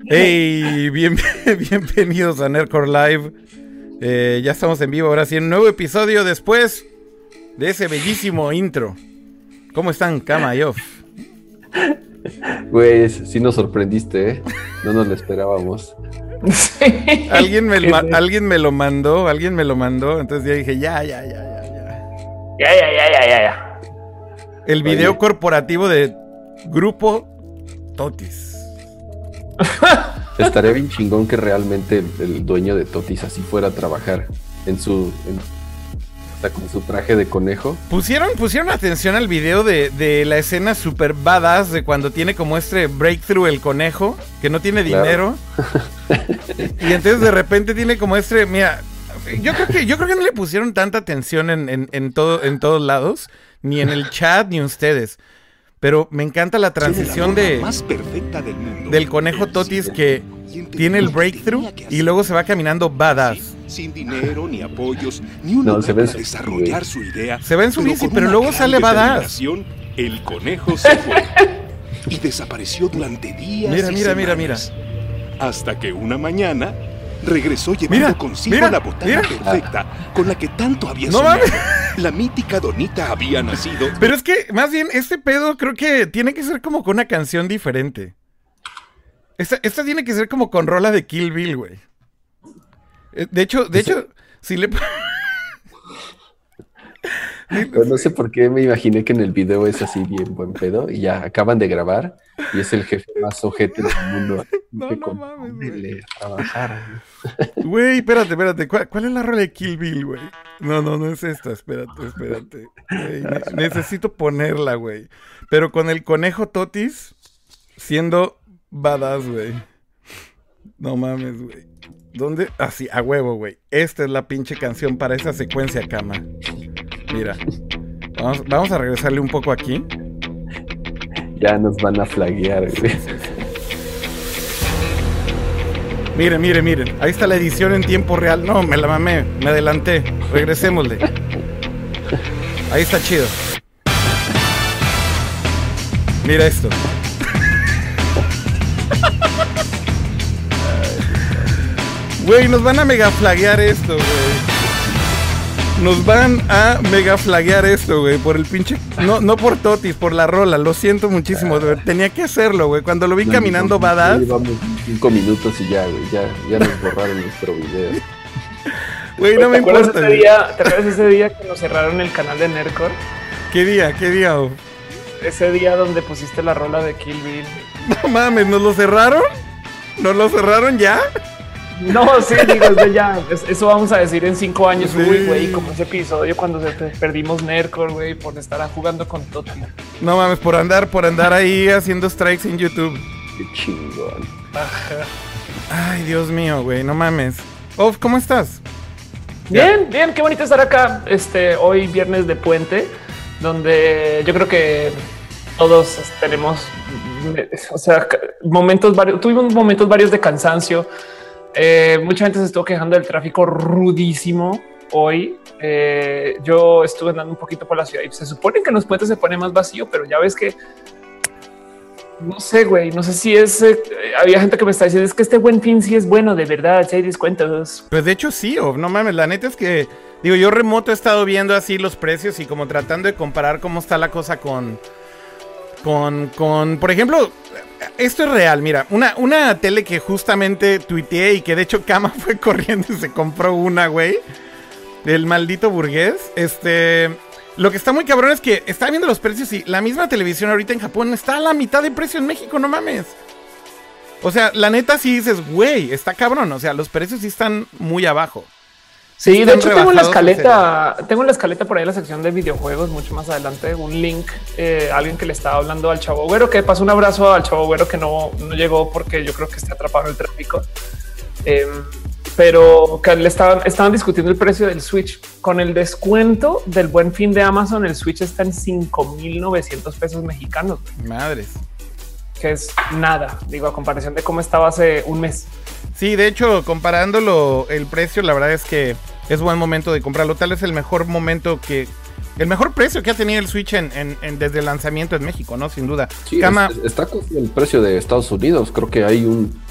Hey, bienvenidos a Nerdcore Live. Ya estamos en vivo, ahora sí, un nuevo episodio después de ese bellísimo intro. ¿Cómo están, Kama y Off? Güey, sí nos sorprendiste, ¿eh? No nos lo esperábamos. Sí. Alguien me lo mandó, entonces yo dije, ya. Ya. El video corporativo de Grupo Totis. Estaría bien chingón que realmente el dueño de Totis así fuera a trabajar con su traje de conejo. Pusieron atención al video de la escena super badass de cuando tiene como este breakthrough el conejo, que no tiene dinero. Y entonces de repente tiene como mira, yo creo que no le pusieron tanta atención en todos lados, ni en el chat ni ustedes. Pero me encanta la transición del conejo Totis que tiene el breakthrough y luego se va caminando badass. Sin dinero, ni apoyos, ni una para desarrollar su idea. Se va en su bici, pero luego sale badass. El conejo se fue y desapareció durante días. Mira. Hasta que una mañana regresó llevando consigo la botana perfecta con la que tanto había soñado. La mítica Donita había nacido. Pero es que, más bien, este pedo creo que tiene que ser como con una canción diferente. Esta tiene que ser como con rola de Kill Bill, güey. De hecho, si le... Pues no sé por qué me imaginé que en el video es así bien buen pedo y ya acaban de grabar y es el jefe más ojete del mundo. No mames, güey. A trabajar. Güey, espérate. ¿Cuál es la rola de Kill Bill, güey? No es esta, espérate. Güey, necesito ponerla, güey. Pero con el conejo Totis siendo badass, güey. No mames, güey. ¿Dónde? Así, a huevo, güey. Esta es la pinche canción para esa secuencia, Kama. Mira. Vamos a regresarle un poco aquí. Ya nos van a flaguear, güey. Miren. Ahí está la edición en tiempo real. No, me la mamé. Me adelanté. Regresémosle. Ahí está chido. Mira esto. Güey, nos van a mega flaguear esto, güey. Por el pinche... No por Totis, por la rola. Lo siento muchísimo, güey. Tenía que hacerlo, güey. Cuando lo vi caminando badass... Llevamos 5 minutos y ya, güey. Ya nos borraron nuestro video. Güey, no me importa. ¿Te acuerdas ese día que nos cerraron el canal de Nerdcore? ¿Qué día? Oh? Ese día donde pusiste la rola de Kill Bill. No mames, ¿nos lo cerraron? ¿Nos lo cerraron ya? No, sí, digo, ya, eso vamos a decir en 5 años. Sí. Uy, güey, como ese episodio cuando perdimos Nerdcore, güey, por estar jugando con Totti. No mames, por andar ahí haciendo strikes en YouTube. Qué chingón. Ajá. Ay, Dios mío, güey, no mames. Off, ¿cómo estás? Bien, qué bonito estar acá. Hoy viernes de puente, donde yo creo que todos tenemos, o sea, tuvimos momentos varios de cansancio. Mucha gente se estuvo quejando del tráfico rudísimo hoy. Yo estuve andando un poquito por la ciudad y se supone que en los puentes se pone más vacío, pero ya ves que no sé, güey, no sé si es había gente que me está diciendo es que este Buen Fin sí es bueno, de verdad, si hay descuentos. Pues de hecho sí, no mames, la neta es que digo, yo remoto he estado viendo así los precios y como tratando de comparar cómo está la cosa con por ejemplo, esto es real, mira, una tele que justamente tuiteé y que de hecho Kama fue corriendo y se compró una, güey, del maldito burgués. Lo que está muy cabrón es que está viendo los precios y la misma televisión ahorita en Japón está a la mitad de precio en México, no mames. O sea, la neta sí dices, güey, está cabrón, o sea, los precios sí están muy abajo. Sí, de hecho tengo la escaleta por ahí en la sección de videojuegos, mucho más adelante, un link, alguien que le estaba hablando al Chavo Güero, que pasó un abrazo al Chavo Güero que no llegó porque yo creo que está atrapado en el tráfico. Pero que estaban discutiendo el precio del Switch. Con el descuento del Buen Fin de Amazon, el Switch está en 5,900 pesos mexicanos. Madres. Que es nada, digo, a comparación de cómo estaba hace un mes. Sí, de hecho, comparándolo el precio, la verdad es que es buen momento de comprarlo. Tal vez el mejor precio que ha tenido el Switch desde el lanzamiento en México, ¿no? Sin duda. Sí, está con el precio de Estados Unidos. Creo que hay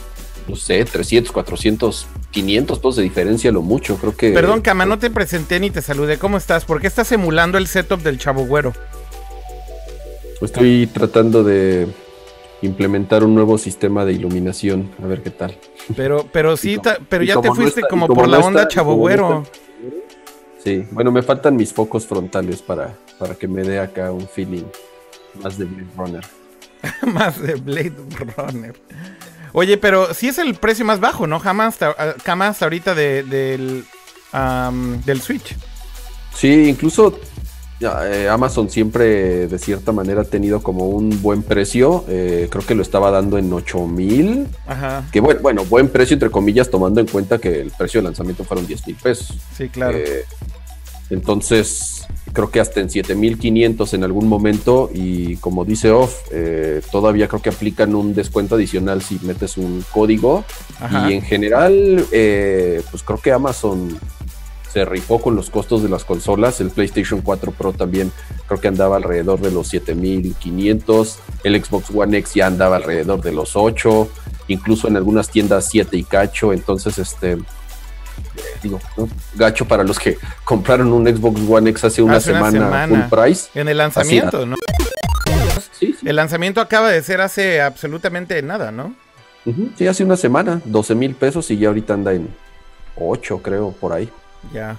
no sé, 300, 400, 500 pesos de diferencia lo mucho, creo que... Perdón, Cama, no te presenté ni te saludé. ¿Cómo estás? ¿Por qué estás emulando el setup del Chavo Güero? Estoy tratando de implementar un nuevo sistema de iluminación, a ver qué tal. Pero sí, pero ya te fuiste como por la onda Chavo Güero. Sí, bueno, me faltan mis focos frontales para que me dé acá un feeling más de Blade Runner. Más de Blade Runner. Oye, pero sí es el precio más bajo, ¿no? Jamás hasta ahorita del Switch. Sí, incluso Amazon siempre de cierta manera ha tenido como un buen precio. Creo que lo estaba dando en 8,000. Ajá. Que bueno, buen precio entre comillas, tomando en cuenta que el precio de lanzamiento fueron 10,000 pesos. Sí, claro. Entonces, creo que hasta en 7,500 en algún momento, y como dice Off, todavía creo que aplican un descuento adicional si metes un código. Ajá. Y en general, pues creo que Amazon se rifó con los costos de las consolas. El PlayStation 4 Pro también creo que andaba alrededor de los 7,500. El Xbox One X ya andaba alrededor de los 8, incluso en algunas tiendas 7 y cacho. Entonces, digo, ¿no? Gacho para los que compraron un Xbox One X hace una semana full price. En el lanzamiento, así, ¿no? Sí. El lanzamiento acaba de ser hace absolutamente nada, ¿no? Sí, hace una semana, 12,000 pesos, y ya ahorita anda en 8, creo, por ahí. Ya.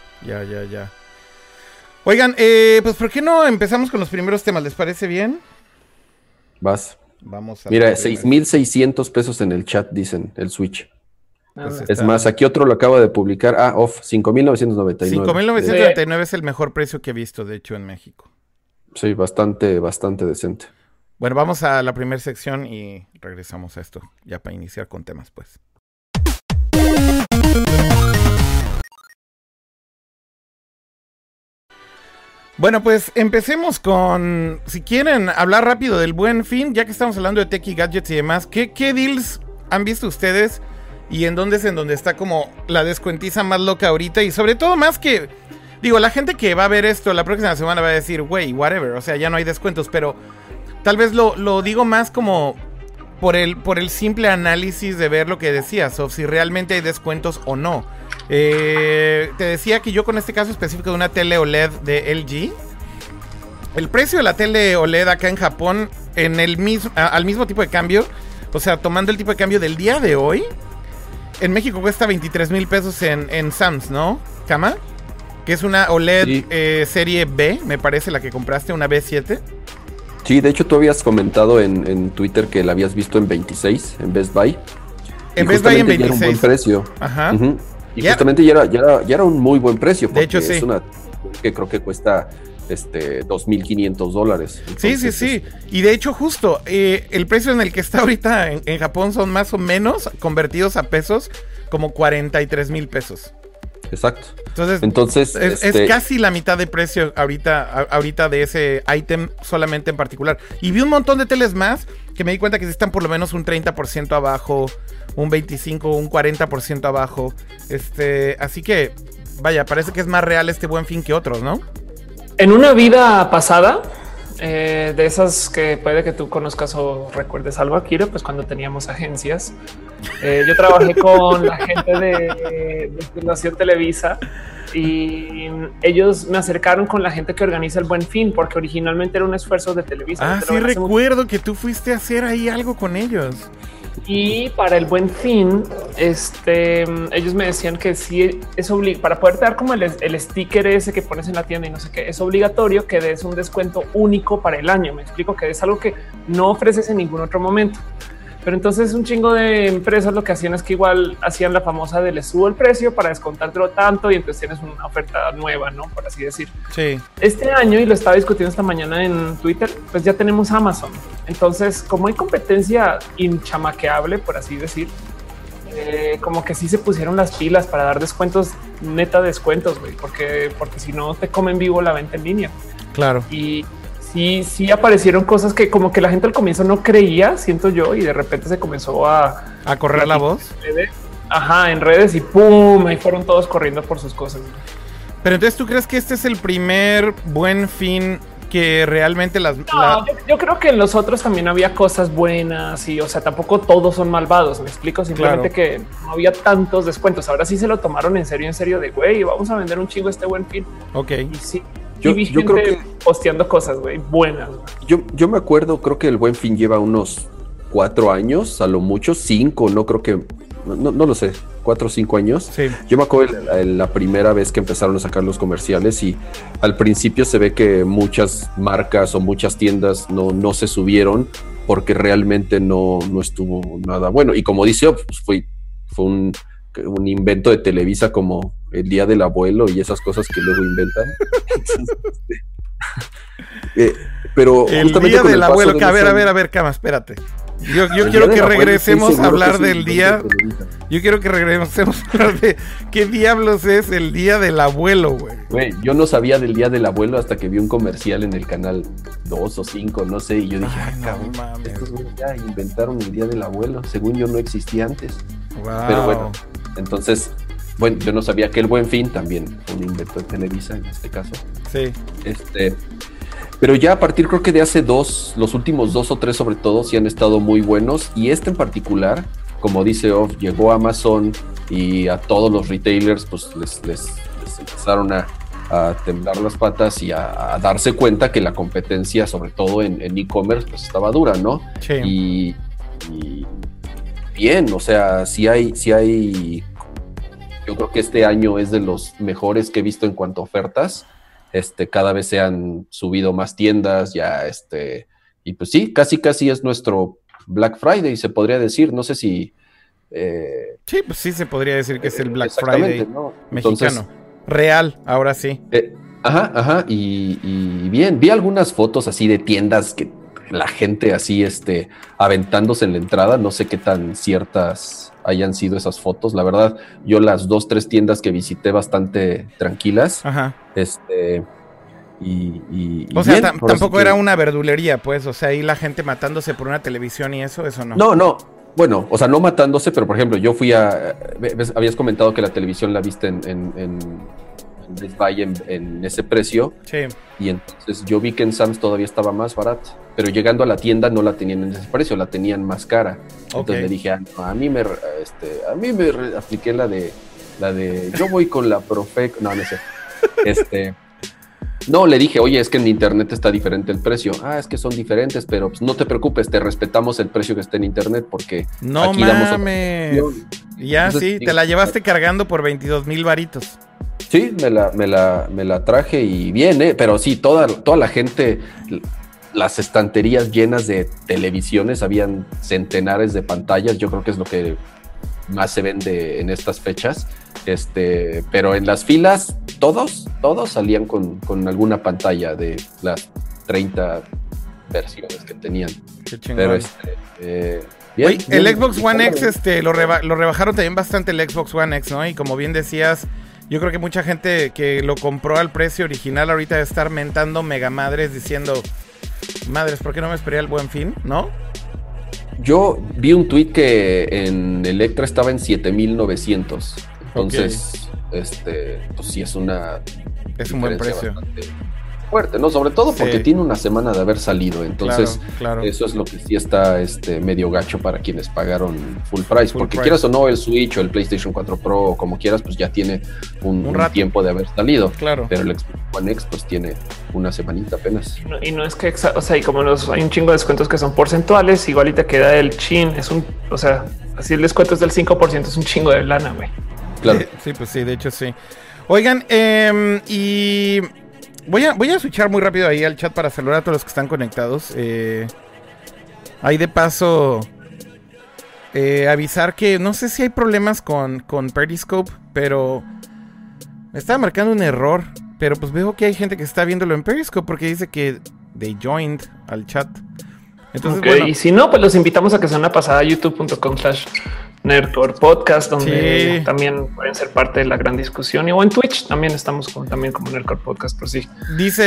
Oigan, pues ¿por qué no empezamos con los primeros temas? ¿Les parece bien? Vamos a... Mira, 6,600 pesos en el chat dicen, el Switch. Pues es más, aquí otro lo acaba de publicar. 5,999. 5,999 es el mejor precio que he visto, de hecho, en México. Sí, bastante decente. Bueno, vamos a la primera sección y regresamos a esto, ya para iniciar con temas, pues. Bueno, pues empecemos con, si quieren hablar rápido del Buen Fin, ya que estamos hablando de tech y gadgets y demás, ¿qué deals han visto ustedes? Y en dónde es en donde está como la descuentiza más loca ahorita. Y sobre todo más que, digo, la gente que va a ver esto la próxima semana va a decir, güey, whatever, o sea, ya no hay descuentos. Pero tal vez lo digo más como por el simple análisis de ver lo que decías, o si realmente hay descuentos o no. Te decía que yo con este caso específico de una tele OLED de LG, el precio de la tele OLED acá en Japón, en al mismo tipo de cambio, o sea, tomando el tipo de cambio del día de hoy, en México cuesta 23,000 pesos en Sam's, ¿no, Kama? Que es una OLED sí. Serie B, me parece, la que compraste, una B7. Sí, de hecho tú habías comentado en Twitter que la habías visto en 26, en Best Buy. En Best Buy en 26. Ya era un buen precio. Ajá. Y justamente ya era un muy buen precio. Porque de hecho, sí. Es una que creo que cuesta $2,500. Entonces, Sí. Y de hecho, justo, el precio en el que está ahorita en Japón son más o menos, convertidos a pesos, como 43,000 pesos. Exacto. Entonces es casi la mitad de precio ahorita de ese ítem solamente en particular. Y vi un montón de teles más que me di cuenta que están por lo menos un 30% abajo, un 25%, un 40% abajo. Así que, vaya, parece que es más real este Buen Fin que otros, ¿no? En una vida pasada, de esas que puede que tú conozcas o recuerdes algo, Akira, pues cuando teníamos agencias, yo trabajé con la gente de Fundación Televisa y ellos me acercaron con la gente que organiza el Buen Fin, porque originalmente era un esfuerzo de Televisa. Sí, recuerdo que tú fuiste a hacer ahí algo con ellos. Y para el Buen Fin, ellos me decían que sí es obligatorio para poder dar como el sticker ese que pones en la tienda y no sé qué, es obligatorio que des un descuento único para el año. Me explico, que es algo que no ofreces en ningún otro momento. Pero entonces un chingo de empresas lo que hacían es que igual hacían la famosa de les subo el precio para descontártelo tanto y entonces tienes una oferta nueva, ¿no? Por así decir. Sí. Este año, y lo estaba discutiendo esta mañana en Twitter, pues ya tenemos Amazon. Entonces, como hay competencia inchamaqueable, por así decir, como que sí se pusieron las pilas para dar descuentos, neta descuentos, güey, porque si no te comen vivo la venta en línea. Claro. Y sí aparecieron cosas que como que la gente al comienzo no creía, siento yo, y de repente se comenzó a correr la voz. En redes y pum, ahí fueron todos corriendo por sus cosas. Pero entonces, ¿tú crees que este es el primer Buen Fin que realmente yo creo que en los otros también había cosas buenas y, o sea, tampoco todos son malvados. Me explico, simplemente que no había tantos descuentos. Ahora sí se lo tomaron en serio de güey, vamos a vender un chingo este Buen Fin. Ok. Y sí, yo creo que posteando cosas, güey, buenas. Yo me acuerdo, creo que el Buen Fin lleva unos 4 años, a lo mucho 5, no creo que, no lo sé, 4 o 5 años. Sí. Yo me acuerdo la primera vez que empezaron a sacar los comerciales y al principio se ve que muchas marcas o muchas tiendas no se subieron porque realmente no estuvo nada bueno. Y como dice, pues fue un invento de Televisa como el Día del Abuelo y esas cosas que luego inventan. Pero el Día del Abuelo, que a ver, Cama, espérate. Yo quiero que regresemos a hablar del día. Yo quiero que regresemos a hablar de qué diablos es el Día del Abuelo, güey. Yo no sabía del Día del Abuelo hasta que vi un comercial en el canal 2 o 5, no sé, y yo dije, estos güeyes ya inventaron el Día del Abuelo. Según yo no existía antes. Wow. Pero bueno, entonces, bueno, yo no sabía que el Buen Fin también fue un invento de Televisa en este caso. Sí. Pero ya a partir creo que de hace los últimos 2 o 3 sobre todo, sí han estado muy buenos. Y en particular, como dice Off, llegó a Amazon y a todos los retailers pues les empezaron a temblar las patas y a darse cuenta que la competencia, sobre todo en e-commerce, pues estaba dura, ¿no? Sí. Y bien, o sea, sí hay, yo creo que este año es de los mejores que he visto en cuanto a ofertas. Cada vez se han subido más tiendas, ya y pues sí, casi es nuestro Black Friday, se podría decir, no sé si... sí, pues sí se podría decir que es el Black Friday, ¿no? Mexicano. Entonces, real, ahora sí. Ajá, y bien, vi algunas fotos así de tiendas que la gente así, aventándose en la entrada, no sé qué tan ciertas hayan sido esas fotos, la verdad, yo las 2-3 tiendas que visité bastante tranquilas. Ajá. O sea, tampoco era una verdulería, pues, o sea, ahí la gente matándose por una televisión y eso no. No, bueno, o sea, no matándose, pero por ejemplo, yo fui habías comentado que la televisión la viste en Best Buy en ese precio. Sí. Y entonces yo vi que en Sam's todavía estaba más barato, pero llegando a la tienda no la tenían en ese precio, la tenían más cara. Entonces le dije, a mí me apliqué la de yo voy con la Profec, no sé. No, le dije, oye, es que en internet está diferente el precio. Es que son diferentes, pero pues, no te preocupes, te respetamos el precio que está en internet porque no aquí mames. Ya entonces, sí, te la llevaste cargando por 22,000 varitos. Sí, me la traje y bien, pero sí, toda la gente, las estanterías llenas de televisiones, habían centenares de pantallas, yo creo que es lo que más se vende en estas fechas, pero en las filas todos salían con alguna pantalla de las 30 versiones que tenían. Qué chingón. Pero bien, oye, el Xbox One X lo rebajaron también bastante, el Xbox One X, ¿no? Y como bien decías, yo creo que mucha gente que lo compró al precio original ahorita debe estar mentando mega madres diciendo, madres, ¿por qué no me esperé al Buen Fin? ¿No? Yo vi un tweet que en Electra estaba en 7,900. Entonces, pues sí es un buen precio. Fuerte, ¿no? Sobre todo porque tiene una semana de haber salido. Entonces, claro. Eso es lo que sí está medio gacho para quienes pagaron full price. Porque quieras o no, el Switch o el PlayStation 4 Pro o como quieras, pues ya tiene un tiempo de haber salido. Claro. Pero el Xbox One X pues tiene una semanita apenas. Y no es que, o sea, y como hay un chingo de descuentos que son porcentuales, igual y te queda el chin, o sea, así el descuento es del 5%, es un chingo de lana, güey. Claro. Sí, pues sí, de hecho sí. Oigan, y voy a switchar muy rápido ahí al chat para saludar a todos los que están conectados. Ahí de paso avisar que no sé si hay problemas con Periscope, pero me estaba marcando un error. Pero pues veo que hay gente que está viéndolo en Periscope porque dice que they joined al chat. Entonces, bueno. Y si no, pues los invitamos a que sea una pasada a youtube.com/Nerdcore Podcast, donde también pueden ser parte de la gran discusión. O en Twitch también estamos también como Nerdcore Podcast, por si dice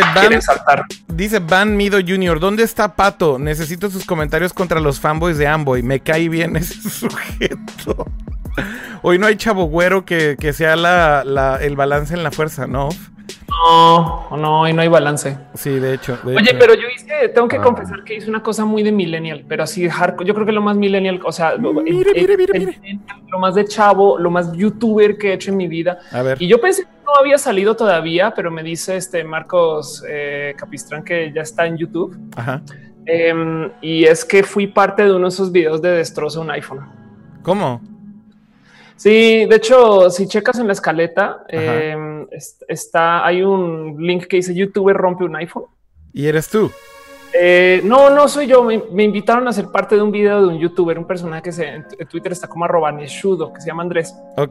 Van Mido Jr., ¿dónde está Pato? Necesito sus comentarios contra los fanboys de Amboy. Me cae bien ese sujeto. Hoy no hay chavo güero que sea el balance en la fuerza, ¿no? No, y no hay balance. Sí, de hecho. Oye, pero yo tengo que confesar que hice una cosa muy de millennial, pero así hardcore. Yo creo que lo más millennial, o sea, mire. Lo más de chavo, lo más youtuber que he hecho en mi vida. A ver. Y yo pensé que no había salido todavía, pero me dice Marcos Capistrán que ya está en YouTube. Ajá. Y es que fui parte de uno de esos videos de destrozo un iPhone. ¿Cómo? Sí, de hecho, si checas en la escaleta, hay un link que dice YouTuber rompe un iPhone. ¿Y eres tú? No soy yo. Me invitaron a ser parte de un video de un youtuber, un personaje que en Twitter está como @neshudo, que se llama Andrés. Ok.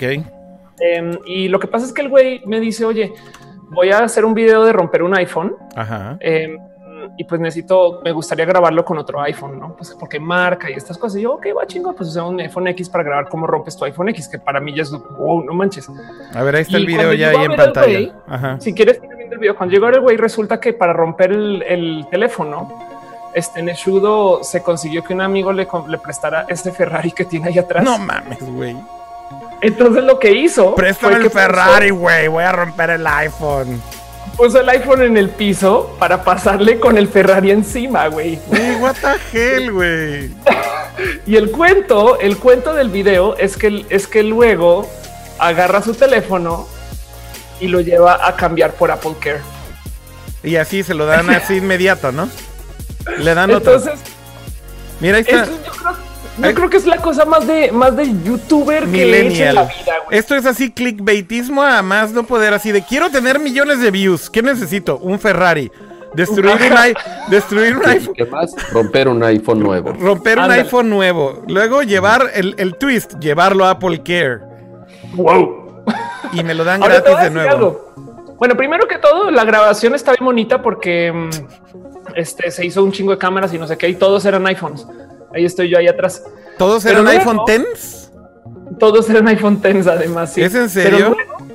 Y lo que pasa es que el güey me dice, oye, voy a hacer un video de romper un iPhone. Ajá. Y pues me gustaría grabarlo con otro iPhone, ¿no? Pues porque marca y estas cosas. Y yo, ok, va chingo, pues usé un iPhone X para grabar cómo rompes tu iPhone X, que para mí ya es, wow, no manches. A ver, ahí está el video ya ahí en pantalla. Güey, ajá. Si quieres ir viendo el video, cuando llegó el güey, resulta que para romper el teléfono, Neshudo se consiguió que un amigo le prestara este Ferrari que tiene ahí atrás. No mames, güey. Entonces lo que hizo... Préstame el Ferrari, güey, voy a romper el iPhone. Puso el iPhone en el piso para pasarle con el Ferrari encima, güey. What the hell, güey. Y el cuento del video es que luego agarra su teléfono y lo lleva a cambiar por Apple Care. Y así se lo dan así inmediato, ¿no? Le dan otro. Entonces, mira, ahí está. Yo creo que es la cosa más de youtuber que he hecho en la vida, güey. Esto es así clickbaitismo a más no poder, así de quiero tener millones de views. ¿Qué necesito? Un Ferrari. Destruir un iPhone. ¿Qué más? Romper un iPhone nuevo. Romper un iPhone nuevo. Luego llevar el twist, llevarlo a Apple Care. Wow. Y me lo dan gratis de nuevo. Algo. Bueno, primero que todo, la grabación está bien bonita porque se hizo un chingo de cámaras y no sé qué, y todos eran iPhones. Ahí estoy yo ahí atrás. ¿Todos eran iPhone X? Todos eran iPhone X, además. Sí. ¿Es en serio?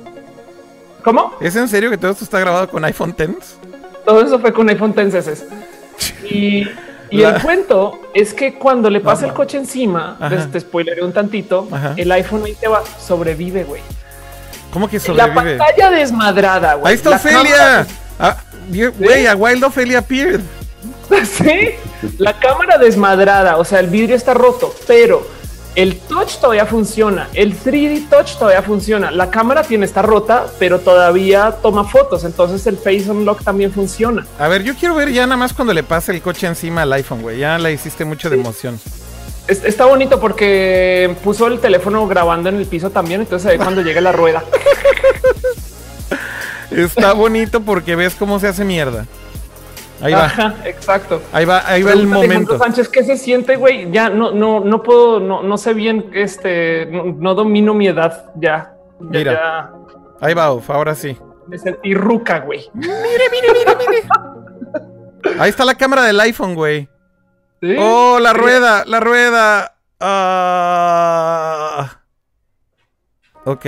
¿Cómo? ¿Es en serio que todo esto está grabado con iPhone X? Todo eso fue con iPhone X. Y el cuento es que cuando le pasa el coche encima, te spoileré un tantito, el iPhone ahí sobrevive, güey. ¿Cómo que sobrevive? La pantalla desmadrada, güey. Ahí está Ofelia. Güey, a Wild Ofelia appeared. Sí, la cámara desmadrada, o sea, el vidrio está roto, pero el touch todavía funciona, el 3D touch todavía funciona, la cámara está rota, pero todavía toma fotos, entonces el Face Unlock también funciona. A ver, yo quiero ver ya nada más cuando le pase el coche encima al iPhone, güey, ya la hiciste mucho de emoción. Está bonito porque puso el teléfono grabando en el piso también, entonces ahí cuando llega la rueda. Está bonito porque ves cómo se hace mierda. Ahí va. Ajá, exacto. Ahí va el momento. Sánchez, ¿qué se siente, güey? Ya no puedo, no sé bien, no domino mi edad, ya. Mira, ya. Ahí va, ahora sí. Me sentí ruca, güey. Mire. Ahí está la cámara del iPhone, güey. ¿Sí? Oh, la rueda. Ok.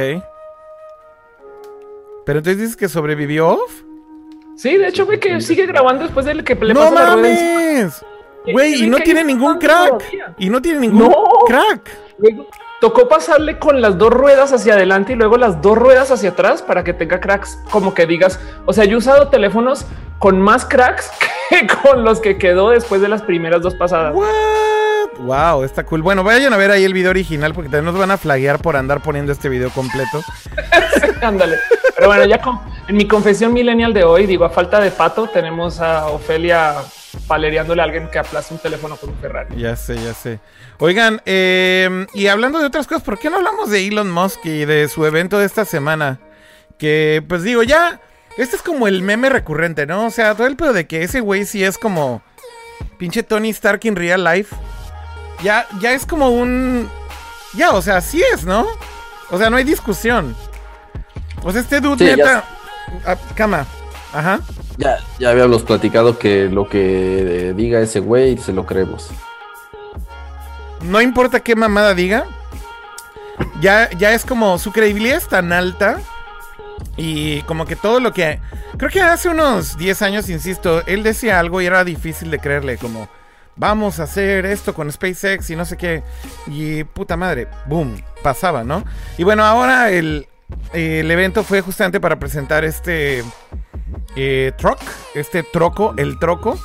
Pero entonces dices que sobrevivió. Sí, de hecho, güey, que sigue grabando después de que le pasa la rueda encima. Güey, y no tiene ningún crack. Crack. Luego, tocó pasarle con las dos ruedas hacia adelante y luego las dos ruedas hacia atrás para que tenga cracks, como que digas, o sea, yo he usado teléfonos con más cracks que con los que quedó después de las primeras dos pasadas. Wow, está cool. Bueno, vayan a ver ahí el video original porque también nos van a flaguear por andar poniendo este video completo. Sí, ándale. Pero bueno, ya en mi confesión millennial de hoy, digo, a falta de pato, tenemos a Ofelia palereándole a alguien que aplaza un teléfono con un Ferrari. Ya sé. Oigan, y hablando de otras cosas, ¿por qué no hablamos de Elon Musk y de su evento de esta semana? Que, pues digo, ya, este es como el meme recurrente, ¿no? O sea, todo el pedo de que ese güey sí es como pinche Tony Stark in real life. Ya es como un... Ya, o sea, sí es, ¿no? O sea, no hay discusión. O sea, este dude neta... Cama. Ajá. Ya habíamos platicado que lo que diga ese güey se lo creemos. No importa qué mamada diga. Ya es como... Su credibilidad es tan alta. Y como que todo lo que... Creo que hace unos 10 años, insisto, él decía algo y era difícil de creerle, como... Vamos a hacer esto con SpaceX y no sé qué. Y puta madre, boom, pasaba, ¿no? Y bueno, ahora el evento fue justamente para presentar truck, el troco,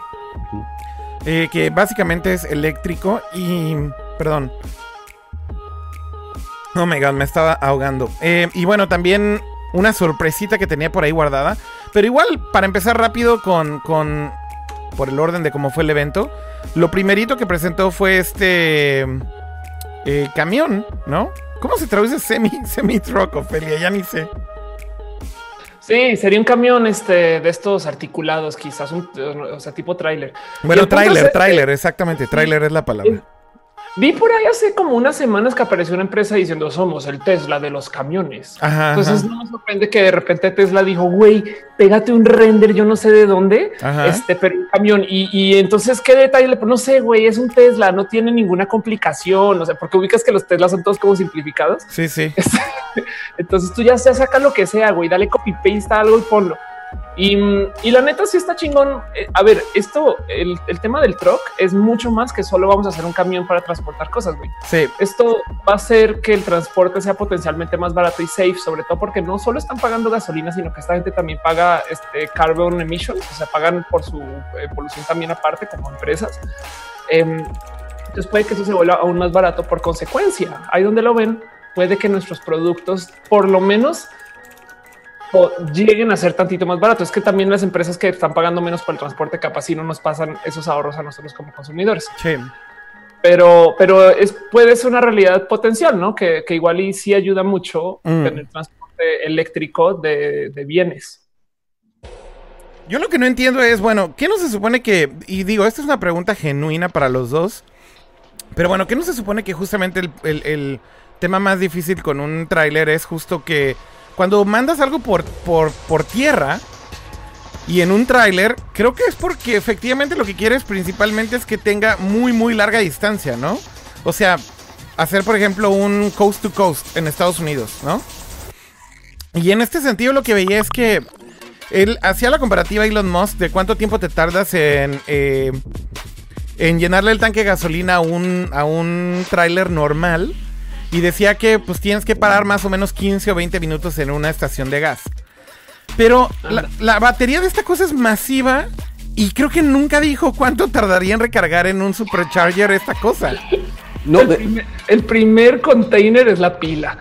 que básicamente es eléctrico y... Perdón. Oh my god, me estaba ahogando. Y bueno, también una sorpresita que tenía por ahí guardada. Pero igual, para empezar rápido por el orden de cómo fue el evento, lo primerito que presentó fue este camión, ¿no? ¿Cómo se traduce semi-truck, Ofelia? Ya ni sé. Sí, sería un camión de estos articulados, quizás, o sea, tipo tráiler. Bueno, tráiler, exactamente, tráiler es la palabra. Vi por ahí hace como unas semanas que apareció una empresa diciendo somos el Tesla de los camiones. Ajá, entonces no me sorprende que de repente Tesla dijo, güey, pégate un render, yo no sé de dónde, pero un camión. Y entonces, ¿qué detalle? No sé, güey, es un Tesla, no tiene ninguna complicación. O sea, porque ubicas que los Teslas son todos como simplificados. Sí, sí. Entonces tú ya saca lo que sea, güey, dale copy paste a algo y ponlo. Y la neta sí está chingón. A ver, el tema del truck es mucho más que solo vamos a hacer un camión para transportar cosas, güey. Sí. Esto va a hacer que el transporte sea potencialmente más barato y safe, sobre todo porque no solo están pagando gasolina, sino que esta gente también paga carbon emissions, o sea, pagan por su polución también aparte como empresas. Entonces puede que eso se vuelva aún más barato por consecuencia. Ahí donde lo ven, puede que nuestros productos por lo menos lleguen a ser tantito más barato. Es que también las empresas que están pagando menos por el transporte capaz si no nos pasan esos ahorros a nosotros como consumidores. Sí. Pero puede ser una realidad potencial, ¿no? Que igual y sí ayuda mucho en el transporte eléctrico de bienes. Yo lo que no entiendo es, bueno, ¿qué no se supone que, y digo, esta es una pregunta genuina para los dos, pero bueno, ¿qué no se supone que justamente el tema más difícil con un tráiler es justo que cuando mandas algo por tierra y en un tráiler, creo que es porque efectivamente lo que quieres principalmente es que tenga muy, muy larga distancia, ¿no? O sea, hacer, por ejemplo, un coast to coast en Estados Unidos, ¿no? Y en este sentido lo que veía es que él hacía la comparativa Elon Musk de cuánto tiempo te tardas en llenarle el tanque de gasolina a un tráiler normal. Y decía que pues tienes que parar más o menos 15 o 20 minutos en una estación de gas. Pero la batería de esta cosa es masiva y creo que nunca dijo cuánto tardaría en recargar en un supercharger esta cosa. No, el primer container es la pila.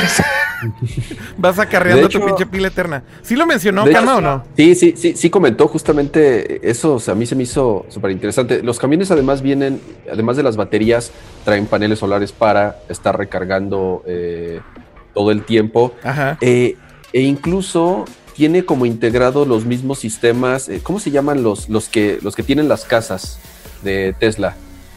Vas acarreando tu pinche pila eterna. ¿Sí lo mencionó, Kama, o no? Sí, comentó justamente eso. O sea, a mí se me hizo súper interesante. Los camiones además de las baterías, traen paneles solares para estar recargando todo el tiempo. Ajá. E incluso tiene como integrado los mismos sistemas. ¿Cómo se llaman los que tienen las casas de Tesla?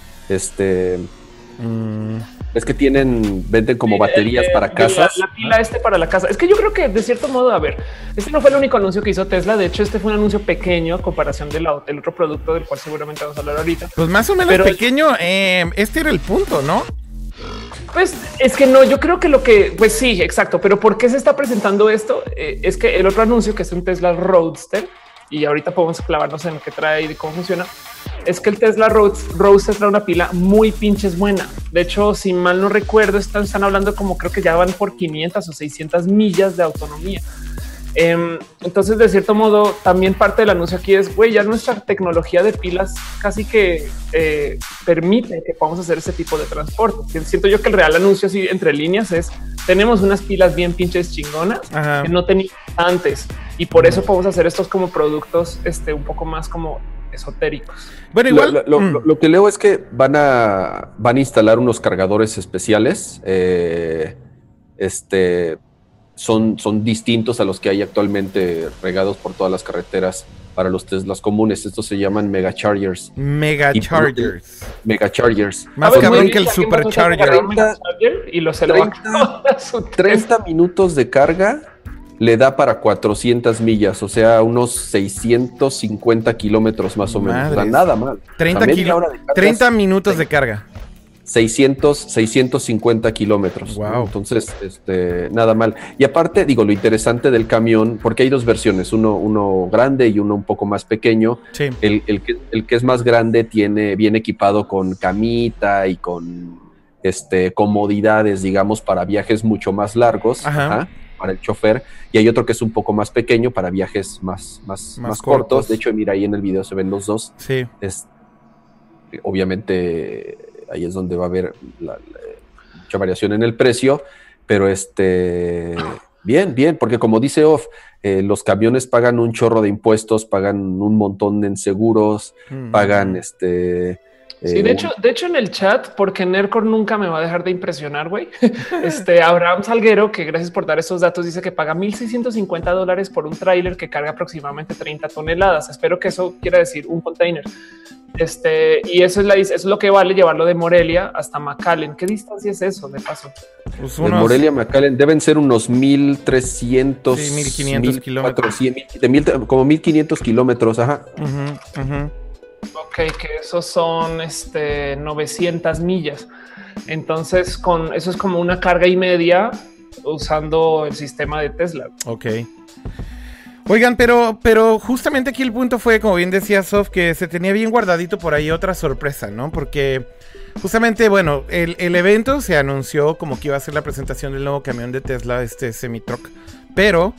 Es que venden como baterías para casas. La pila para la casa. Es que yo creo que de cierto modo, a ver, este no fue el único anuncio que hizo Tesla. De hecho, este fue un anuncio pequeño a comparación del otro producto del cual seguramente vamos a hablar ahorita. Pues más o menos pequeño. Este era el punto, ¿no? Pues es que no, yo creo que pues sí, exacto. Pero ¿por qué se está presentando esto? Es que el otro anuncio, que es un Tesla Roadster, y ahorita podemos clavarnos en qué trae y de cómo funciona, es que el Tesla Roadster trae una pila muy pinches buena. De hecho, si mal no recuerdo, están hablando como creo que ya van por 500 o 600 millas de autonomía. Entonces, de cierto modo, también parte del anuncio aquí es, güey, ya nuestra tecnología de pilas casi que permite que podamos hacer ese tipo de transporte. Siento yo que el real anuncio, así entre líneas, es tenemos unas pilas bien pinches chingonas que no teníamos antes, y por eso podemos hacer estos como productos un poco más como esotéricos. Bueno, igual lo que leo es que van a instalar unos cargadores especiales. Son distintos a los que hay actualmente regados por todas las carreteras para los Teslas comunes. Estos se llaman megachargers. Megachargers. Más cabrón que el supercharger. 30 minutos de carga le da para 400 millas, o sea, unos 650 kilómetros más o menos. O sea, nada mal. 30 minutos de carga. 650 kilómetros. Wow. ¿no? Entonces, nada mal. Y aparte, digo, lo interesante del camión, porque hay dos versiones, uno grande y uno un poco más pequeño. Sí. El que es más grande viene equipado con camita y con comodidades, digamos, para viajes mucho más largos. Ajá. para el chofer, y hay otro que es un poco más pequeño para viajes más cortos. De hecho, mira, ahí en el video se ven los dos. Sí. Obviamente, ahí es donde va a haber mucha variación en el precio, pero bien, porque como dice Off, los camiones pagan un chorro de impuestos, pagan un montón en seguros, pagan Sí, de hecho en el chat, porque Nercor nunca me va a dejar de impresionar, güey. Abraham Salguero, que gracias por dar esos datos, dice que paga $1,650 por un tráiler que carga aproximadamente 30 toneladas. Espero que eso quiera decir un container. Y eso es lo que vale llevarlo de Morelia hasta McAllen. ¿Qué distancia es eso, de paso? Pues de Morelia a McAllen deben ser unos 1,300, sí, 1,500 kilómetros. Como 1,500 kilómetros, ajá. Ok, que esos son 900 millas. Entonces, eso es como una carga y media usando el sistema de Tesla. Ok. Oigan, pero justamente aquí el punto fue, como bien decía Sof, que se tenía bien guardadito por ahí otra sorpresa, ¿no? Porque justamente, bueno, el evento se anunció como que iba a ser la presentación del nuevo camión de Tesla, semi-truck. Pero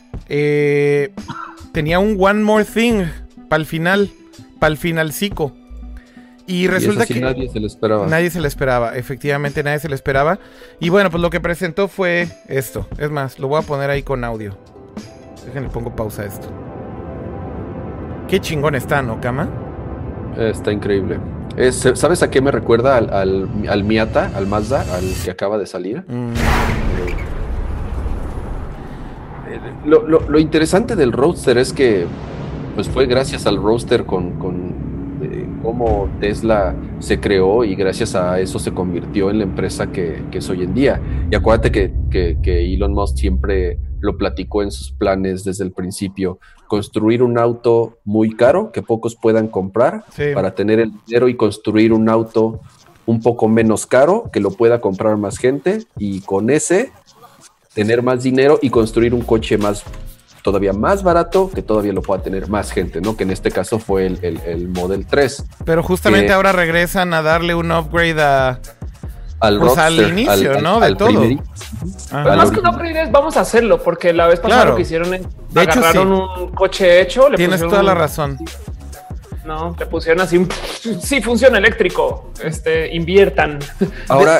tenía un one more thing para el finalcico. Y resulta que nadie se lo esperaba. Nadie se lo esperaba, efectivamente nadie se lo esperaba. Y bueno, pues lo que presentó fue esto. Es más, lo voy a poner ahí con audio. Déjenle, pongo pausa a esto. Qué chingón está, ¿no, Kama? Está increíble. ¿Sabes a qué me recuerda? Al Miata, al Mazda, al que acaba de salir. Lo interesante del Roadster es que pues fue gracias al Roadster con cómo Tesla se creó, y gracias a eso se convirtió en la empresa que es hoy en día. Y acuérdate que Elon Musk siempre lo platicó en sus planes desde el principio: construir un auto muy caro que pocos puedan comprar, sí, para tener el dinero, y construir un auto un poco menos caro que lo pueda comprar más gente, y con ese tener más dinero y construir un coche todavía más barato que todavía lo pueda tener más gente, ¿no? Que en este caso fue el Model 3. Pero justamente ahora regresan a darle un upgrade al Roadster, al inicio, ¿no? De todo. Más que un upgrade, vamos a hacerlo, porque la vez pasada, claro, lo que hicieron es agarraron un coche hecho. Tienes toda la razón. No, le pusieron así sí, funciona eléctrico, inviertan. Ahora,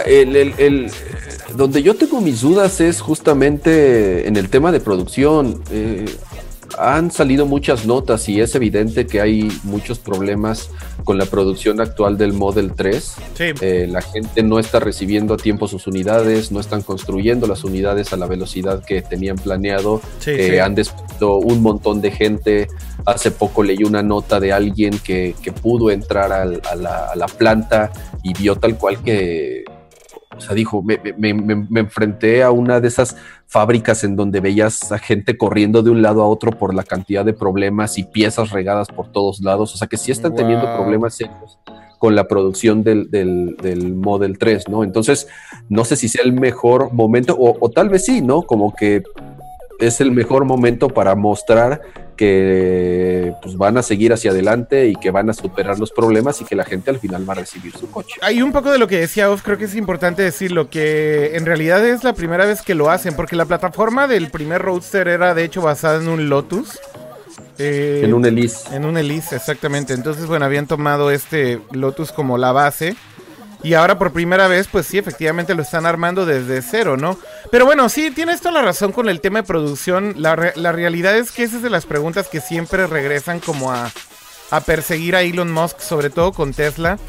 donde yo tengo mis dudas es justamente en el tema de producción. Han salido muchas notas y es evidente que hay muchos problemas con la producción actual del Model 3. Sí. La gente no está recibiendo a tiempo sus unidades, no están construyendo las unidades a la velocidad que tenían planeado. Sí. Han despedido un montón de gente. Hace poco leí una nota de alguien que pudo entrar a la planta y vio tal cual que... O sea, dijo, me enfrenté a una de esas fábricas en donde veías a gente corriendo de un lado a otro por la cantidad de problemas y piezas regadas por todos lados. O sea, que sí están teniendo problemas serios con la producción del Model 3, ¿no? Entonces, no sé si sea el mejor momento, o tal vez sí, ¿no? Como que es el mejor momento para mostrar que pues van a seguir hacia adelante y que van a superar los problemas y que la gente al final va a recibir su coche. Hay un poco de lo que decía Off, creo que es importante decirlo, que en realidad es la primera vez que lo hacen, porque la plataforma del primer Roadster era de hecho basada en un Lotus. En un Elise. En un Elise, exactamente. Entonces, bueno, habían tomado Lotus como la base. Y ahora por primera vez, pues sí, efectivamente lo están armando desde cero, ¿no? Pero bueno, sí, tienes toda la razón con el tema de producción. La realidad es que esa es de las preguntas que siempre regresan como a perseguir a Elon Musk, sobre todo con Tesla.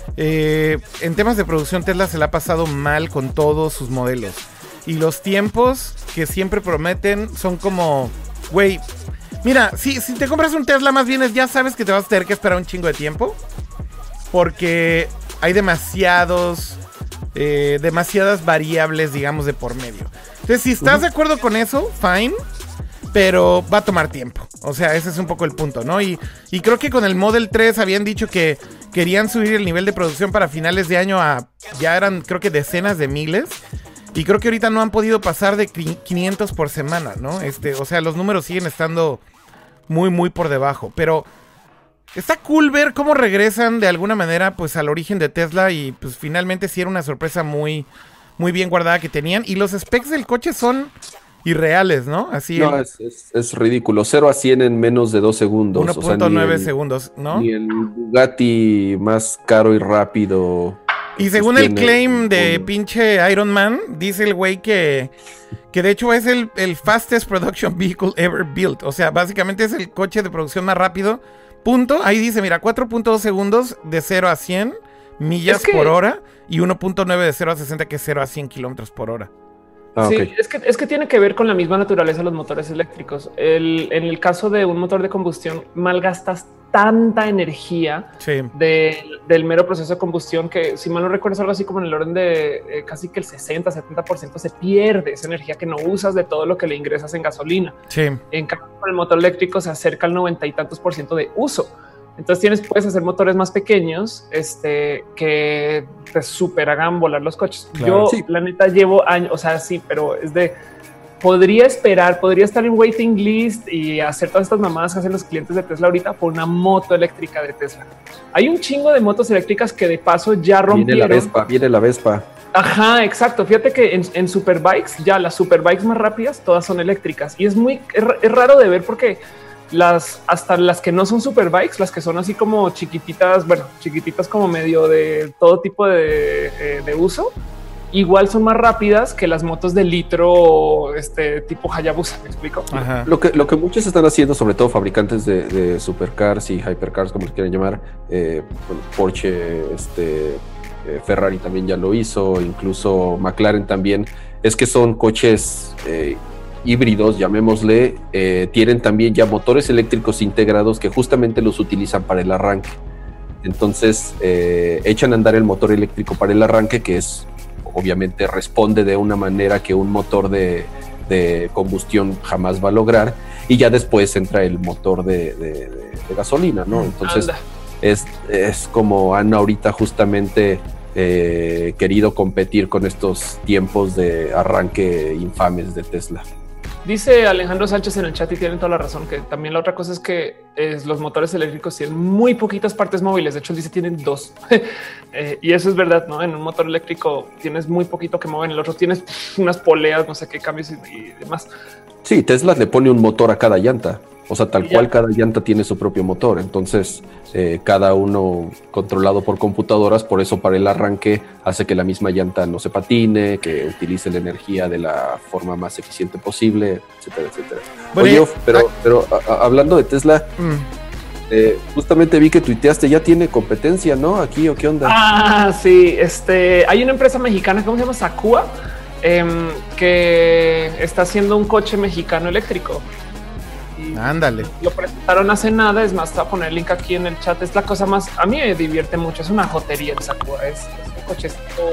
En temas de producción, Tesla se la ha pasado mal con todos sus modelos. Y los tiempos que siempre prometen son como, güey, mira, si te compras un Tesla, más bien ya sabes que te vas a tener que esperar un chingo de tiempo. Porque hay demasiadas variables, digamos, de por medio. Entonces, si estás de acuerdo con eso, fine, pero va a tomar tiempo. O sea, ese es un poco el punto, ¿no? Y creo que con el Model 3 habían dicho que querían subir el nivel de producción para finales de año ya eran, creo que decenas de miles. Y creo que ahorita no han podido pasar de 500 por semana, ¿no? O sea, los números siguen estando muy, muy por debajo, pero... Está cool ver cómo regresan de alguna manera pues al origen de Tesla, y pues finalmente sí era una sorpresa muy, muy bien guardada que tenían. Y los specs del coche son irreales, ¿no? Así. No, es ridículo. 0 a 100 en menos de 2 segundos. 1.9 segundos, ¿no? Ni el Bugatti más caro y rápido. Y según el claim de pinche Iron Man, dice el güey que de hecho es el fastest production vehicle ever built. O sea, básicamente es el coche de producción más rápido. Punto. Ahí dice, mira, 4.2 segundos de 0 a 100 millas por hora y 1.9 de 0 a 60, que es 0 a 100 kilómetros por hora. Sí, okay. es que tiene que ver con la misma naturaleza de los motores eléctricos. En el caso de un motor de combustión, malgastas tanta energía del mero proceso de combustión que, si mal no recuerdo, es algo así como en el orden de casi que el 60-70% se pierde esa energía que no usas de todo lo que le ingresas en gasolina. Sí. En cambio, con el motor eléctrico se acerca al 90 y tantos % de uso. Entonces puedes hacer motores más pequeños que te super hagan volar los coches. Claro, yo la neta llevo años, o sea, sí, pero podría estar en waiting list y hacer todas estas mamadas que hacen los clientes de Tesla ahorita por una moto eléctrica de Tesla. Hay un chingo de motos eléctricas que de paso ya rompieron. Viene la Vespa. Ajá, exacto. Fíjate que en superbikes, ya las superbikes más rápidas, todas son eléctricas y es raro de ver porque hasta las que no son superbikes, las que son así como chiquititas como medio de todo tipo de uso, igual son más rápidas que las motos de litro, tipo Hayabusa. ¿Me explico? Ajá. Lo que muchos están haciendo, sobre todo fabricantes de supercars y hypercars, como les quieren llamar, Porsche, Ferrari también ya lo hizo, incluso McLaren también, es que son coches híbridos, llamémosle, tienen también ya motores eléctricos integrados que justamente los utilizan para el arranque. Entonces echan a andar el motor eléctrico para el arranque, que es obviamente responde de una manera que un motor de combustión jamás va a lograr, y ya después entra el motor de gasolina, ¿no? Entonces es como han ahorita justamente querido competir con estos tiempos de arranque infames de Tesla. Dice Alejandro Sánchez en el chat, y tienen toda la razón, que también la otra cosa es que los motores eléctricos tienen muy poquitas partes móviles. De hecho, él dice tienen 2. Y eso es verdad, ¿no? En un motor eléctrico tienes muy poquito que mover, en el otro tienes unas poleas, no sé qué cambios y demás. Sí, Tesla le pone un motor a cada llanta. O sea, tal cual cada llanta tiene su propio motor. Entonces, cada uno controlado por computadoras. Por eso, para el arranque, hace que la misma llanta no se patine, que utilice la energía de la forma más eficiente posible, etcétera, etcétera. Bueno, oye, pero hablando de Tesla, justamente vi que tuiteaste, ya tiene competencia, ¿no? Aquí, ¿o qué onda? Ah, sí. Hay una empresa mexicana, ¿cómo se llama? Sakua, que está haciendo un coche mexicano eléctrico. Ándale. Lo presentaron hace nada. Es más, te voy a poner el link aquí en el chat. Es la cosa más, a mí me divierte mucho. Es una jotería el Sakua. Es un coche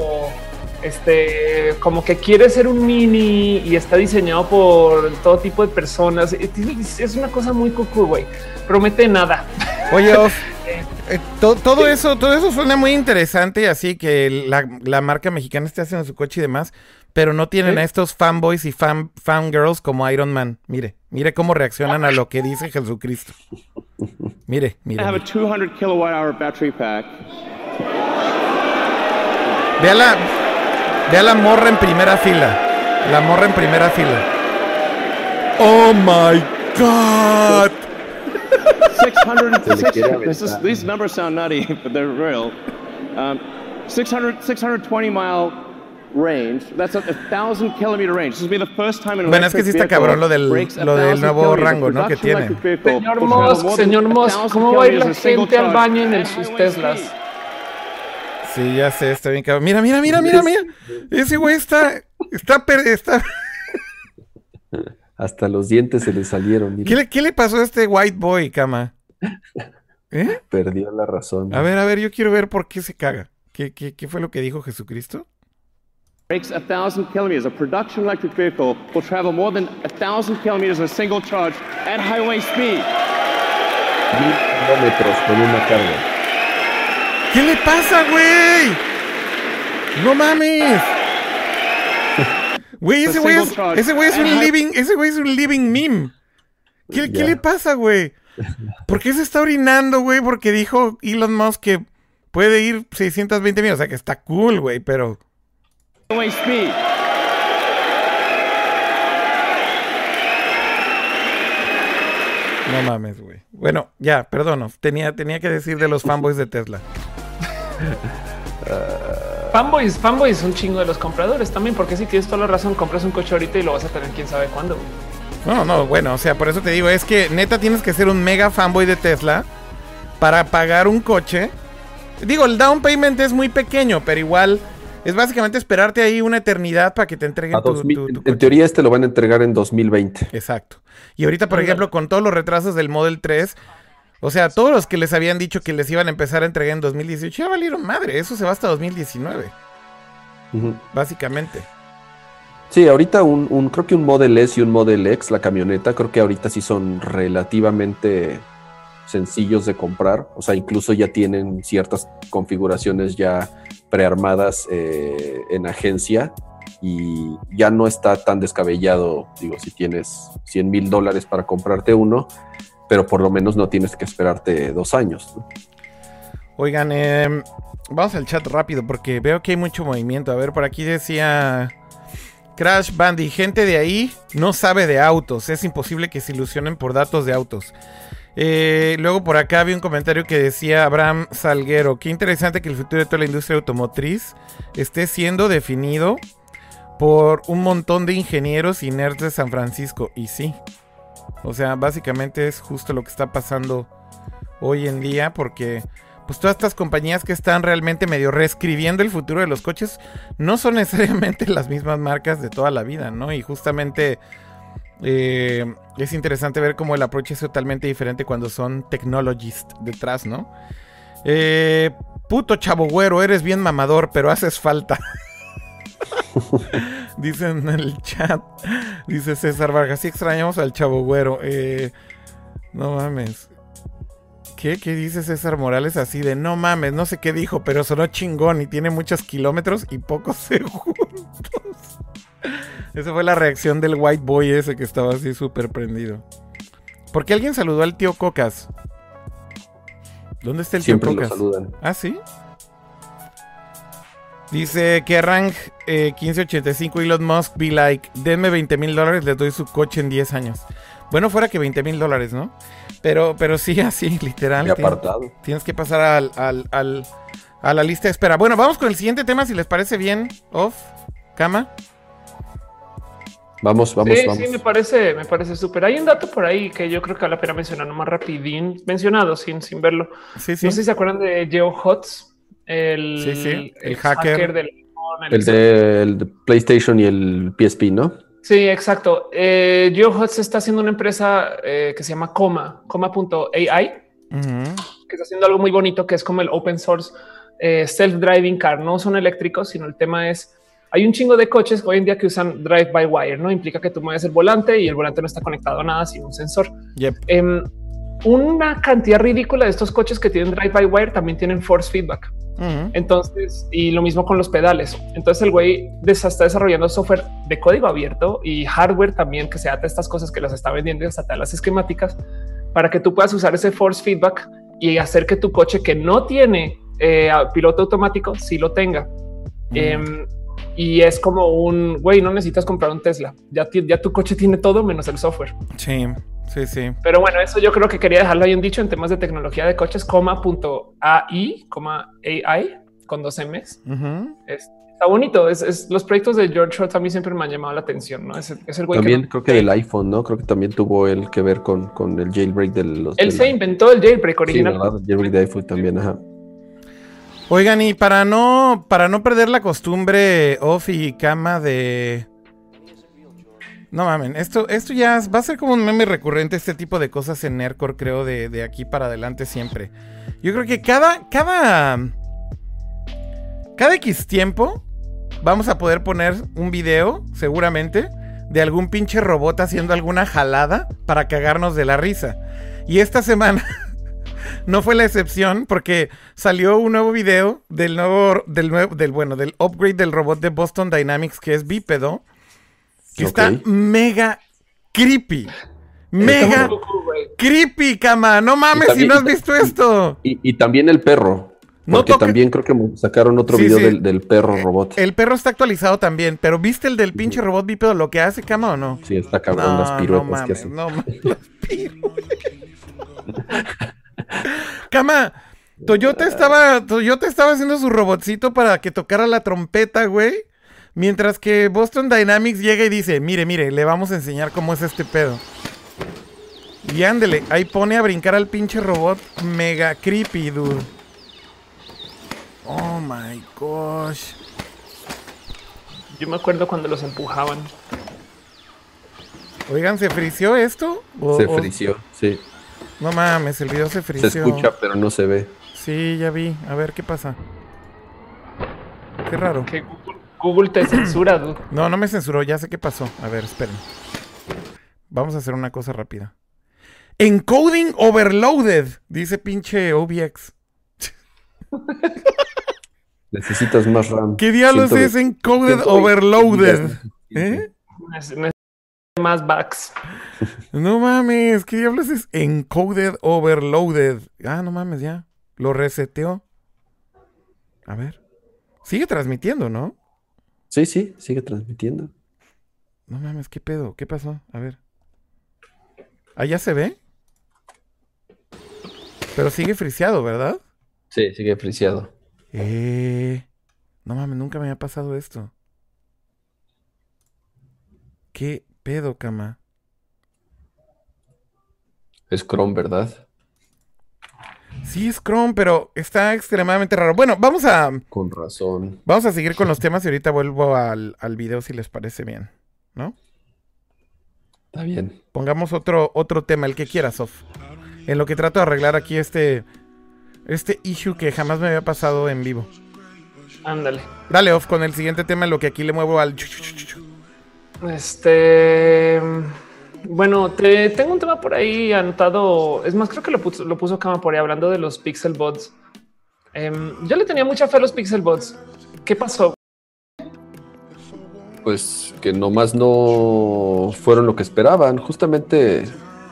como que quiere ser un mini y está diseñado por todo tipo de personas. Es una cosa muy cucú, güey. Promete nada. Oye, todo eso suena muy interesante, así que la marca mexicana esté haciendo su coche y demás, pero no tienen a estos fanboys y fangirls como Iron Man. Mire cómo reaccionan a lo que dice Jesucristo. Mire. I have a 200 kilowatt-hour battery pack. Ve a la morra en primera fila. La morra en primera fila. Oh my God. These numbers sound nutty, but they're real. 620 mile range. That's a 1,000 kilometer range. This will be the first time in bueno, es que sí está cabrón lo del nuevo rango, ¿no? Que tiene. Señor Musk, ¿cómo va a ir la gente al baño en sus Teslas? Sí, ya sé, está bien cabrón. Mira. Ese güey está... Hasta los dientes se le salieron. ¿Qué le pasó a este white boy, Cama? Perdió la razón. A ver, yo quiero ver por qué se caga. ¿Qué fue lo que dijo Jesucristo? Breaks 1,000 kilometers. A production electric vehicle will travel more than 1,000 kilometers in a single charge at highway speed. 1,000 kilómetros con una carga. ¿Qué le pasa, güey? ¡No mames! Güey, ese güey es un living meme. ¿Qué le pasa, güey? ¿Por qué se está orinando, güey? Porque dijo Elon Musk que puede ir 620 millas. O sea, que está cool, güey, pero... No mames, güey. Bueno, ya, perdono. Tenía que decir de los fanboys de Tesla. Fanboys un chingo de los compradores también, porque si tienes toda la razón, compras un coche ahorita y lo vas a tener quién sabe cuándo. No, bueno, o sea, por eso te digo, es que neta tienes que ser un mega fanboy de Tesla para pagar un coche. Digo, el down payment es muy pequeño, pero igual es básicamente esperarte ahí una eternidad para que te entreguen tu coche. En teoría lo van a entregar en 2020. Exacto. Y ahorita, por ejemplo, con todos los retrasos del Model 3, o sea, todos los que les habían dicho que les iban a empezar a entregar en 2018, ya valieron madre. Eso se va hasta 2019. Básicamente. Sí, ahorita creo que un Model S y un Model X, la camioneta, creo que ahorita sí son relativamente sencillos de comprar. O sea, incluso ya tienen ciertas configuraciones ya prearmadas en agencia y ya no está tan descabellado, digo, si tienes $100,000 para comprarte uno, pero por lo menos no tienes que esperarte 2 años, ¿no? Oigan, vamos al chat rápido porque veo que hay mucho movimiento. A ver, por aquí decía Crash Bandy, gente de ahí no sabe de autos, es imposible que se ilusionen por datos de autos. Luego por acá vi un comentario que decía Abraham Salguero, qué interesante que el futuro de toda la industria automotriz esté siendo definido por un montón de ingenieros y nerds de San Francisco. Y sí, o sea, básicamente es justo lo que está pasando hoy en día, porque pues todas estas compañías que están realmente medio reescribiendo el futuro de los coches no son necesariamente las mismas marcas de toda la vida, ¿no? Y justamente es interesante ver cómo el approach es totalmente diferente cuando son technologists detrás, ¿no? Puto chavo güero, eres bien mamador, pero haces falta. Dicen en el chat. Dice César Vargas, sí extrañamos al chavo güero. No mames. ¿Qué dice César Morales así de no mames? No sé qué dijo, pero sonó chingón y tiene muchos kilómetros y pocos segundos. Esa fue la reacción del white boy ese que estaba así súper prendido. ¿Por qué alguien saludó al tío Cocas? ¿Dónde está el Siempre tío Cocas? Lo saludan. ¿Ah, sí? Dice que Rank 1585 Elon Musk be like, denme $20,000, les doy su coche en 10 años. Bueno, fuera que $20,000, ¿no? Pero sí, así, literal. Tienes que pasar a la lista de espera. Bueno, vamos con el siguiente tema, si les parece bien. Off, Cama. Vamos. Sí, me parece súper. Hay un dato por ahí que yo creo que vale la pena mencionar nomás rapidín, mencionado sin verlo. Sí. No sé si se acuerdan de GeoHots, el hacker del el de PlayStation y el PSP, ¿no? Sí, exacto. GeoHots está haciendo una empresa que se llama Coma.ai, que está haciendo algo muy bonito, que es como el open source self-driving car. No son eléctricos, sino el tema es, hay un chingo de coches hoy en día que usan drive by wire, ¿no? Implica que tú mueves el volante y el volante no está conectado a nada sin un sensor. Yep. Una cantidad ridícula de estos coches que tienen drive by wire también tienen force feedback. Entonces, y lo mismo con los pedales. Entonces el güey está desarrollando software de código abierto y hardware también que se ata a estas cosas que las está vendiendo y hasta a las esquemáticas para que tú puedas usar ese force feedback y hacer que tu coche que no tiene piloto automático sí lo tenga. Y es como un güey, no necesitas comprar un Tesla. Ya tu coche tiene todo menos el software. Sí. Pero bueno, eso yo creo que quería dejarlo ahí en dicho en temas de tecnología de coches, .ai con 2 M's. Está bonito. Los proyectos de George Short a mí siempre me han llamado la atención, ¿no? Es el güey también que creo que del iPhone, ¿no? Creo que también tuvo él que ver con el jailbreak de los... Él se inventó el jailbreak original. Sí, ¿verdad? El jailbreak de iPhone también, ajá. Oigan, y para no perder la costumbre, Off y Cama de... No mamen, esto ya va a ser como un meme recurrente, este tipo de cosas en Nerdcore, creo, de aquí para adelante siempre. Yo creo que cada X tiempo vamos a poder poner un video, seguramente, de algún pinche robot haciendo alguna jalada para cagarnos de la risa. Y esta semana no fue la excepción, porque salió un nuevo video del upgrade del robot de Boston Dynamics, que es bípedo, que está mega creepy. Mega creepy, Cama. No mames, también, si no has visto esto. Y también el perro. Porque también creo que sacaron otro video del perro robot. El perro está actualizado también, pero ¿viste el del pinche robot bípedo lo que hace, Cama, o no? Sí, está cabrón las piruetas que hace. No mames, las vampiro. Cama, Toyota estaba haciendo su robotcito para que tocara la trompeta, güey. Mientras que Boston Dynamics llega y dice, mire, le vamos a enseñar cómo es este pedo. Y ándele, ahí pone a brincar al pinche robot mega creepy, dude. Oh my gosh. Yo me acuerdo cuando los empujaban. Oigan, ¿se frició esto? Se frició, sí. No mames, el video se frició. Se escucha, pero no se ve. Sí, ya vi. A ver, ¿qué pasa? Qué raro. Que Google te censura, dude. No me censuró, ya sé qué pasó. A ver, esperen. Vamos a hacer una cosa rápida. Encoding overloaded, dice pinche OBX. Necesitas más RAM. ¿Qué diablos es encoded overloaded? ¿Eh? Más backs. No mames, ¿qué diablos es encoded overloaded? Ah, no mames, ya. Lo reseteó. A ver. Sigue transmitiendo, ¿no? Sí, sigue transmitiendo. No mames, ¿qué pedo? ¿Qué pasó? A ver. ¿Ah, ya se ve? Pero sigue friseado, ¿verdad? Sí, sigue friseado. No mames, nunca me había pasado esto. ¿Qué pedo, cama? Es Chrome, ¿verdad? Sí, es Chrome, pero está extremadamente raro. Bueno, vamos a... Con razón. Vamos a seguir con los temas y ahorita vuelvo al video si les parece bien, ¿no? Está bien. Pongamos otro tema, el que quieras, Sof. En lo que trato de arreglar aquí este issue que jamás me había pasado en vivo. Ándale. Dale, Off, con el siguiente tema, en lo que aquí le muevo al... Bueno, tengo un tema por ahí anotado. Es más, creo que lo puso Cama por ahí hablando de los Pixel Buds. Yo le tenía mucha fe a los Pixel Buds. ¿Qué pasó? Pues que nomás no fueron lo que esperaban. Justamente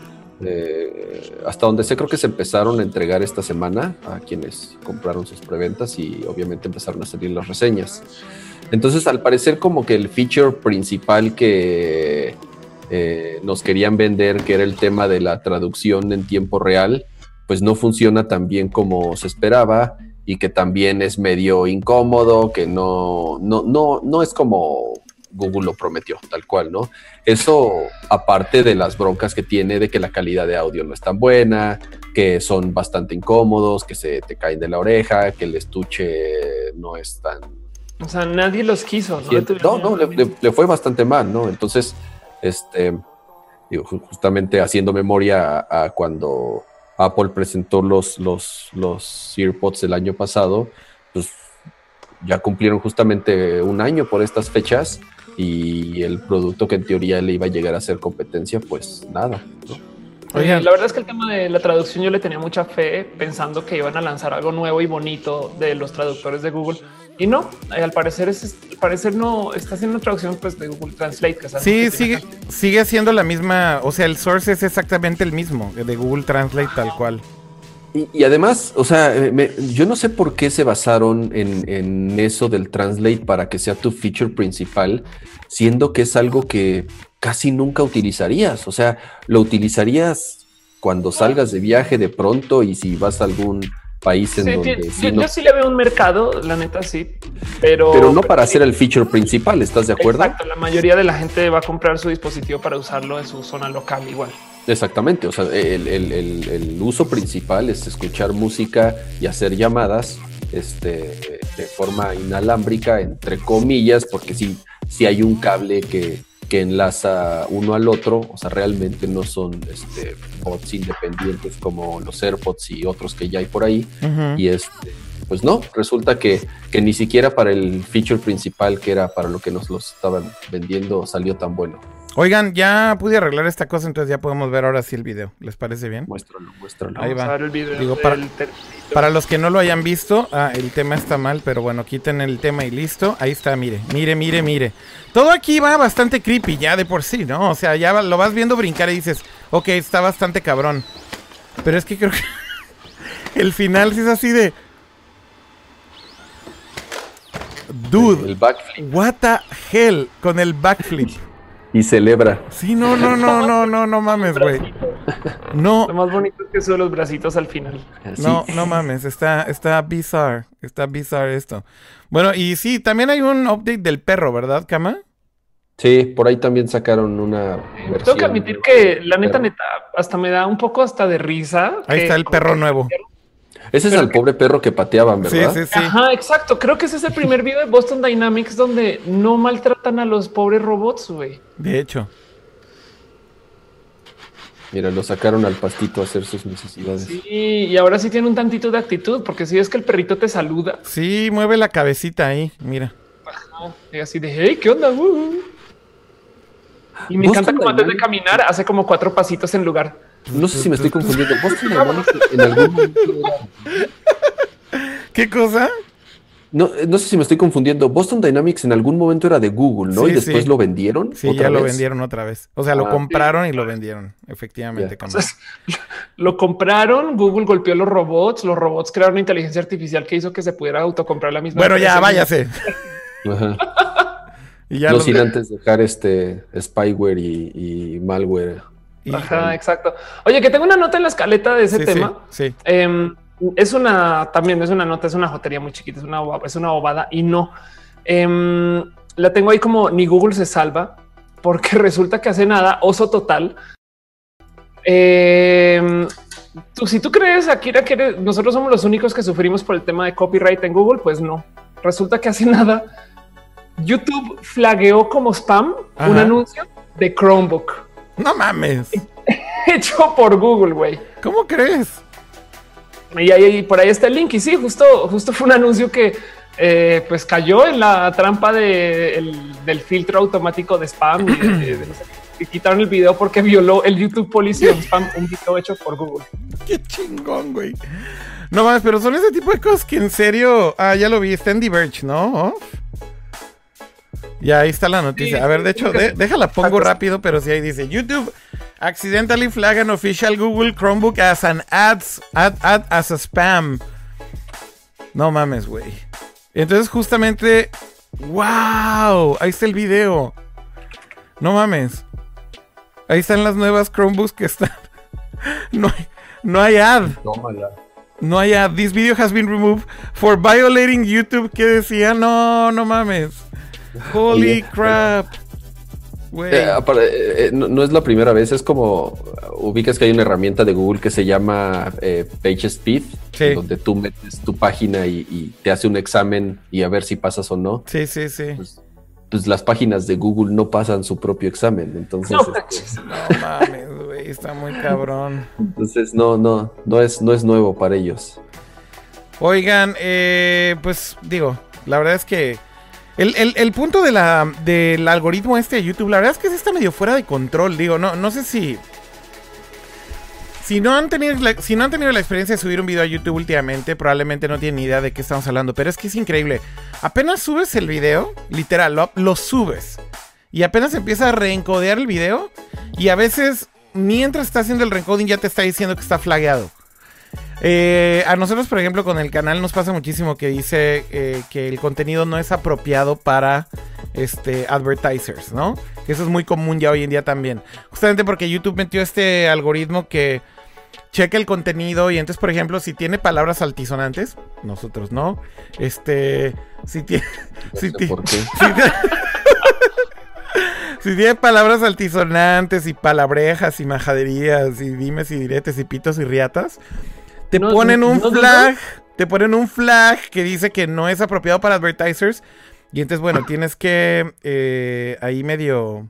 hasta donde sé, creo que se empezaron a entregar esta semana a quienes compraron sus preventas y obviamente empezaron a salir las reseñas. Entonces, al parecer, como que el feature principal que nos querían vender, que era el tema de la traducción en tiempo real, pues no funciona tan bien como se esperaba y que también es medio incómodo, que no es como Google lo prometió, tal cual, ¿no? Eso, aparte de las broncas que tiene de que la calidad de audio no es tan buena, que son bastante incómodos, que se te caen de la oreja, que el estuche no es tan... O sea, nadie los quiso, ¿no? Le fue bastante mal, ¿no? Entonces, digo, justamente haciendo memoria a cuando Apple presentó los AirPods el año pasado, pues ya cumplieron justamente un año por estas fechas y el producto que en teoría le iba a llegar a hacer competencia, pues nada, ¿no? Oye, la verdad es que el tema de la traducción yo le tenía mucha fe pensando que iban a lanzar algo nuevo y bonito de los traductores de Google y no, al parecer no está haciendo una traducción pues de Google Translate. Que sí, sigue siendo la misma, o sea, el source es exactamente el mismo de Google Translate tal cual. Y además, o sea, yo no sé por qué se basaron en eso del Translate para que sea tu feature principal, siendo que es algo que casi nunca utilizarías. O sea, lo utilizarías cuando salgas de viaje de pronto y si vas a algún país en donde... Yo sí le veo un mercado, la neta sí, pero no para hacer el feature principal, ¿estás de acuerdo? Exacto, la mayoría de la gente va a comprar su dispositivo para usarlo en su zona local igual. Exactamente, o sea, el uso principal es escuchar música y hacer llamadas de forma inalámbrica, entre comillas, porque sí hay un cable que enlaza uno al otro, o sea, realmente no son bots independientes como los AirPods y otros que ya hay por ahí, y pues no, resulta que ni siquiera para el feature principal, que era para lo que nos los estaban vendiendo, salió tan bueno. Oigan, ya pude arreglar esta cosa, entonces ya podemos ver ahora sí el video. ¿Les parece bien? Muéstralo. Ahí va. Vamos a ver el video. Digo, para los que no lo hayan visto, el tema está mal, pero bueno, quiten el tema y listo. Ahí está, mire. Todo aquí va bastante creepy ya de por sí, ¿no? O sea, ya lo vas viendo brincar y dices, ok, está bastante cabrón. Pero es que creo que el final sí es así de... Dude, el backflip. What the hell con el backflip. Y celebra. Sí, no mames, güey. No. Lo más bonito es que son los bracitos al final. No mames, está bizarre. Está bizarre esto. Bueno, y sí, también hay un update del perro, ¿verdad, Kama? Sí, por ahí también sacaron una versión. Tengo que admitir que la neta, hasta me da un poco hasta de risa. Ahí está el perro nuevo. Ese es el pobre perro que pateaban, ¿verdad? Sí. Ajá, exacto. Creo que ese es el primer video de Boston Dynamics donde no maltratan a los pobres robots, güey. De hecho. Mira, lo sacaron al pastito a hacer sus necesidades. Sí, y ahora sí tiene un tantito de actitud, porque si es que el perrito te saluda. Sí, mueve la cabecita ahí, mira. Ajá, y así de, hey, ¿qué onda? Y me encanta como antes de caminar hace como 4 pasitos en lugar. No sé si me estoy confundiendo. Boston Dynamics en algún momento era... ¿Qué cosa? No sé si me estoy confundiendo. Boston Dynamics en algún momento era de Google, ¿no? Sí, y después lo vendieron. Sí, ya lo vendieron otra vez. O sea, lo compraron y lo vendieron, efectivamente. Entonces, lo compraron, Google golpeó los robots crearon una inteligencia artificial que hizo que se pudiera autocomprar la misma. Bueno, ya, váyase. Ajá. Y ya no sin antes dejar spyware y malware. Ajá, exacto. Oye, que tengo una nota en la escaleta de ese tema. Sí. Es una nota, es una jotería muy chiquita, es una bobada y no. La tengo ahí como ni Google se salva, porque resulta que hace nada, oso total. Si tú crees, Akira, que nosotros somos los únicos que sufrimos por el tema de copyright en Google, pues no. Resulta que hace nada YouTube flagueó como spam un anuncio de Chromebook. No mames. Hecho por Google, güey. ¿Cómo crees? Y por ahí está el link. Y sí, justo fue un anuncio que pues cayó en la trampa del filtro automático de spam y quitaron el video porque violó el YouTube Policy on Spam, un video hecho por Google. Qué chingón, güey. No mames, pero son ese tipo de cosas que en serio. Ah, ya lo vi, está en Diverge, ¿no? Ya ahí está la noticia. Sí, a ver, de hecho, déjala pongo rápido, pero sí ahí dice YouTube accidentally flag an official Google Chromebook as an as a spam. No mames, güey. Entonces justamente, wow, ahí está el video. No mames. Ahí están las nuevas Chromebooks que están. No hay ad. No hay ad. This video has been removed for violating YouTube. ¿Qué decía? No mames. Holy crap. No es la primera vez, es como ubicas que hay una herramienta de Google que se llama PageSpeed, donde tú metes tu página y te hace un examen y a ver si pasas o no. Sí. Pues las páginas de Google no pasan su propio examen, entonces no mames, güey, está muy cabrón. Entonces no es nuevo para ellos. Oigan, pues digo, la verdad es que el punto del algoritmo de YouTube, la verdad es que sí está medio fuera de control. Digo, no sé si no han tenido la experiencia de subir un video a YouTube últimamente, probablemente no tienen ni idea de qué estamos hablando, pero es que es increíble. Apenas subes el video, literal, lo subes y apenas empieza a reencodear el video y a veces mientras está haciendo el reencoding ya te está diciendo que está flagueado. A nosotros, por ejemplo, con el canal nos pasa muchísimo que dice que el contenido no es apropiado para advertisers, ¿no? Que eso es muy común ya hoy en día también. Justamente porque YouTube metió este algoritmo que checa el contenido y entonces, por ejemplo, si tiene palabras altisonantes, nosotros no. Si tiene... ¿Por qué? Si tiene palabras altisonantes y palabrejas y majaderías y dimes y diretes y pitos y riatas, te ponen un flag que dice que no es apropiado para advertisers. Y entonces, bueno, tienes que ahí medio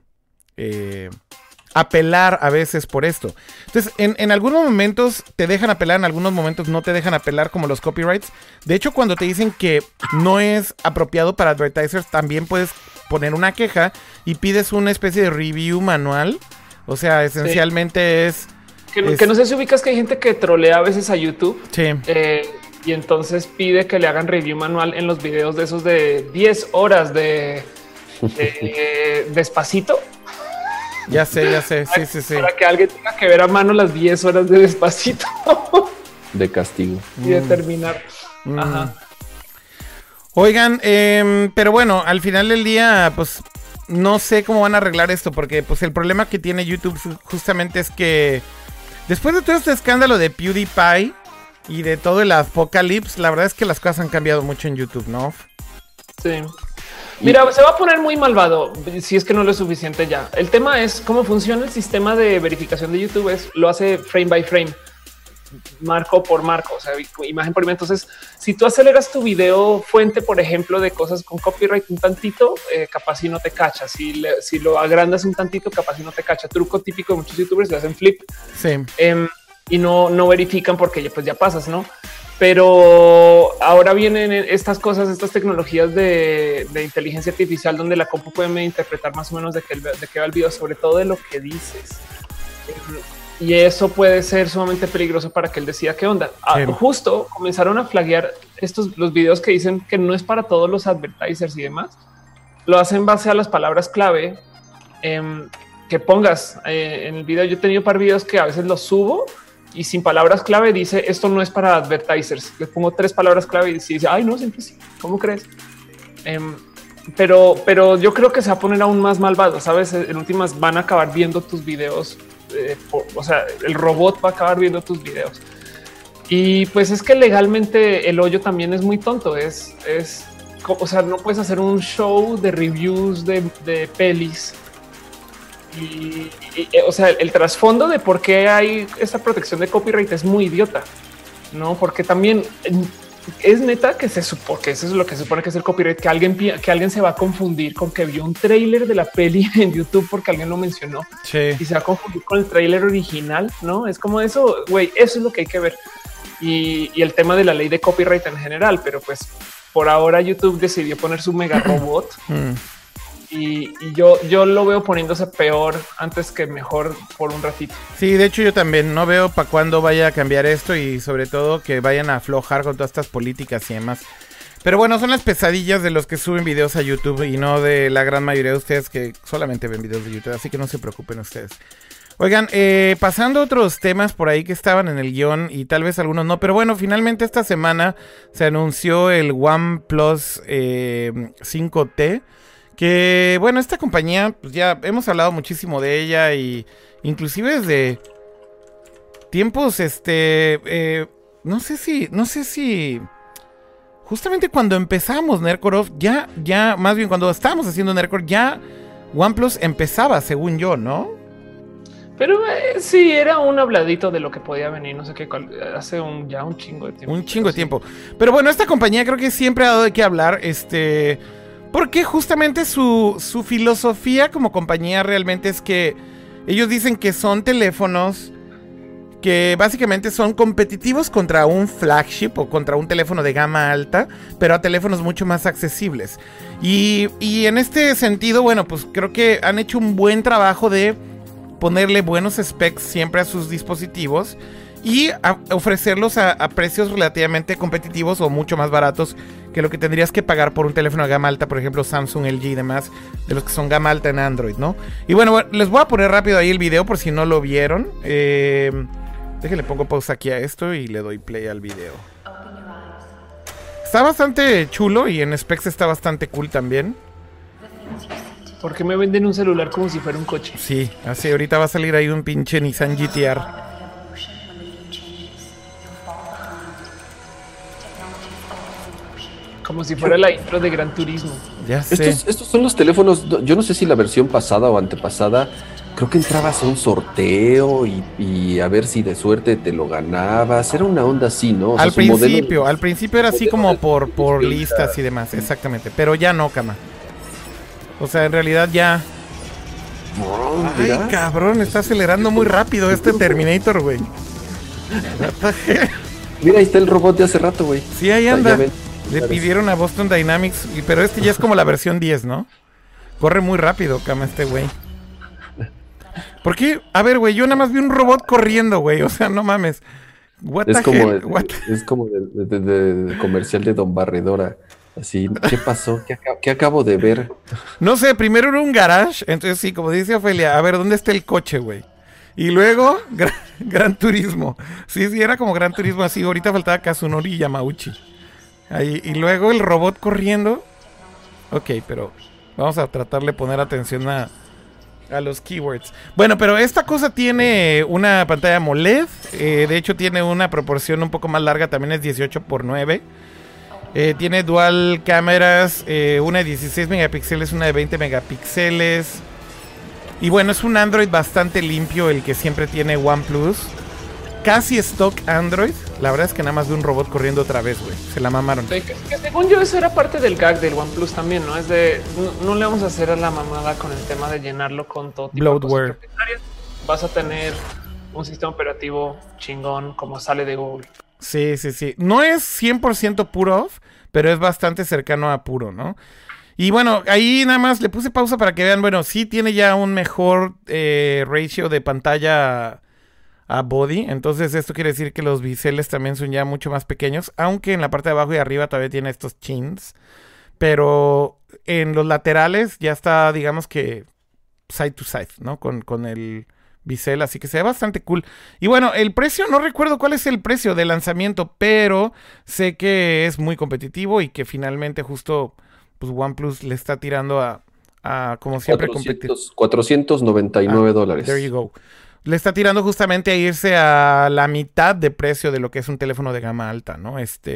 apelar a veces por esto. Entonces, en algunos momentos te dejan apelar, en algunos momentos no te dejan apelar, como los copyrights. De hecho, cuando te dicen que no es apropiado para advertisers, también puedes poner una queja y pides una especie de review manual. O sea, esencialmente es... Que no sé si ubicas que hay gente que trolea a veces a YouTube. Sí. Y entonces pide que le hagan review manual en los videos de esos de 10 horas de Despacito. Ya sé. Sí. Para que alguien tenga que ver a mano las 10 horas de Despacito. De castigo. Y determinar. Ajá. Oigan, pero bueno, al final del día, pues no sé cómo van a arreglar esto, porque pues el problema que tiene YouTube justamente es que después de todo este escándalo de PewDiePie y de todo el apocalipsis, la verdad es que las cosas han cambiado mucho en YouTube, ¿no? Sí. Mira, se va a poner muy malvado si es que no lo es suficiente ya. El tema es cómo funciona el sistema de verificación de YouTube. Lo hace frame by frame, marco por marco, o sea, imagen por imagen. Entonces, si tú aceleras tu video fuente, por ejemplo, de cosas con copyright un tantito, capaz si no te cacha. Si lo agrandas un tantito, capaz si no te cacha. Truco típico de muchos youtubers, le hacen flip. Sí. Y no verifican porque pues ya pasas, ¿no? Pero ahora vienen estas cosas, estas tecnologías de inteligencia artificial donde la compu puede interpretar más o menos de qué va el video, sobre todo de lo que dices. Y eso puede ser sumamente peligroso para que él decida qué onda. Justo comenzaron a flaguear los videos que dicen que no es para todos los advertisers y demás. Lo hacen en base a las palabras clave que pongas en el video. Yo he tenido un par de videos que a veces los subo y sin palabras clave dice esto no es para advertisers. Les pongo 3 palabras clave y dice ay no, siempre sí. ¿Cómo crees? Pero yo creo que se va a poner aún más malvado. Sabes, en últimas van a acabar viendo tus videos. O sea, el robot va a acabar viendo tus videos. Y pues es que legalmente el hoyo también es muy tonto. O sea, no puedes hacer un show de reviews de pelis. O sea, el trasfondo de por qué hay esta protección de copyright es muy idiota, ¿no? Porque también es neta que porque eso es lo que se supone que es el copyright, que alguien se va a confundir con que vio un tráiler de la peli en YouTube porque alguien lo mencionó. Sí. Y se va a confundir con el tráiler original, ¿no? Es como eso, güey, eso es lo que hay que ver. Y el tema de la ley de copyright en general, pero pues por ahora YouTube decidió poner su mega robot. Y yo lo veo poniéndose peor antes que mejor por un ratito. Sí, de hecho yo también no veo para cuándo vaya a cambiar esto y sobre todo que vayan a aflojar con todas estas políticas y demás. Pero bueno, son las pesadillas de los que suben videos a YouTube y no de la gran mayoría de ustedes que solamente ven videos de YouTube, así que no se preocupen ustedes. Oigan, pasando a otros temas por ahí que estaban en el guión y tal vez algunos no, pero bueno, finalmente esta semana se anunció el OnePlus 5T. Que bueno, esta compañía, pues ya hemos hablado muchísimo de ella y inclusive desde tiempos, no sé si justamente cuando empezamos Nerdcore, ya más bien cuando estábamos haciendo Nerdcore, ya OnePlus empezaba, según yo, ¿no? Pero sí, era un habladito de lo que podía venir, no sé qué, hace ya un chingo de tiempo. Un chingo de tiempo. Pero bueno, esta compañía creo que siempre ha dado de qué hablar, porque justamente su filosofía como compañía realmente es que ellos dicen que son teléfonos que básicamente son competitivos contra un flagship o contra un teléfono de gama alta, pero a teléfonos mucho más accesibles. Y en este sentido, bueno, pues creo que han hecho un buen trabajo de ponerle buenos specs siempre a sus dispositivos y ofrecerlos a precios relativamente competitivos o mucho más baratos que lo que tendrías que pagar por un teléfono de gama alta, por ejemplo Samsung, LG y demás, de los que son gama alta en Android, ¿no? Y bueno, les voy a poner rápido ahí el video por si no lo vieron. Déjenle pongo pausa aquí a esto y le doy play al video. Está bastante chulo y en specs está bastante cool también. ¿Por qué me venden un celular como si fuera un coche? Sí, así ahorita va a salir ahí un pinche Nissan GT-R. Como si fuera la intro de Gran Turismo. Ya sé. Estos son los teléfonos, yo no sé si la versión pasada o antepasada, creo que entrabas a un sorteo y a ver si de suerte te lo ganabas. Era una onda así, ¿no? O sea, al principio era así como por listas y demás, exactamente. Pero ya no, cama. O sea, en realidad ya... Ay, cabrón, está acelerando muy rápido este Terminator, güey. Mira, ahí está el robot de hace rato, güey. Sí, ahí anda. Le pidieron a Boston Dynamics, pero este ya es como la versión 10, ¿no? Corre muy rápido, cama, este güey. ¿Por qué? A ver, güey, yo nada más vi un robot corriendo, güey. O sea, no mames. Es como de comercial de Don Barredora. Así, ¿qué pasó? ¿Qué acabo de ver? No sé, primero era un garage. Entonces sí, como dice Ofelia, a ver, ¿dónde está el coche, güey? Y luego, Gran Turismo. Sí, era como Gran Turismo así. Ahorita faltaba Kazunori y Yamauchi. Ahí, y luego el robot corriendo. Ok, pero vamos a tratar de poner atención a A los keywords. Bueno, pero esta cosa tiene una pantalla AMOLED. De hecho, tiene una proporción un poco más larga. También es 18:9. Tiene dual cámaras. Una de 16 megapíxeles, una de 20 megapíxeles. Y bueno, es un Android bastante limpio, el que siempre tiene OnePlus. Casi stock Android. La verdad es que nada más de un robot corriendo otra vez, güey. Se la mamaron. Que según yo, eso era parte del gag del OnePlus también, ¿no? Es de no le vamos a hacer a la mamada con el tema de llenarlo con todo tipo bloatware. De cosas. Vas a tener un sistema operativo chingón como sale de Google. Sí. No es 100% puro off, pero es bastante cercano a puro, ¿no? Y bueno, ahí nada más le puse pausa para que vean. Bueno, sí tiene ya un mejor ratio de pantalla a body, entonces esto quiere decir que los biseles también son ya mucho más pequeños, aunque en la parte de abajo y arriba todavía tiene estos chins, pero en los laterales ya está, digamos que side to side, ¿no? Con el bisel, así que se ve bastante cool. Y bueno, el precio, no recuerdo cuál es el precio de lanzamiento, pero sé que es muy competitivo y que finalmente justo pues OnePlus le está tirando a como siempre competir. $499. There you go. Le está tirando justamente a irse a la mitad de precio de lo que es un teléfono de gama alta, ¿no?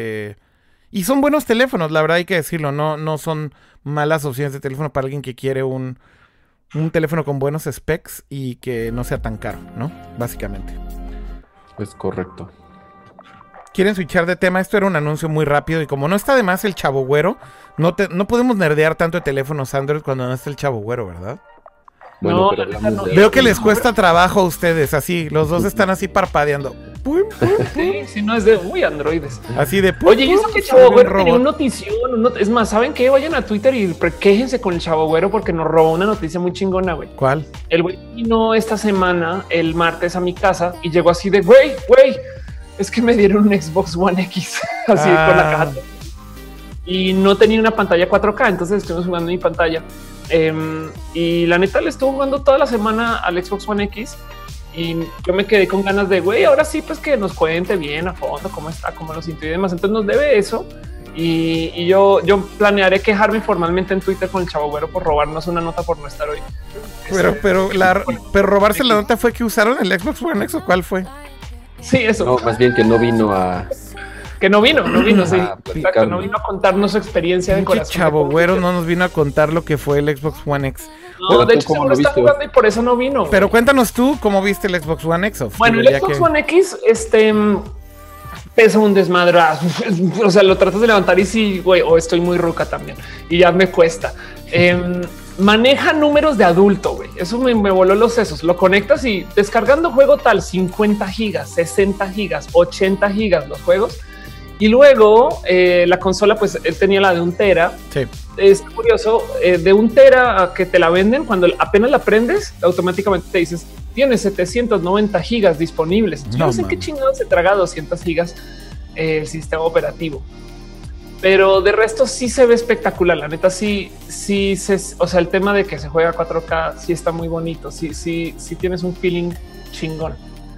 Y son buenos teléfonos, la verdad hay que decirlo, no son malas opciones de teléfono para alguien que quiere un teléfono con buenos specs y que no sea tan caro, ¿no? Básicamente. Es correcto. ¿Quieren switchar de tema? Esto era un anuncio muy rápido y como no está de más el Chavo Güero, no podemos nerdear tanto de teléfonos Android cuando no está el Chavo Güero, ¿verdad? Bueno, no, pero no. Veo que les cuesta trabajo a ustedes, así, los dos están así parpadeando. Sí, no es de muy androides. Así de oye, y eso que Chavo Güero tenía una notición. Es más, ¿saben qué? Vayan a Twitter y quéjense con el Chavo Güero porque nos robó una noticia muy chingona, güey. ¿Cuál? El güey vino esta semana, el martes, a mi casa y llegó así de güey, es que me dieron un Xbox One X, así con la caja. Y no tenía una pantalla 4K, entonces estuvimos jugando en mi pantalla. Y la neta le estuvo jugando toda la semana al Xbox One X y yo me quedé con ganas de güey, ahora sí, pues que nos cuente bien a fondo cómo está, cómo lo sintió y demás. Entonces nos debe eso. Y yo planearé quejarme formalmente en Twitter con el Chavo Güero por robarnos una nota por no estar hoy. Pero robarse la nota fue que usaron el Xbox One X, ¿o cuál fue? Sí, eso. No, más bien que no vino a... Que no vino, sí. Exacto, no vino a contarnos su experiencia de corazón. Chavo Güero no nos vino a contar lo que fue el Xbox One X. No, de hecho seguro está jugando y por eso no vino. Pero cuéntanos tú cómo viste el Xbox One X. Bueno, el Xbox One X, pesa un desmadrazo. O sea, lo tratas de levantar y sí, güey, o estoy muy ruca también. Y ya me cuesta. Maneja números de adulto, güey. Eso me voló los sesos. Lo conectas y descargando juego tal, 50 gigas, 60 gigas, 80 gigas los juegos. Y luego la consola, pues él tenía la de 1 tera. Sí. Es curioso, de 1 tera a que te la venden, cuando apenas la prendes, automáticamente te dices, tienes 790 gigas disponibles. Yo no sé qué chingados se traga 200 gigas el sistema operativo. Pero de resto sí se ve espectacular. La neta sí, o sea, el tema de que se juega 4K sí está muy bonito. Sí tienes un feeling chingón.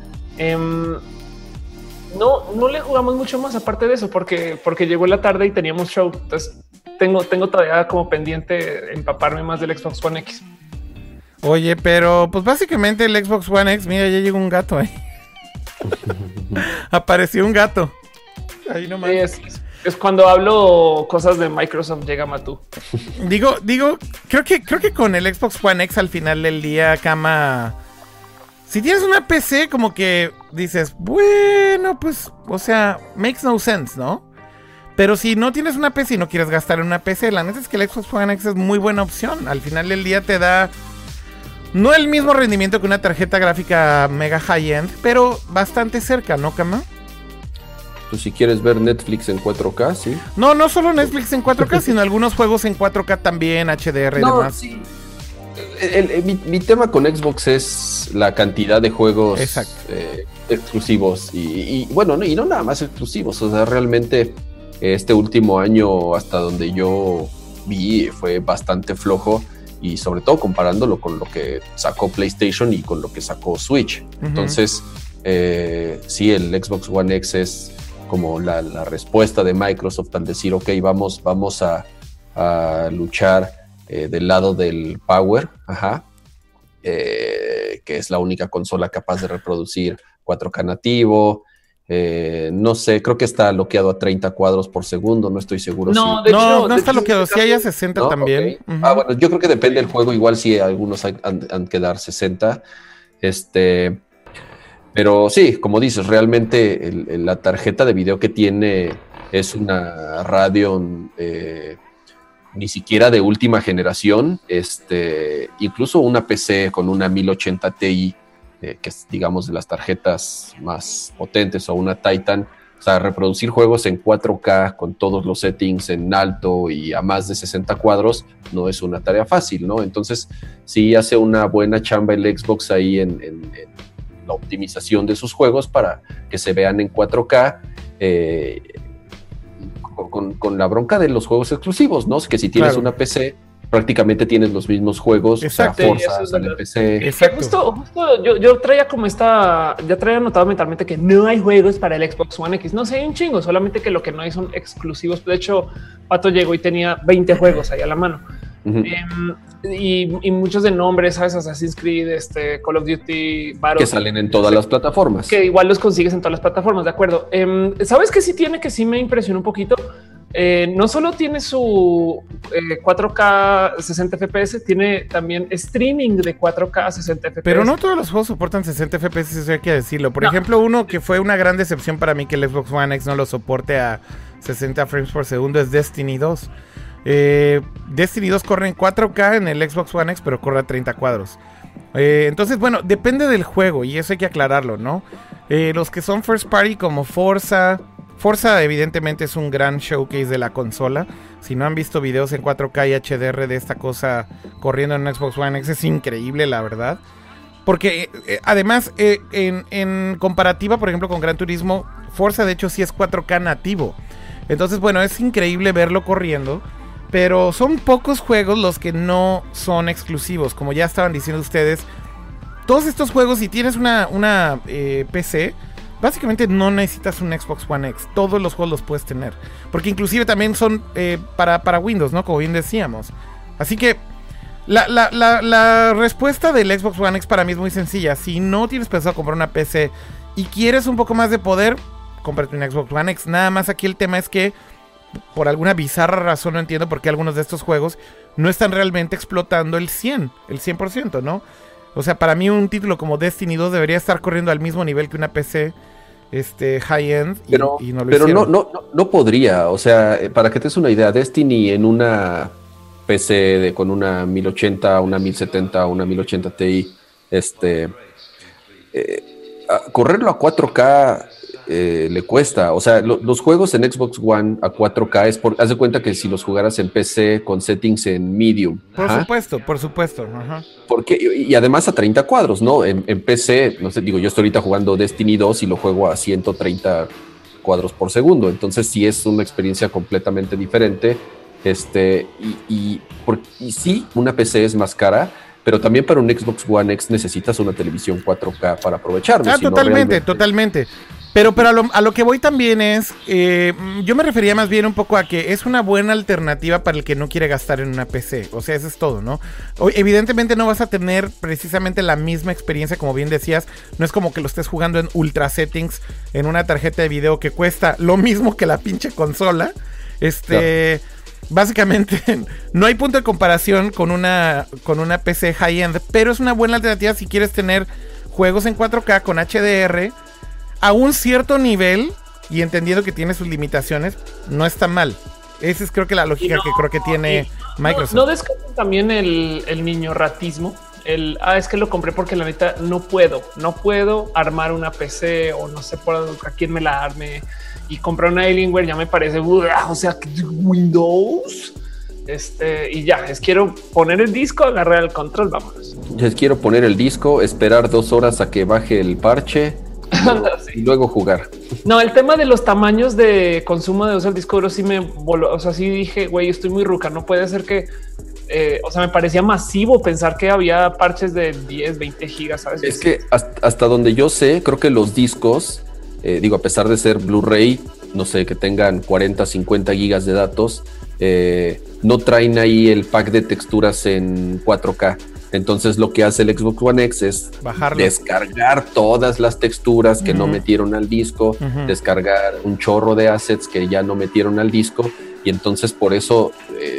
No le jugamos mucho más aparte de eso porque llegó la tarde y teníamos show. Entonces tengo todavía como pendiente empaparme más del Xbox One X. Oye, pero pues básicamente el Xbox One X, mira, ya llegó un gato ahí. Apareció un gato. Ahí nomás. Es cuando hablo cosas de Microsoft, llega Matú. Digo, creo que con el Xbox One X al final del día, Cama, si tienes una PC, como que dices, bueno, pues, o sea, makes no sense, ¿no? Pero si no tienes una PC y no quieres gastar en una PC, la neta es que el Xbox One X es muy buena opción. Al final del día te da no el mismo rendimiento que una tarjeta gráfica mega high-end, pero bastante cerca, ¿no, Cama? Pues si quieres ver Netflix en 4K, sí. No solo Netflix en 4K, sino algunos juegos en 4K también, HDR y demás. Sí. Mi tema con Xbox es la cantidad de juegos exclusivos y bueno, y no nada más exclusivos. O sea, realmente este último año, hasta donde yo vi, fue bastante flojo, y sobre todo comparándolo con lo que sacó PlayStation y con lo que sacó Switch. Entonces, sí, el Xbox One X es como la respuesta de Microsoft al decir, ok, vamos a luchar del lado del power, que es la única consola capaz de reproducir 4K nativo. No sé, creo que está bloqueado a 30 cuadros por segundo, no estoy seguro. No, si... no está bloqueado, si hay a 60 ¿no? también. Okay. Bueno, yo creo que depende del juego, igual si algunos han que dar 60. Pero sí, como dices, realmente la tarjeta de video que tiene es una Radeon ni siquiera de última generación, incluso una PC con una 1080 Ti, que es, digamos, de las tarjetas más potentes, o una Titan. O sea, reproducir juegos en 4K con todos los settings en alto y a más de 60 cuadros no es una tarea fácil, ¿no? Entonces, sí hace una buena chamba el Xbox ahí en la optimización de sus juegos para que se vean en 4K, con la bronca de los juegos exclusivos, ¿no? Que si tienes una PC, prácticamente tienes los mismos juegos. Exacto, o sea, Forza sale en PC. Justo yo traía como ya traía anotado mentalmente que no hay juegos para el Xbox One X. No sé, hay un chingo, solamente que lo que no hay son exclusivos. De hecho, Pato llegó y tenía 20 juegos ahí a la mano. Uh-huh. Y muchos de nombres, ¿sabes? Assassin's Creed, Call of Duty, Battle, que salen en todas las plataformas. Que igual los consigues en todas las plataformas, de acuerdo. ¿Sabes qué sí tiene, que sí me impresionó un poquito? No solo tiene su 4K 60 FPS, tiene también streaming de 4K 60 FPS. Pero no todos los juegos soportan 60 FPS, eso hay que decirlo. Por ejemplo, uno que fue una gran decepción para mí que el Xbox One X no lo soporte a 60 frames por segundo es Destiny 2. Destiny 2 corre en 4K en el Xbox One X, pero corre a 30 cuadros. Entonces, bueno, depende del juego y eso hay que aclararlo, ¿no? Los que son first party como Forza evidentemente es un gran showcase de la consola. Si no han visto videos en 4K y HDR de esta cosa corriendo en Xbox One X, es increíble, la verdad. Porque además, en comparativa, por ejemplo, con Gran Turismo, Forza de hecho sí es 4K nativo. Entonces, bueno, es increíble verlo corriendo. Pero son pocos juegos los que no son exclusivos. Como ya estaban diciendo ustedes, todos estos juegos, si tienes una PC, básicamente no necesitas un Xbox One X. Todos los juegos los puedes tener. Porque inclusive también son para Windows, ¿no? Como bien decíamos. Así que la respuesta del Xbox One X para mí es muy sencilla. Si no tienes pensado comprar una PC y quieres un poco más de poder, cómprate un Xbox One X. Nada más aquí el tema es que por alguna bizarra razón no entiendo por qué algunos de estos juegos no están realmente explotando el 100%, ¿no? O sea, para mí un título como Destiny 2 debería estar corriendo al mismo nivel que una PC high-end y no lo hicieron. No podría, o sea, para que te des una idea, Destiny en una PC con una 1080, una 1070, una 1080 Ti, correrlo a 4K le cuesta. O sea, los juegos en Xbox One a 4K haz de cuenta que si los jugaras en PC con settings en medium. Por supuesto. Ajá. Porque, y además a 30 cuadros, ¿no? En PC, no sé, digo, yo estoy ahorita jugando Destiny 2 y lo juego a 130 cuadros por segundo. Entonces sí es una experiencia completamente diferente. Y sí, una PC es más cara, pero también para un Xbox One X necesitas una televisión 4K para aprovecharlo. Totalmente. Pero a lo que voy también es, yo me refería más bien un poco a que es una buena alternativa para el que no quiere gastar en una PC. O sea, eso es todo, ¿no? Evidentemente no vas a tener precisamente la misma experiencia, como bien decías. No es como que lo estés jugando en ultra settings en una tarjeta de video que cuesta lo mismo que la pinche consola. Claro. Básicamente no hay punto de comparación con una PC high-end, pero es una buena alternativa si quieres tener juegos en 4K con HDR a un cierto nivel y entendiendo que tiene sus limitaciones. No está mal. Esa es creo que la lógica que creo que tiene Microsoft. No descarten también el niño ratismo. Es que lo compré porque la neta no puedo armar una PC o no sé por a quién me la arme y comprar una Alienware ya me parece, o sea, Windows. Y ya, quiero poner el disco, agarrar el control, vámonos. Quiero poner el disco, esperar 2 horas a que baje el parche y luego jugar. No, el tema de los tamaños de consumo de uso del disco duro sí me voló. O sea, sí dije, güey, estoy muy ruca, no puede ser que... o sea, me parecía masivo pensar que había parches de 10, 20 gigas, ¿sabes? Es que hasta donde yo sé, creo que los discos, a pesar de ser Blu-ray, no sé, que tengan 40, 50 gigas de datos, no traen ahí el pack de texturas en 4K. Entonces lo que hace el Xbox One X es descargar todas las texturas que no metieron al disco, descargar un chorro de assets que ya no metieron al disco, y entonces por eso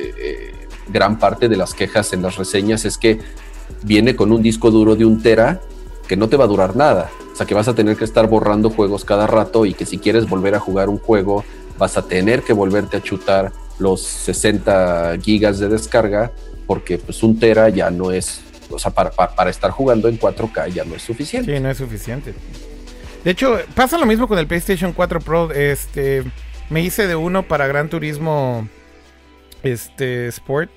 gran parte de las quejas en las reseñas es que viene con un disco duro de 1 tera que no te va a durar nada. O sea, que vas a tener que estar borrando juegos cada rato, y que si quieres volver a jugar un juego vas a tener que volverte a chutar los 60 gigas de descarga, porque pues 1 tera ya no es, o sea, para estar jugando en 4K ya no es suficiente. Sí, no es suficiente. De hecho, pasa lo mismo con el PlayStation 4 Pro. Me hice de uno para Gran Turismo Sport.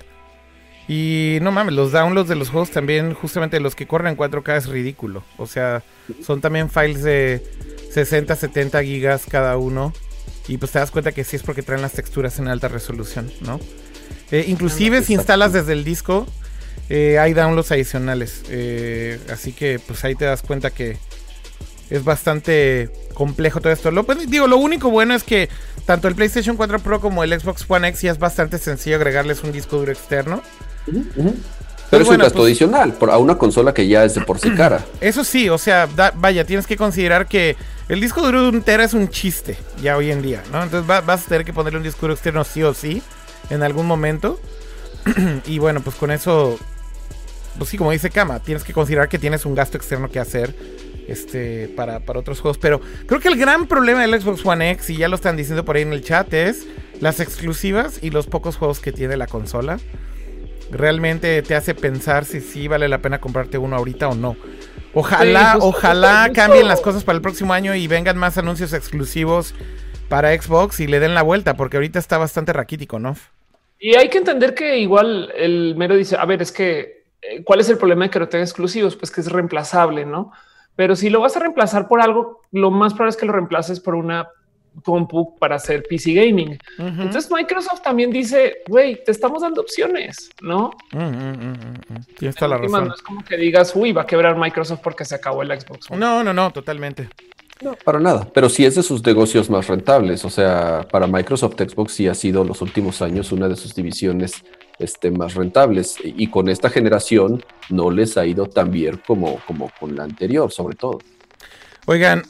Y no mames, los downloads de los juegos también, justamente los que corren en 4K, es ridículo. O sea, son también files de 60, 70 gigas cada uno. Y pues te das cuenta que sí es porque traen las texturas en alta resolución, ¿no? Inclusive si instalas desde el disco, hay downloads adicionales. Así que pues ahí te das cuenta que es bastante complejo todo esto. Lo único bueno es que tanto el PlayStation 4 Pro como el Xbox One X ya es bastante sencillo agregarles un disco duro externo. Pero es un gasto adicional a una consola que ya es de por sí cara. Eso sí, o sea, vaya, tienes que considerar que el disco duro de 1 tera es un chiste ya hoy en día, ¿no? Entonces vas a tener que ponerle un disco duro externo sí o sí en algún momento. Y bueno, pues con eso, pues sí, como dice Kama, tienes que considerar que tienes un gasto externo que hacer para otros juegos. Pero creo que el gran problema del Xbox One X, y ya lo están diciendo por ahí en el chat, es las exclusivas y los pocos juegos que tiene la consola. Realmente te hace pensar si sí vale la pena comprarte uno ahorita o no. Ojalá cambien las cosas para el próximo año y vengan más anuncios exclusivos para Xbox y le den la vuelta, porque ahorita está bastante raquítico, ¿no? Y hay que entender que igual el mero dice, a ver, es que ¿cuál es el problema de que no tenga exclusivos? Pues que es reemplazable, ¿no? Pero si lo vas a reemplazar por algo, lo más probable es que lo reemplaces por una compu para hacer PC gaming. Entonces Microsoft también dice, güey, te estamos dando opciones, ¿no? Tienes toda la razón. No es como que digas, uy, va a quebrar Microsoft porque se acabó el Xbox One. No, totalmente. No, para nada, pero sí es de sus negocios más rentables. O sea, para Microsoft, Xbox sí ha sido los últimos años una de sus divisiones más rentables, y con esta generación no les ha ido tan bien como con la anterior, sobre todo. Oigan,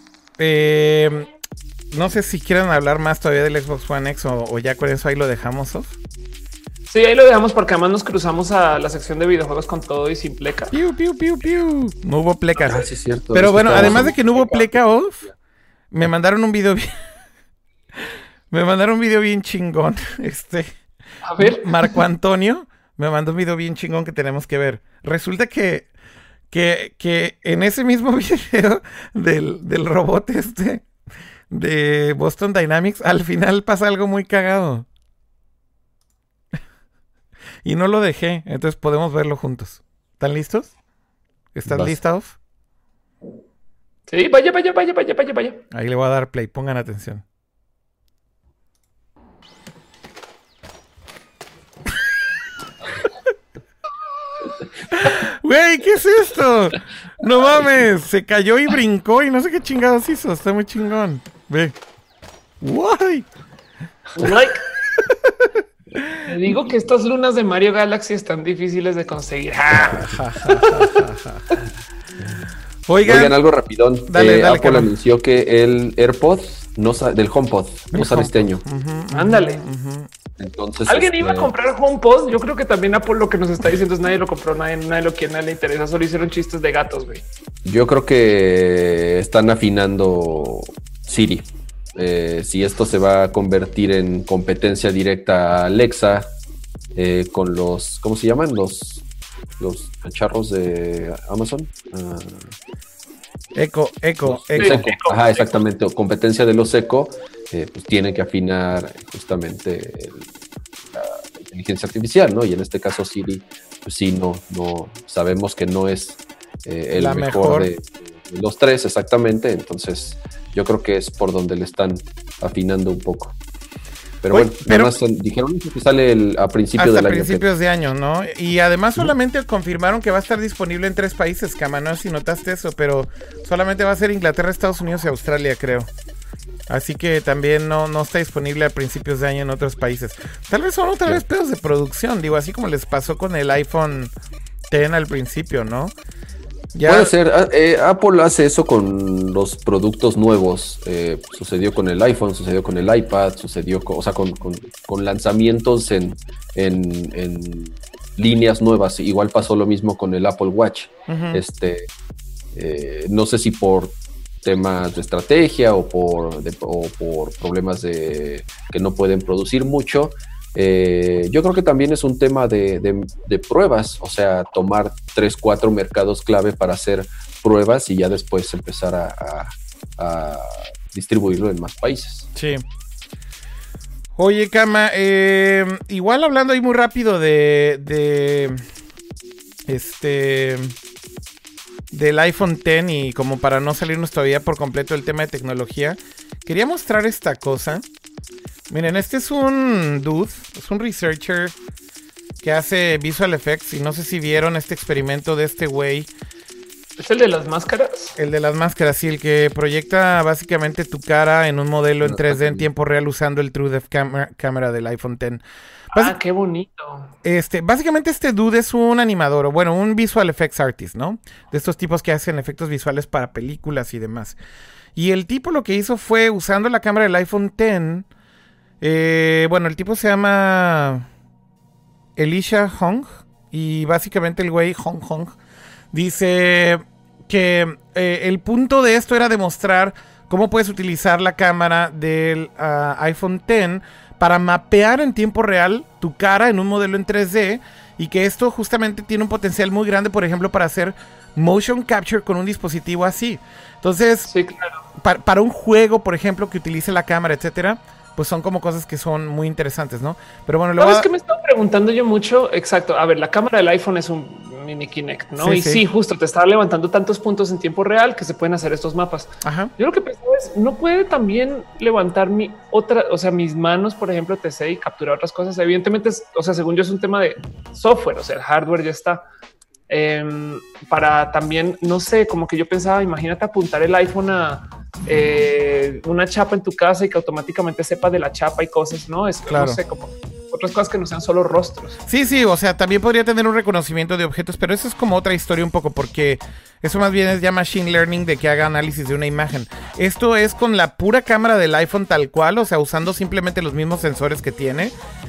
no sé si quieren hablar más todavía del Xbox One X o ya con eso ahí lo dejamos, ¿of? Sí, ahí lo dejamos porque además nos cruzamos a la sección de videojuegos con todo y sin pleca. Piu. No hubo plecas. Sí, es cierto. Pero bueno, además de que no hubo pleca, off, me mandaron un video bien chingón. A ver. Marco Antonio me mandó un video bien chingón que tenemos que ver. Resulta que en ese mismo video del robot de Boston Dynamics, al final pasa algo muy cagado. Y no lo dejé, entonces podemos verlo juntos. ¿Están listos? ¿Están listos? Sí, vaya. Ahí le voy a dar play, pongan atención. Güey, ¿qué es esto? No mames, se cayó y brincó y no sé qué chingados hizo. Está muy chingón. Ve. Guay. Te digo que estas lunas de Mario Galaxy están difíciles de conseguir. Oigan, algo rapidón. Dale, Apple anunció que el AirPod del HomePod no sale este año. Ándale. Entonces, ¿alguien iba a comprar HomePod? Yo creo que también Apple lo que nos está diciendo es nadie lo compró, nadie lo quiere, nadie le interesa. Solo hicieron chistes de gatos, güey. Yo creo que están afinando Siri. Si esto se va a convertir en competencia directa a Alexa, con los, ¿cómo se llaman? Los cacharros de Amazon. Echo. Ajá, exactamente. Competencia de los Echo, pues tiene que afinar justamente la inteligencia artificial, ¿no? Y en este caso Siri, pues sí, no sabemos que no es el mejor de los tres, exactamente. Entonces yo creo que es por donde le están afinando un poco. Pero bueno, además dijeron que sale a principios del año. Hasta principios de año, ¿no? Y además solamente confirmaron que va a estar disponible en 3 países, Cama, no sé si notaste eso, pero solamente va a ser Inglaterra, Estados Unidos y Australia, creo. Así que también no está disponible a principios de año en otros países. Tal vez son otra vez pedos de producción, digo, así como les pasó con el iPhone X al principio, ¿no? Ya... Puede ser. Apple hace eso con los productos nuevos. Sucedió con el iPhone, sucedió con el iPad, sucedió con lanzamientos en líneas nuevas. Igual pasó lo mismo con el Apple Watch. Uh-huh. No sé si por temas de estrategia o por problemas de que no pueden producir mucho. Yo creo que también es un tema de pruebas, o sea, tomar 3-4 mercados clave para hacer pruebas y ya después empezar a distribuirlo en más países. Sí. Oye, Kama, igual hablando ahí muy rápido del iPhone X y como para no salirnos todavía por completo del tema de tecnología, quería mostrar esta cosa. Miren, este es un dude, es un researcher que hace visual effects y no sé si vieron este experimento de este güey. ¿Es el de las máscaras? El de las máscaras, sí, el que proyecta básicamente tu cara en un modelo en 3D en tiempo real usando el TrueDepth Camera del iPhone X. Qué bonito. Básicamente este dude es un animador, o bueno, un visual effects artist, ¿no? De estos tipos que hacen efectos visuales para películas y demás. Y el tipo lo que hizo fue, usando la cámara del iPhone X, bueno, el tipo se llama Elisha Hong, y básicamente el güey Hong dice que el punto de esto era demostrar cómo puedes utilizar la cámara del iPhone X para mapear en tiempo real tu cara en un modelo en 3D, y que esto justamente tiene un potencial muy grande, por ejemplo, para hacer motion capture con un dispositivo así. Entonces, sí, claro. Para un juego, por ejemplo, que utilice la cámara, etcétera, pues son como cosas que son muy interesantes, ¿no? Pero bueno, ¿sabes qué me estaba preguntando yo mucho? Exacto. A ver, la cámara del iPhone es un mini Kinect, ¿no? Sí, sí, justo te estaba levantando tantos puntos en tiempo real que se pueden hacer estos mapas. Ajá. Yo lo que pensaba es, ¿no puede también levantar mis manos, por ejemplo, TC y capturar otras cosas? Evidentemente, según yo es un tema de software, o sea, el hardware ya está. Para también, no sé, como que yo pensaba, imagínate apuntar el iPhone a una chapa en tu casa y que automáticamente sepa de la chapa y cosas, ¿no? Es claro. No sé, como otras cosas que no sean solo rostros. Sí, o sea, también podría tener un reconocimiento de objetos, pero eso es como otra historia un poco, porque eso más bien es ya machine learning de que haga análisis de una imagen. Esto es con la pura cámara del iPhone tal cual, o sea, usando simplemente los mismos sensores que tiene,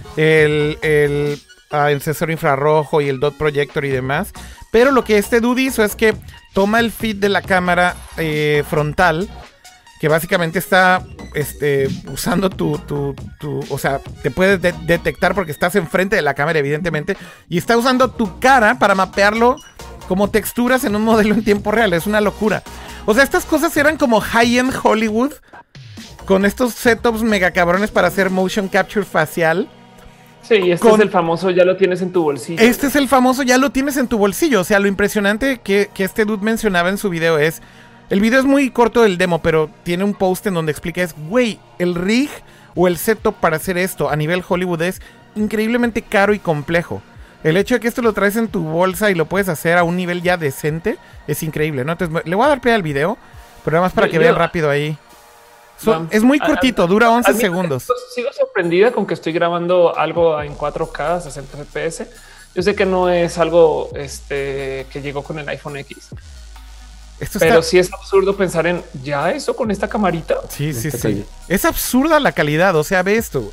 el sensor infrarrojo y el dot projector y demás. Pero lo que este dude hizo es que toma el feed de la cámara frontal, que básicamente está usando o sea, te puede detectar porque estás enfrente de la cámara, evidentemente, y está usando tu cara para mapearlo como texturas en un modelo en tiempo real. Es una locura. O sea, estas cosas eran como high-end Hollywood, con estos setups mega cabrones para hacer motion capture facial. Sí, y es el famoso ya lo tienes en tu bolsillo. Este es el famoso ya lo tienes en tu bolsillo. O sea, lo impresionante que este dude mencionaba en su video es... El video es muy corto del demo, pero tiene un post en donde explica güey, el rig o el setup para hacer esto a nivel Hollywood es increíblemente caro y complejo. El hecho de que esto lo traes en tu bolsa y lo puedes hacer a un nivel ya decente es increíble, ¿no? Entonces, le voy a dar play al video, pero nada más para que vean rápido ahí. Es muy cortito, dura 11 segundos. Sigo sorprendida con que estoy grabando algo en 4K, 60 FPS. Yo sé que no es algo que llegó con el iPhone X. Pero sí es absurdo pensar en ya eso con esta camarita. Sí. Es absurda la calidad, o sea, ve esto.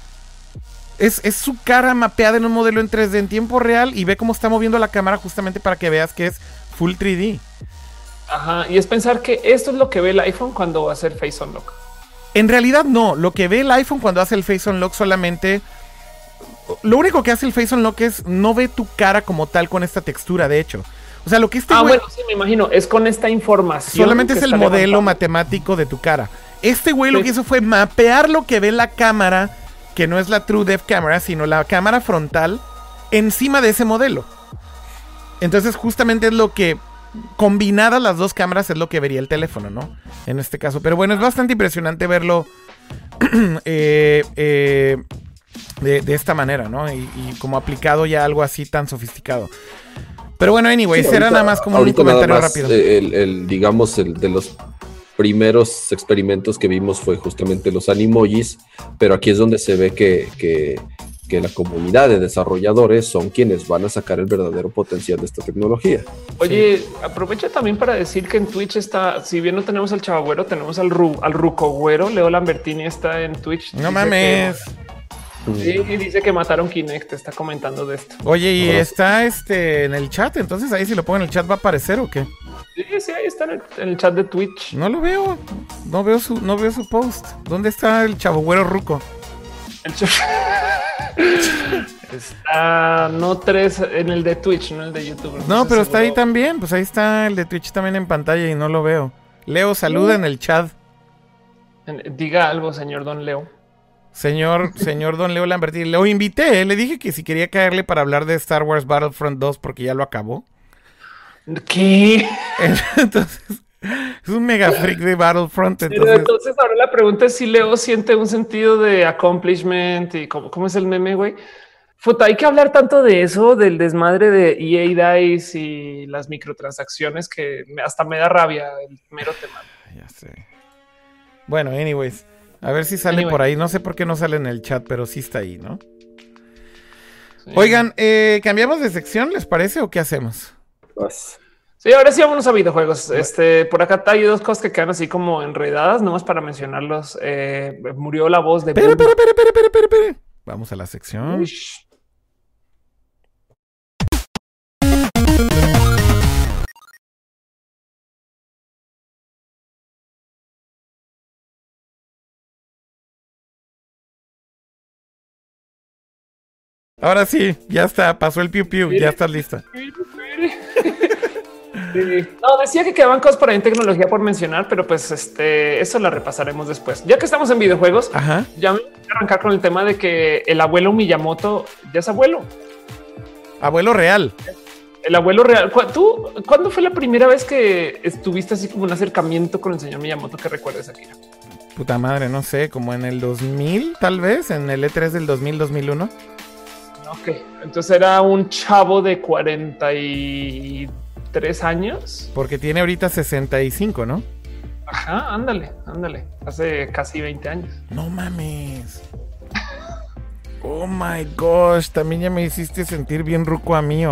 Es su cara mapeada en un modelo en 3D en tiempo real y ve cómo está moviendo la cámara justamente para que veas que es full 3D. Ajá, y es pensar que esto es lo que ve el iPhone cuando va a hacer Face Unlock. En realidad no, lo que ve el iPhone cuando hace el Face Unlock solamente... Lo único que hace el Face Unlock es no ve tu cara como tal con esta textura, de hecho. O sea, lo que bueno, sí, me imagino, es con esta información. Solamente es el modelo matemático de tu cara. Este güey lo que hizo fue mapear lo que ve la cámara, que no es la TrueDepth Camera, sino la cámara frontal, encima de ese modelo. Entonces justamente es lo que, combinadas las dos cámaras, es lo que vería el teléfono, ¿no? En este caso. Pero bueno, es bastante impresionante verlo de esta manera, ¿no? Y como aplicado ya algo así tan sofisticado. Pero bueno, anyways, sí, era nada más como un comentario rápido. Digamos, de los primeros experimentos que vimos fue justamente los animojis, pero aquí es donde se ve que que la comunidad de desarrolladores son quienes van a sacar el verdadero potencial de esta tecnología. Oye, aprovecha también para decir que en Twitch está, si bien no tenemos al Chavagüero, tenemos al Rucogüero. Leo Lambertini está en Twitch. No mames. Sí, dice que mataron Kinect, está comentando de esto. Oye, y está en el chat, entonces ahí si lo pongo en el chat va a aparecer ¿o qué? Sí, ahí está en el chat de Twitch. No lo veo, no veo su post. ¿Dónde está el Chavagüero Ruco? Está no 3 en el de Twitch, no el de YouTube. No, pero está ahí también, pues ahí está el de Twitch también en pantalla y no lo veo. Leo, saluda en el chat. Diga algo, señor Don Leo. Señor Don Leo Lambertini, lo invité, le dije que si quería caerle para hablar de Star Wars Battlefront 2 porque ya lo acabó. ¿Qué? Entonces, es un mega freak de Battlefront. Entonces ahora la pregunta es si Leo siente un sentido de accomplishment y cómo es el meme, güey. Futa, hay que hablar tanto de eso, del desmadre de EA DICE y las microtransacciones que hasta me da rabia el mero tema. Ya sé. Bueno, anyways. A ver si sale por ahí. No sé por qué no sale en el chat, pero sí está ahí, ¿no? Sí. Oigan, ¿cambiamos de sección, les parece, o qué hacemos? Pues... Sí, ahora sí vámonos a videojuegos. Por acá hay dos cosas que quedan así como enredadas, nomás para mencionarlos. Murió la voz de... Espera. Vamos a la sección. Uish. Ahora sí, ya está, pasó el piu piu, ya estás lista. No, decía que quedaban cosas para en tecnología por mencionar, pero pues eso la repasaremos después. Ya que estamos en videojuegos, ya me voy a arrancar con el tema de que el abuelo Miyamoto ya es abuelo. Abuelo real. El abuelo real. ¿Tú cuándo fue la primera vez que estuviste así como un acercamiento con el señor Miyamoto que recuerdes, Akira? Puta madre, no sé, como en el 2000, tal vez, en el E3 del 2000-2001. Ok, entonces era un chavo de 43 años. Porque tiene ahorita 65, ¿no? Ajá, ándale. Hace casi 20 años. No mames. Oh my gosh, también ya me hiciste sentir bien ruco a mí.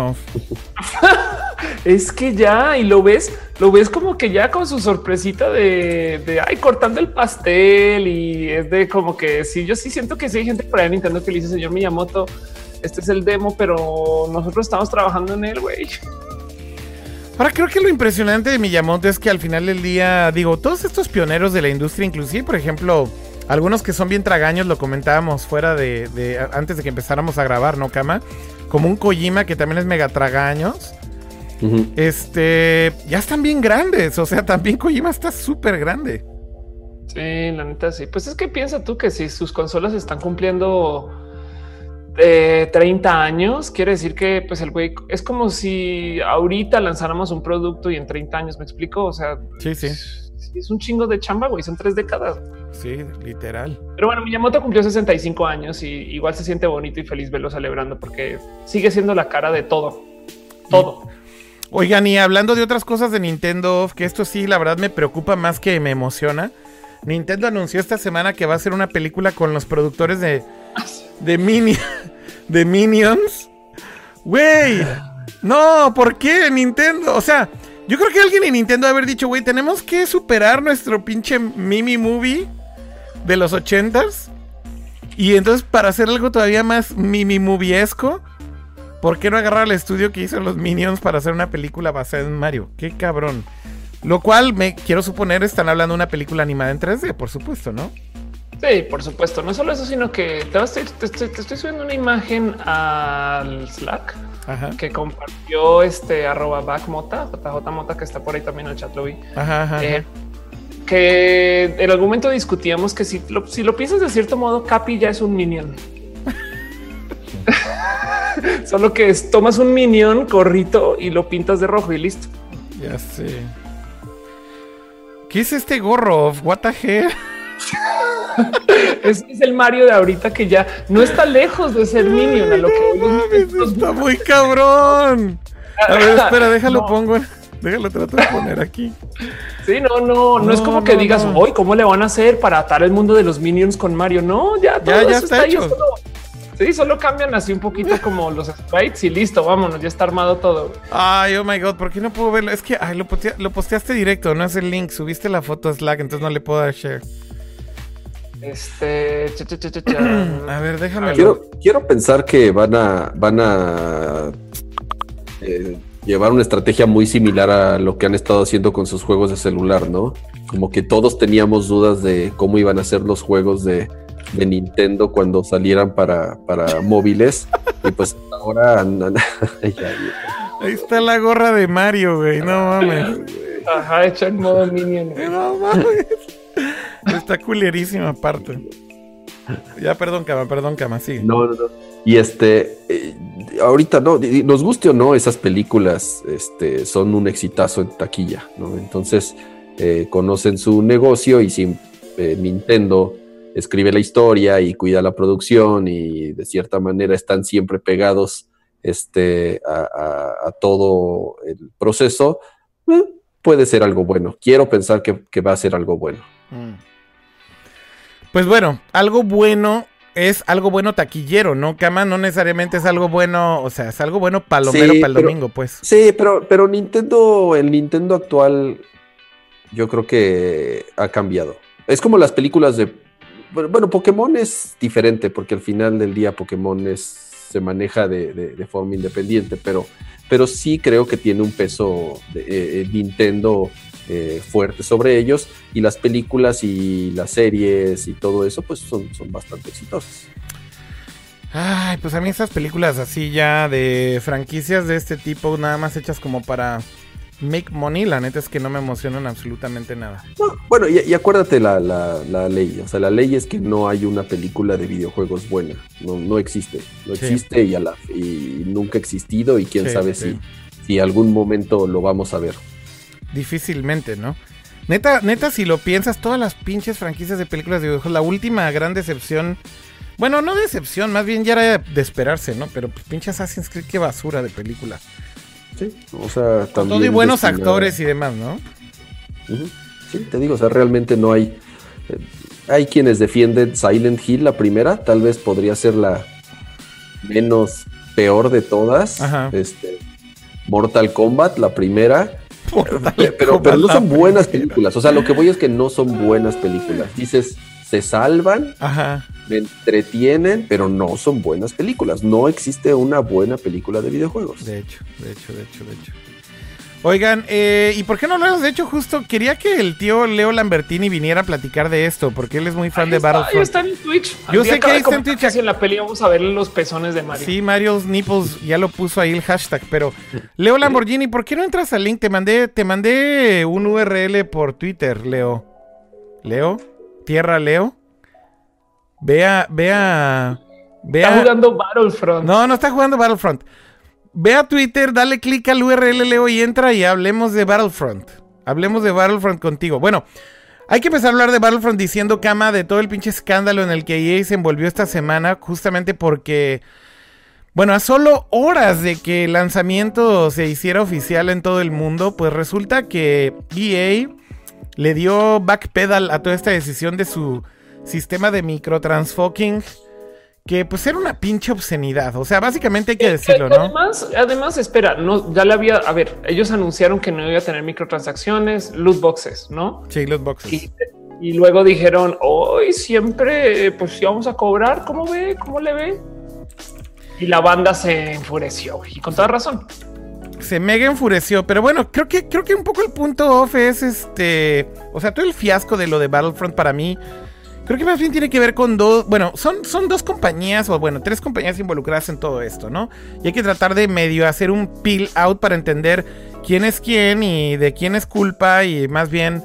Es que ya, y lo ves como que ya con su sorpresita de ay, cortando el pastel, y es de como que sí, yo sí siento que sí hay gente por ahí en Nintendo que le dice, señor Miyamoto, este es el demo, pero nosotros estamos trabajando en él, güey. Ahora, creo que lo impresionante de Miyamoto es que al final del día, digo, todos estos pioneros de la industria, inclusive, por ejemplo, algunos que son bien tragaños, lo comentábamos fuera de antes de que empezáramos a grabar, ¿no, Kama? Como un Kojima, que también es mega tragaños. Uh-huh. Ya están bien grandes, o sea, también Kojima está súper grande. Sí, la neta, sí. Pues es que piensa tú que si sus consolas están cumpliendo 30 años, quiere decir que pues el güey es como si ahorita lanzáramos un producto y en 30 años, ¿me explico? O sea, sí. Es un chingo de chamba, güey, son 3 décadas. Sí, literal. Pero bueno, Miyamoto cumplió 65 años y igual se siente bonito y feliz verlo celebrando porque sigue siendo la cara de todo. Oigan, y hablando de otras cosas de Nintendo, que esto sí, la verdad me preocupa más que me emociona. Nintendo anunció esta semana que va a hacer una película con los productores de Minions. Güey, no, ¿por qué Nintendo? O sea, yo creo que alguien en Nintendo debe haber dicho, güey, tenemos que superar nuestro pinche Mimi Movie de los 80s. Y entonces, para hacer algo todavía más Mimi Moviesco, ¿por qué no agarrar al estudio que hizo los Minions para hacer una película basada en Mario? Qué cabrón. Lo cual, quiero suponer, están hablando de una película animada en 3D, por supuesto, ¿no? Sí, por supuesto. No solo eso, sino que te estoy subiendo una imagen al Slack. Ajá. Que compartió @backmota, JJ Mota, que está por ahí también en el chat, lo vi. Ajá. Que en algún momento discutíamos que si lo piensas de cierto modo, Capi ya es un minion. Solo que tomas un minion gorrito y lo pintas de rojo y listo. Ya sé. ¿Qué es este gorro? What the hell? Es el Mario de ahorita que ya no está lejos de ser Minion. A lo que está muy cabrón. A ver, espera, déjalo trato de poner aquí. Sí, no es como que digas, hoy, ¿cómo le van a hacer para atar el mundo de los Minions con Mario? No, ya todo ya eso está hecho. Sí, solo cambian así un poquito como los sprites y listo, vámonos, ya está armado todo. Ay, oh my god, ¿por qué no puedo verlo? Es que lo posteaste directo, no es el link, subiste la foto a Slack, entonces no le puedo dar share. A ver, déjame. Quiero pensar que van a llevar una estrategia muy similar a lo que han estado haciendo con sus juegos de celular, ¿no? Como que todos teníamos dudas de cómo iban a ser los juegos de Nintendo cuando salieran para móviles. Y pues ahora ahí está la gorra de Mario, güey. No mames. Ajá, hecha en modo Minion. No mames. Está culerísima aparte. Ya, perdón, Cama, sigue. No. Y ahorita no, nos guste o no, esas películas son un exitazo en taquilla, ¿no? Entonces conocen su negocio y si Nintendo escribe la historia y cuida la producción y de cierta manera están siempre pegados a todo el proceso, puede ser algo bueno. Quiero pensar que va a ser algo bueno. Pues bueno, algo bueno es algo bueno taquillero, ¿no, Cama? No necesariamente es algo bueno, o sea, es algo bueno palomero para el domingo, pues. Sí, pero el Nintendo actual yo creo que ha cambiado. Es como las películas bueno, Pokémon es diferente porque al final del día Pokémon se maneja de forma independiente, pero sí creo que tiene un peso de Nintendo fuerte sobre ellos, y las películas y las series y todo eso pues son bastante exitosas. Ay, pues a mí esas películas así ya de franquicias de este tipo, nada más hechas como para make money, la neta es que no me emocionan absolutamente nada. No, bueno, y acuérdate la ley, o sea, la ley es que no hay una película de videojuegos buena, no existe, y nunca ha existido, y quién sabe si algún momento lo vamos a ver. Difícilmente, ¿no? Neta, si lo piensas, todas las pinches franquicias de películas de videojuegos, la última gran decepción, bueno, no decepción, más bien ya era de esperarse, ¿no? Pero pues pinche Assassin's Creed, qué basura de película. Sí, o sea, también... Todo y buenos actores y demás, ¿no? Uh-huh. Sí, te digo, o sea, realmente no hay... hay quienes defienden Silent Hill, la primera, tal vez podría ser la menos peor de todas. Ajá. Mortal Kombat, la primera... Pero no son buenas películas. O sea, lo que voy es que no son buenas películas. Dices, se salvan, ajá, me entretienen, pero no son buenas películas. No existe una buena película de videojuegos. De hecho. Oigan, ¿y por qué no hablamos? De hecho, justo quería que el tío Leo Lambertini viniera a platicar de esto, porque él es muy fan de Battlefront. Ahí está en Twitch. Yo sé que ahí está en Twitch. En la peli vamos a ver los pezones de Mario. Sí, Mario's Nipples ya lo puso ahí el hashtag, pero Leo Lamborghini, ¿por qué no entras al link? Te mandé un URL por Twitter, Leo. ¿Leo? ¿Tierra Leo? Vea. Está jugando Battlefront. No está jugando Battlefront. Ve a Twitter, dale clic al URL, Leo, y entra y hablemos de Battlefront. Hablemos de Battlefront contigo. Bueno, hay que empezar a hablar de Battlefront diciendo, Cama, de todo el pinche escándalo en el que EA se envolvió esta semana, justamente porque, bueno, a solo horas de que el lanzamiento se hiciera oficial en todo el mundo, pues resulta que EA le dio backpedal a toda esta decisión de su sistema de microtransfucking, que pues era una pinche obscenidad. O sea, básicamente hay que decirlo, ¿no? Además, espera, no, ya le había... A ver, ellos anunciaron que no iba a tener microtransacciones, loot boxes, ¿no? Sí, loot boxes. Y luego dijeron, hoy siempre, pues si vamos a cobrar, ¿cómo ve? ¿Cómo le ve? Y la banda se enfureció, y con toda razón. Se mega enfureció, pero bueno, creo que un poco el punto off es o sea, todo el fiasco de lo de Battlefront para mí... Creo que más bien tiene que ver con son dos compañías, o bueno, 3 compañías involucradas en todo esto, ¿no? Y hay que tratar de medio hacer un peel out para entender quién es quién y de quién es culpa, y más bien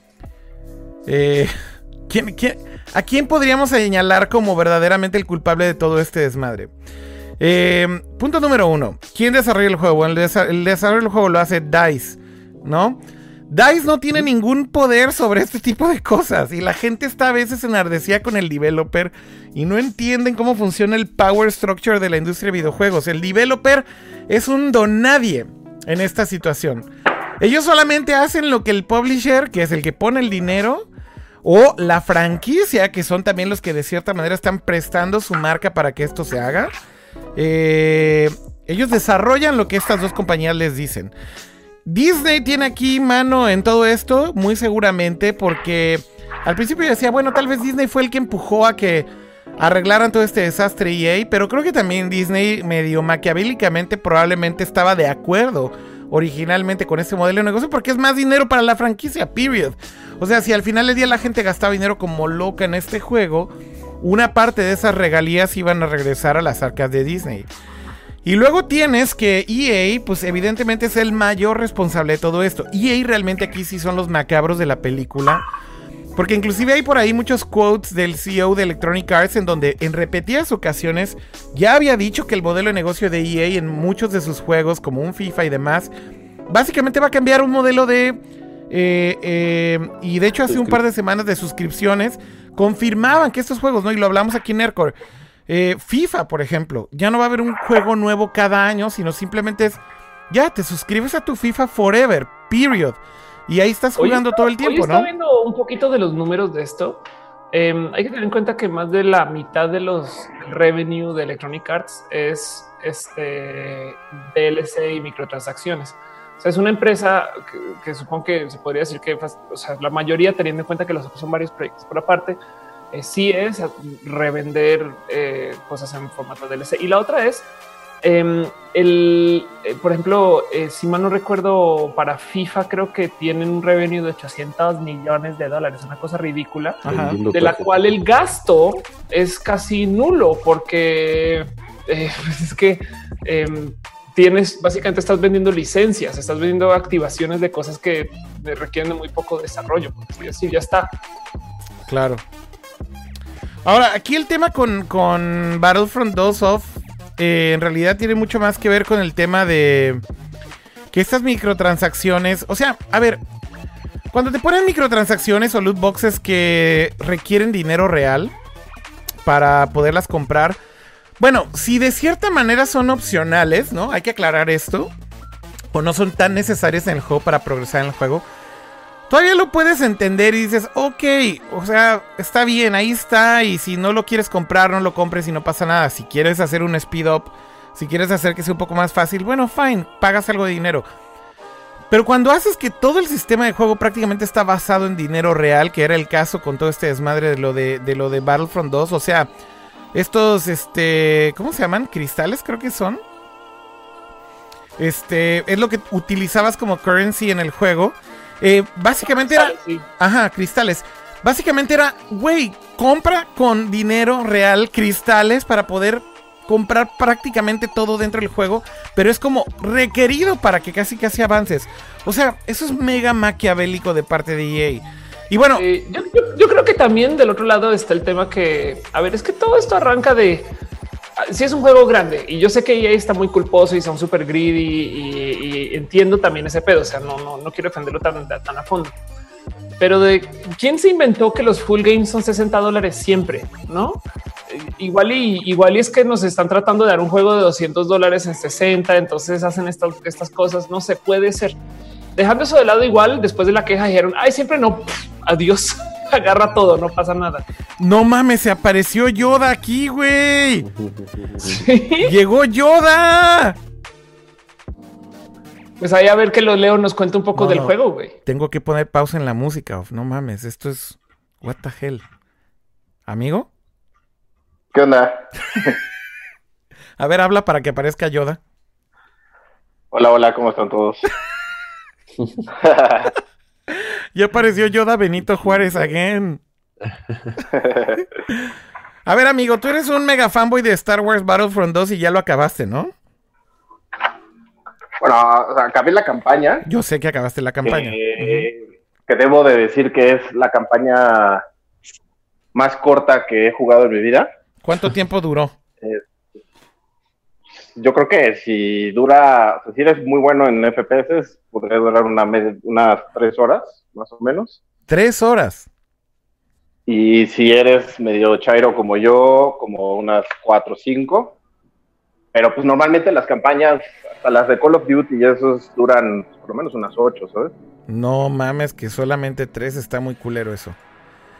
¿a quién podríamos señalar como verdaderamente el culpable de todo este desmadre? Punto número 1. ¿Quién desarrolla el juego? Bueno, el desarrollo del juego lo hace DICE, ¿no? DICE no tiene ningún poder sobre este tipo de cosas, y la gente está a veces enardecida con el developer y no entienden cómo funciona el power structure de la industria de videojuegos. El developer es un donadie en esta situación. Ellos solamente hacen lo que el publisher, que es el que pone el dinero, o la franquicia, que son también los que de cierta manera están prestando su marca para que esto se haga. Ellos desarrollan lo que estas dos compañías les dicen. Disney tiene aquí mano en todo esto, muy seguramente, porque al principio yo decía, bueno, tal vez Disney fue el que empujó a que arreglaran todo este desastre EA, pero creo que también Disney medio maquiavélicamente probablemente estaba de acuerdo originalmente con este modelo de negocio, porque es más dinero para la franquicia, period. O sea, si al final del día la gente gastaba dinero como loca en este juego, una parte de esas regalías iban a regresar a las arcas de Disney. Y luego tienes que EA, pues evidentemente es el mayor responsable de todo esto. EA realmente aquí sí son los macabros de la película, porque inclusive hay por ahí muchos quotes del CEO de Electronic Arts en donde en repetidas ocasiones ya había dicho que el modelo de negocio de EA en muchos de sus juegos, como un FIFA y demás, básicamente va a cambiar un modelo de... y de hecho hace un par de semanas de suscripciones confirmaban que estos juegos, ¿no? Y lo hablamos aquí en Nerdcore. FIFA, por ejemplo, ya no va a haber un juego nuevo cada año, sino simplemente es, ya te suscribes a tu FIFA forever, period. Y ahí estás jugando todo el tiempo, ¿no? Está viendo un poquito de los números de esto. Hay que tener en cuenta que más de la mitad de los revenue de Electronic Arts es DLC y microtransacciones. O sea, es una empresa que supongo que se podría decir que, o sea, la mayoría, teniendo en cuenta que los otros son varios proyectos por aparte, sí es revender cosas en formato DLC. Y la otra es por ejemplo, si mal no recuerdo, para FIFA creo que tienen un revenue de $800 millones, una cosa ridícula. Ajá. De la cual el gasto es casi nulo, porque pues es que básicamente estás vendiendo licencias, estás vendiendo activaciones de cosas que requieren de muy poco desarrollo. Así ya está. Claro. Ahora, aquí el tema con Battlefront 2 Off en realidad tiene mucho más que ver con el tema de que estas microtransacciones, o sea, a ver, cuando te ponen microtransacciones o loot boxes que requieren dinero real para poderlas comprar, bueno, si de cierta manera son opcionales, ¿no? Hay que aclarar esto, o no son tan necesarias en el juego para progresar en el juego, todavía lo puedes entender y dices, ok, o sea, está bien, ahí está, y si no lo quieres comprar, no lo compres y no pasa nada. Si quieres hacer un speed up, si quieres hacer que sea un poco más fácil, bueno, fine, pagas algo de dinero. Pero cuando haces que todo el sistema de juego prácticamente está basado en dinero real, que era el caso con todo este desmadre de lo de Battlefront 2, o sea, estos, ¿cómo se llaman? Cristales, creo que son. Es lo que utilizabas como currency en el juego. Básicamente era... Sí. Ajá, cristales. Básicamente era, güey, compra con dinero real cristales para poder comprar prácticamente todo dentro del juego, pero es como requerido para que casi avances. O sea, eso es mega maquiavélico de parte de EA. Y bueno... yo creo que también del otro lado está el tema que... A ver, es que todo esto arranca de... Si es un juego grande y yo sé que EA está muy culposo y son súper greedy y entiendo también ese pedo. O sea, no quiero defenderlo tan a fondo, pero de quién se inventó que los full games son $60 siempre, no? Igual y es que nos están tratando de dar un juego de $200 en 60. Entonces hacen estas cosas. No se puede ser. Dejando eso de lado, igual después de la queja dijeron, ay, siempre no, adiós. Agarra todo, no pasa nada. No mames, se apareció Yoda aquí, güey. ¿Sí? Llegó Yoda. Pues ahí a ver que Leo nos cuenta un poco del juego, güey. Tengo que poner pausa en la música. No mames, esto es... What the hell. ¿Amigo? ¿Qué onda? A ver, habla para que aparezca Yoda. Hola, ¿cómo están todos? Ya apareció Yoda Benito Juárez again. A ver, amigo, tú eres un mega fanboy de Star Wars Battlefront 2 y ya lo acabaste, ¿no? Bueno, o sea, acabé la campaña. Yo sé que acabaste la campaña. Que debo de decir que es la campaña más corta que he jugado en mi vida. ¿Cuánto tiempo duró? Yo creo que si eres muy bueno en FPS, podría durar unas 3 horas, más o menos. 3 horas. Y si eres medio chairo como yo, como unas 4 o 5. Pero pues normalmente las campañas, hasta las de Call of Duty y esos duran por lo menos unas 8, ¿sabes? No mames, que solamente 3, está muy culero eso.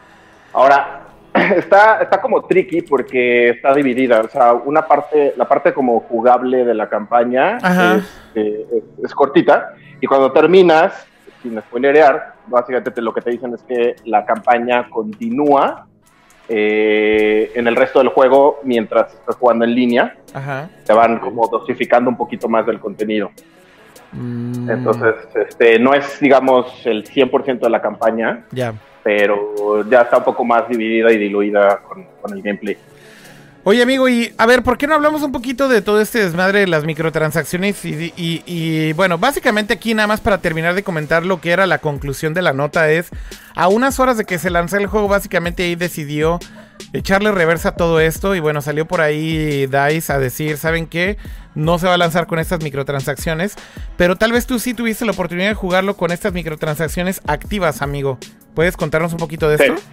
Ahora, está como tricky porque está dividida. O sea, la parte como jugable de la campaña es cortita. Y cuando terminas, sin spoilerear, básicamente lo que te dicen es que la campaña continúa en el resto del juego mientras estás jugando en línea. Te van como dosificando un poquito más del contenido. Entonces, no es, digamos, el 100% de la campaña, pero ya está un poco más dividida y diluida con el gameplay. Oye, amigo, y a ver, ¿por qué no hablamos un poquito de todo este desmadre de las microtransacciones? Y bueno, básicamente aquí nada más para terminar de comentar lo que era la conclusión de la nota es, a unas horas de que se lanzó el juego, básicamente ahí decidió echarle reversa a todo esto y bueno, salió por ahí DICE a decir, ¿saben qué? No se va a lanzar con estas microtransacciones, pero tal vez tú sí tuviste la oportunidad de jugarlo con estas microtransacciones activas, amigo. ¿Puedes contarnos un poquito de esto?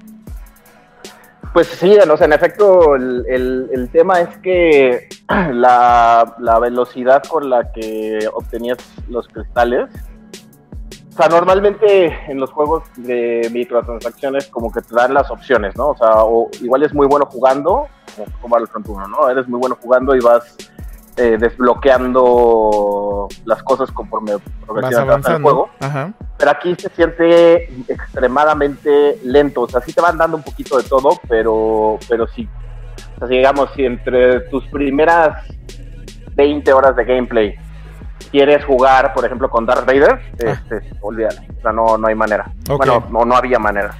Pues sí, o sea, en efecto, el tema es que la velocidad con la que obtenías los cristales, o sea, normalmente en los juegos de microtransacciones como que te dan las opciones, ¿no? O sea, o igual es muy bueno jugando, como Battlefront 1, ¿no? Eres muy bueno jugando y vas desbloqueando las cosas conforme progresivamente avanza el juego. Pero aquí se siente extremadamente lento, o sea, sí te van dando un poquito de todo, pero sí, o sea, digamos, si entre tus primeras 20 horas de gameplay quieres jugar, por ejemplo, con Darth Vader, olvídalo, o sea, no hay manera. Bueno, no había manera.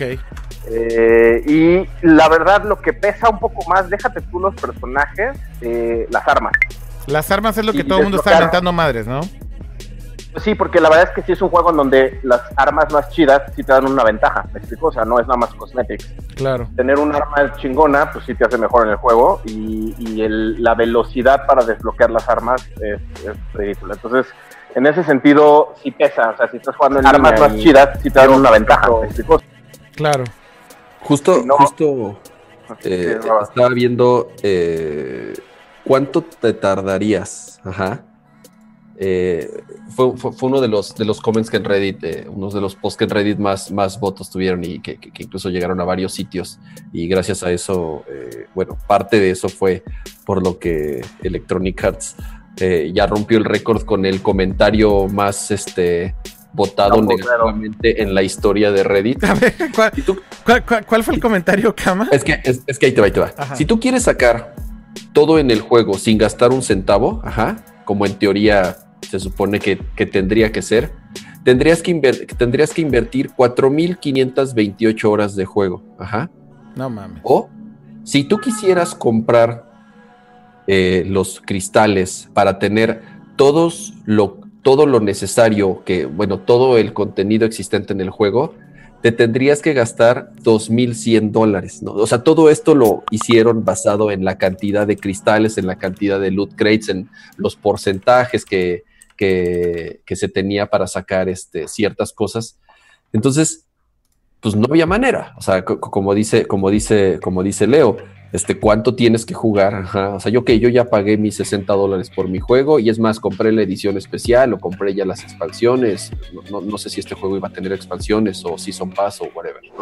Y la verdad, lo que pesa un poco más, déjate tú los personajes, las armas. Las armas es lo que todo el mundo está inventando madres, ¿no? Pues sí, porque la verdad es que sí es un juego en donde las armas más chidas sí te dan una ventaja, ¿me explico? O sea, no es nada más cosmetics. Claro. Tener un arma chingona, pues sí te hace mejor en el juego y la velocidad para desbloquear las armas es ridícula. Entonces, en ese sentido, sí pesa. O sea, si estás jugando en armas más chidas, sí te dan una ventaja, ¿me explico? Claro. Justo estaba viendo cuánto te tardarías. Fue uno de los comments que en Reddit, uno de los posts que en Reddit más votos tuvieron y que incluso llegaron a varios sitios, y gracias a eso, bueno, parte de eso fue por lo que Electronic Arts ya rompió el récord con el comentario más votado negativamente en la historia de Reddit. A ver, ¿cuál fue el comentario, Kama? Es que ahí te va. Si tú quieres sacar todo en el juego sin gastar un centavo, como en teoría se supone que tendría que ser, tendrías que invertir 4,528 horas de juego. No mames. O si tú quisieras comprar los cristales para tener todo lo necesario, todo el contenido existente en el juego, te tendrías que gastar $2,100, ¿no? O sea, todo esto lo hicieron basado en la cantidad de cristales, en la cantidad de loot crates, en los porcentajes que se tenía para sacar ciertas cosas. Entonces, pues no había manera. O sea, como dice Leo, ¿cuánto tienes que jugar? O sea, yo ya pagué mis $60 por mi juego, y es más, compré la edición especial o compré ya las expansiones. No sé si este juego iba a tener expansiones o Season Pass o whatever, ¿no?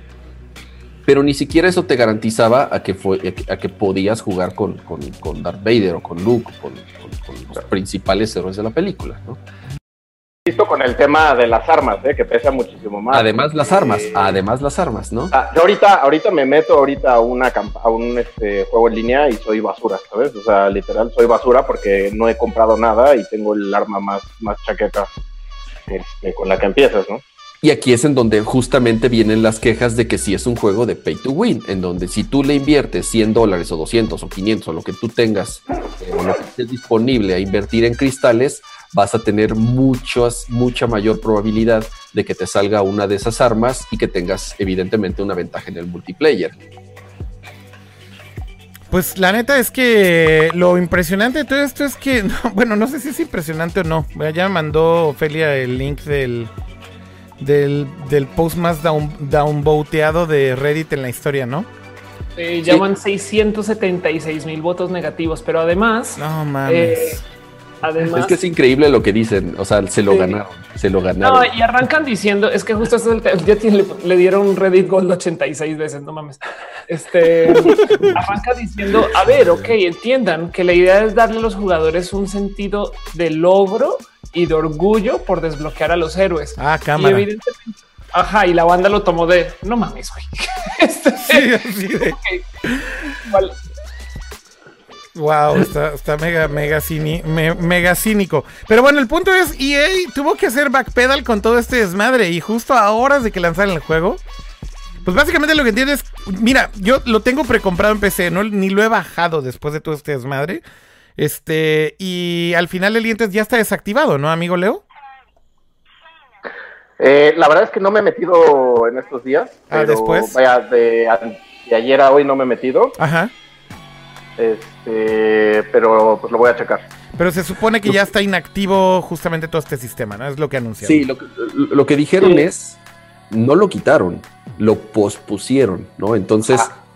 Pero ni siquiera eso te garantizaba a que podías jugar con Darth Vader o con Luke, con los principales héroes de la película, ¿no? Visto con el tema de las armas, que pesa muchísimo más. Además las armas, ¿no? Yo ahorita me meto a un juego en línea y soy basura, ¿sabes? O sea, literal soy basura porque no he comprado nada y tengo el arma más chaqueta con la que empiezas, ¿no? Y aquí es en donde justamente vienen las quejas de que sí es un juego de pay to win, en donde si tú le inviertes $100 o 200 o 500 o lo que tú tengas, o lo que estés disponible a invertir en cristales, vas a tener mucha mayor probabilidad de que te salga una de esas armas y que tengas evidentemente una ventaja en el multiplayer. Pues la neta es que lo impresionante de todo esto es que, no sé si es impresionante o no. Ya me mandó Ofelia el link del post más downvoteado de Reddit en la historia, ¿no? Llaman 676,000 votos negativos, pero además... No mames. Además, es que es increíble lo que dicen, o sea, se lo ganaron. No, y arrancan diciendo, es que justo ya le dieron un Reddit Gold 86 veces, no mames. Arranca diciendo, a ver, ok, entiendan que la idea es darle a los jugadores un sentido de logro y de orgullo por desbloquear a los héroes. Cámara. Y evidentemente, y la banda lo tomó de, no mames, güey. Sí, así de... Okay. Vale. Wow, está mega cínico. Pero bueno, el punto es, EA tuvo que hacer backpedal con todo este desmadre y justo a horas de que lanzaran el juego, pues básicamente lo que entiendes es, mira, yo lo tengo precomprado en PC, ni lo he bajado después de todo este desmadre, y al final el dientes ya está desactivado, ¿no, amigo Leo? La verdad es que no me he metido en estos días. Pero después. Vaya, de ayer a hoy no me he metido. Ajá. Pero pues lo voy a checar. Pero se supone que ya está inactivo justamente todo este sistema, ¿no? Es lo que anunciaron. Sí, lo que dijeron es, no lo quitaron, lo pospusieron, ¿no? Entonces,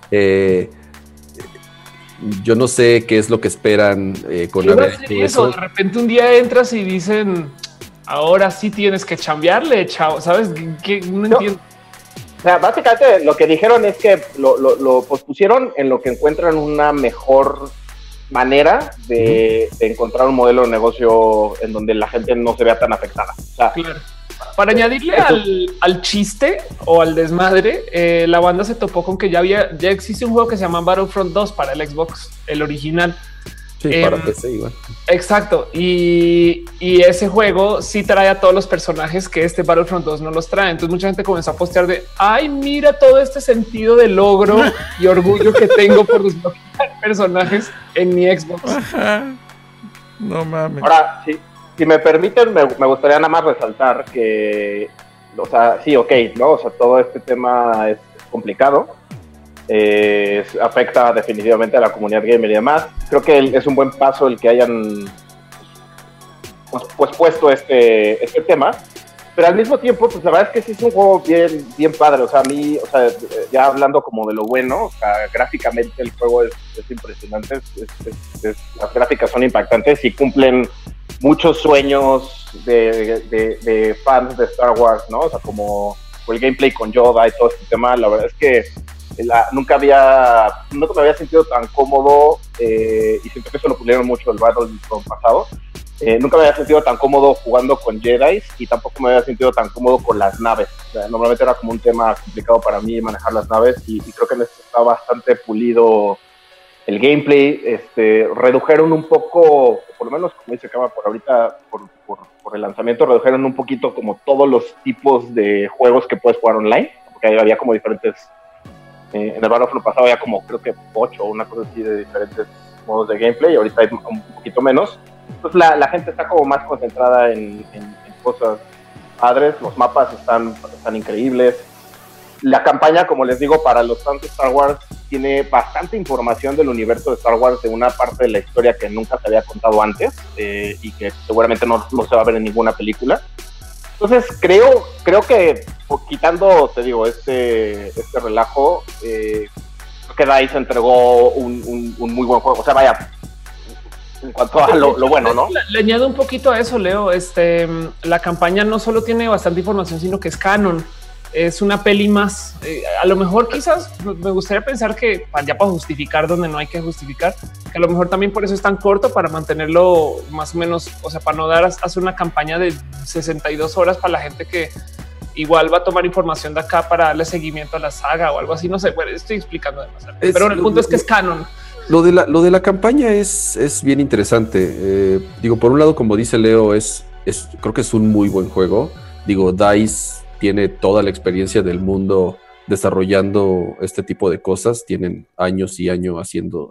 yo no sé qué es lo que esperan con haber hecho eso. De repente un día entras y dicen, ahora sí tienes que chambearle, chavo, ¿sabes? ¿Qué? No entiendo. O sea, básicamente lo que dijeron es que lo pospusieron en lo que encuentran una mejor manera de encontrar un modelo de negocio en donde la gente no se vea tan afectada. O sea, claro. Para añadirle al chiste o al desmadre, la banda se topó con que ya existe un juego que se llama Battlefront 2 para el Xbox, el original. Sí, para PC igual. Exacto, y ese juego sí trae a todos los personajes que este Battlefront 2 no los trae. Entonces mucha gente comenzó a postear de, ay, mira todo este sentido de logro y orgullo que tengo por desbloquear personajes en mi Xbox. Ajá. No mames. Ahora, si me permiten, me gustaría nada más resaltar que, o sea, sí, ok, ¿no? O sea, todo este tema es complicado. Afecta definitivamente a la comunidad gamer y demás. Creo que es un buen paso el que hayan pues puesto este tema, pero al mismo tiempo, pues la verdad es que sí es un juego bien padre. O sea, a mí, o sea, ya hablando como de lo bueno, o sea, gráficamente el juego es impresionante, las gráficas son impactantes y cumplen muchos sueños de fans de Star Wars, ¿no? O sea, como el gameplay con Yoda y todo este tema. La verdad es que nunca me había sentido tan cómodo, y siento que eso lo pulieron mucho el Battlefront pasado. Nunca me había sentido tan cómodo jugando con Jedi y tampoco me había sentido tan cómodo con las naves. O sea, normalmente era como un tema complicado para mí manejar las naves y creo que en esto está bastante pulido el gameplay. Redujeron un poco, por lo menos como dice Kama por ahorita, por el lanzamiento, redujeron un poquito como todos los tipos de juegos que puedes jugar online, porque había como diferentes. En el Battlefront pasado había como creo que 8 o una cosa así de diferentes modos de gameplay y ahorita hay un poquito menos. Entonces la gente está como más concentrada en cosas padres, los mapas están increíbles. La campaña, como les digo, para los fans de Star Wars tiene bastante información del universo de Star Wars, de una parte de la historia que nunca se había contado antes, y que seguramente no se va a ver en ninguna película. Entonces creo que quitando, te digo, este relajo, creo que DICE entregó un muy buen juego. O sea, vaya, en cuanto a lo bueno, ¿no? Le añado un poquito a eso, Leo. La campaña no solo tiene bastante información, sino que es canon. Es una peli más. A lo mejor quizás me gustaría pensar que ya para justificar donde no hay que justificar, que a lo mejor también por eso es tan corto, para mantenerlo más o menos, o sea, para no hacer una campaña de 62 horas para la gente que igual va a tomar información de acá para darle seguimiento a la saga o algo así. No sé, bueno, estoy explicando demasiado. Pero el punto es que es canon. Lo de la campaña es bien interesante. Digo, por un lado, como dice Leo, creo que es un muy buen juego. Digo, DICE tiene toda la experiencia del mundo desarrollando este tipo de cosas. Tienen años y años haciendo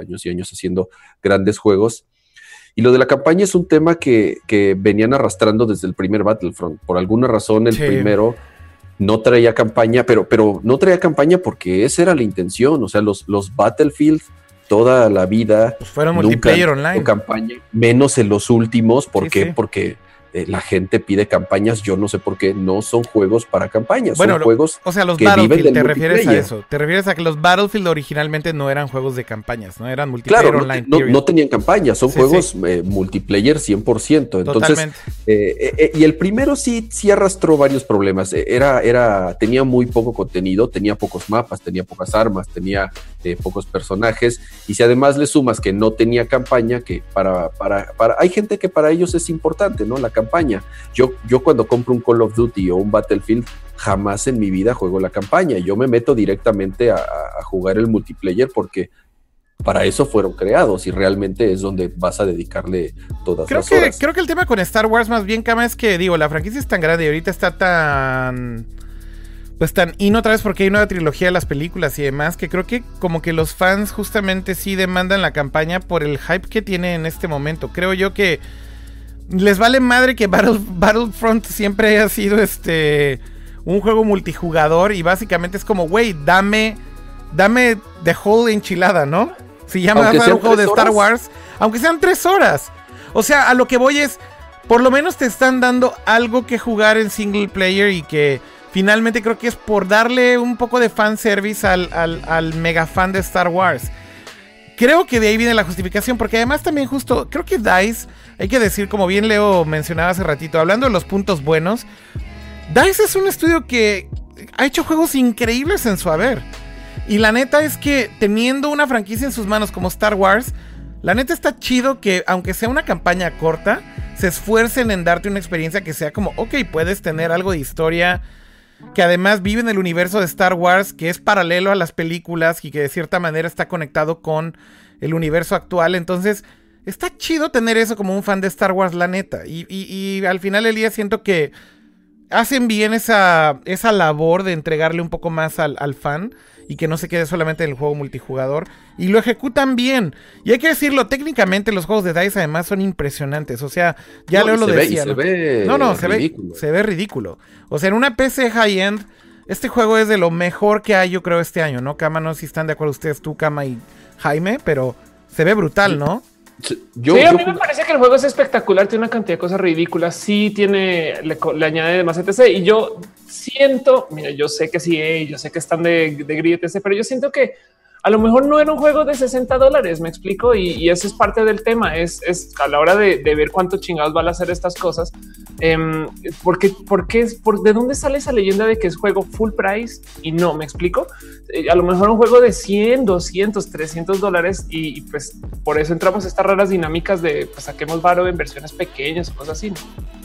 grandes juegos. Y lo de la campaña es un tema que venían arrastrando desde el primer Battlefront. Por alguna razón, el primero no traía campaña, pero no traía campaña porque esa era la intención. O sea, los Battlefield toda la vida pues fueron multiplayer online. Campaña, menos en los últimos. ¿Por qué? Sí. Porque la gente pide campañas, yo no sé por qué, no son juegos para campañas, bueno, son juegos o sea, los que Battlefield, viven del ¿te refieres a multiplayer. eso? ¿Te refieres a que los Battlefield originalmente no eran juegos de campañas, no eran multiplayer claro, online? No tenían campañas, son Sí, juegos sí. Multiplayer 100%. Entonces, Totalmente. y el primero sí arrastró varios problemas. Tenía muy poco contenido, tenía pocos mapas, tenía pocas armas, tenía pocos personajes. Y si además le sumas que no tenía campaña, que hay gente que para ellos es importante, ¿no? La campaña. Yo cuando compro un Call of Duty o un Battlefield, jamás en mi vida juego la campaña. Yo me meto directamente a jugar el multiplayer porque para eso fueron creados y realmente es donde vas a dedicarle todas las horas. Creo que el tema con Star Wars más bien, Kama, es que, digo, la franquicia es tan grande y ahorita está tan otra vez porque hay una trilogía de las películas y demás, que creo que como que los fans justamente sí demandan la campaña por el hype que tiene en este momento. Creo yo que les vale madre que Battlefront siempre haya sido un juego multijugador y básicamente es como, güey, dame the whole enchilada, ¿no? Si ya me vas a dar un juego de Star Wars, aunque sean 3 horas. O sea, a lo que voy es, por lo menos te están dando algo que jugar en single player y que finalmente creo que es por darle un poco de fanservice al mega fan de Star Wars. Creo que de ahí viene la justificación, porque además también justo, creo que DICE, hay que decir, como bien Leo mencionaba hace ratito, hablando de los puntos buenos, DICE es un estudio que ha hecho juegos increíbles en su haber. Y la neta es que teniendo una franquicia en sus manos como Star Wars, la neta está chido que, aunque sea una campaña corta, se esfuercen en darte una experiencia que sea como, ok, puedes tener algo de historia, que además vive en el universo de Star Wars, que es paralelo a las películas y que de cierta manera está conectado con el universo actual. Entonces, está chido tener eso como un fan de Star Wars, la neta. Y al final del día siento que hacen bien esa labor de entregarle un poco más al fan y que no se quede solamente en el juego multijugador, y lo ejecutan bien. Y hay que decirlo, técnicamente los juegos de DICE además son impresionantes. O sea, ya Leo lo decía, ¿no? Se ve ridículo. O sea, en una PC high-end, este juego es de lo mejor que hay, yo creo, este año, ¿no? Kama, no sé si están de acuerdo ustedes, tú, Kama y Jaime, pero se ve brutal, ¿no? A mí me parece que el juego es espectacular, tiene una cantidad de cosas ridículas, sí le añade más etc. Y yo siento, mira, yo sé que sí, yo sé que están de grid etc, pero yo siento que a lo mejor no era un juego de $60, me explico, y eso es parte del tema, es a la hora de ver cuánto chingados van a hacer estas cosas, porque ¿de dónde sale esa leyenda de que es juego full price? Y no, me explico, a lo mejor un juego de $100, $200, $300 y pues por eso entramos a estas raras dinámicas de pues, saquemos varo en versiones pequeñas o cosas así, ¿no?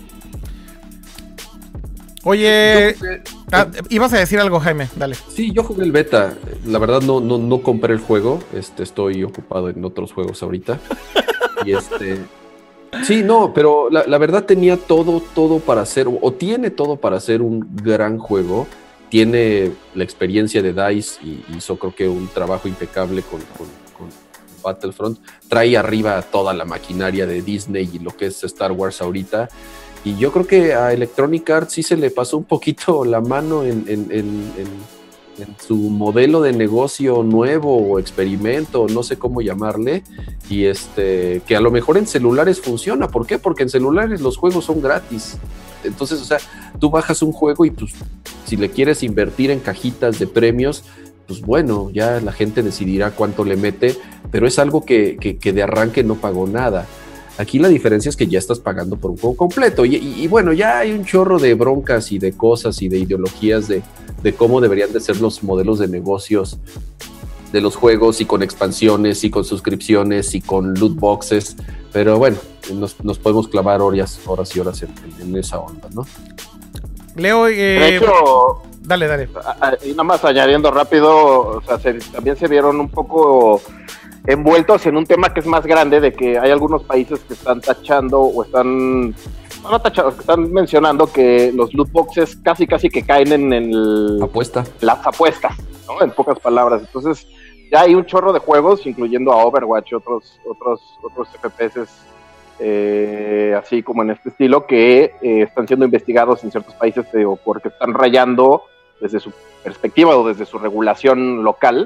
Oye, ibas a decir algo, Jaime, dale. Sí, yo jugué el beta. La verdad no compré el juego. Estoy ocupado en otros juegos ahorita. Y sí, no, pero la verdad tenía todo para hacer, o tiene todo para hacer un gran juego. Tiene la experiencia de DICE y hizo creo que un trabajo impecable con Battlefront. Trae arriba toda la maquinaria de Disney y lo que es Star Wars ahorita. Y yo creo que a Electronic Arts sí se le pasó un poquito la mano en su modelo de negocio nuevo o experimento, no sé cómo llamarle, y que a lo mejor en celulares funciona. ¿Por qué? Porque en celulares los juegos son gratis. Entonces, o sea, tú bajas un juego y pues si le quieres invertir en cajitas de premios, pues bueno, ya la gente decidirá cuánto le mete, pero es algo que de arranque no pagó nada. Aquí la diferencia es que ya estás pagando por un juego completo y bueno, ya hay un chorro de broncas y de cosas y de ideologías de cómo deberían de ser los modelos de negocios de los juegos, y con expansiones y con suscripciones y con loot boxes, pero bueno, nos podemos clavar horas y horas en esa onda, ¿no? Leo, de hecho, dale. Y nada más añadiendo rápido, o sea, también se vieron un poco envueltos en un tema que es más grande, de que hay algunos países que están tachando o están mencionando que los loot boxes casi que caen en las apuestas, ¿no? En pocas palabras. Entonces ya hay un chorro de juegos, incluyendo a Overwatch y otros FPS así como en este estilo, que están siendo investigados en ciertos países porque están rayando desde su perspectiva o desde su regulación local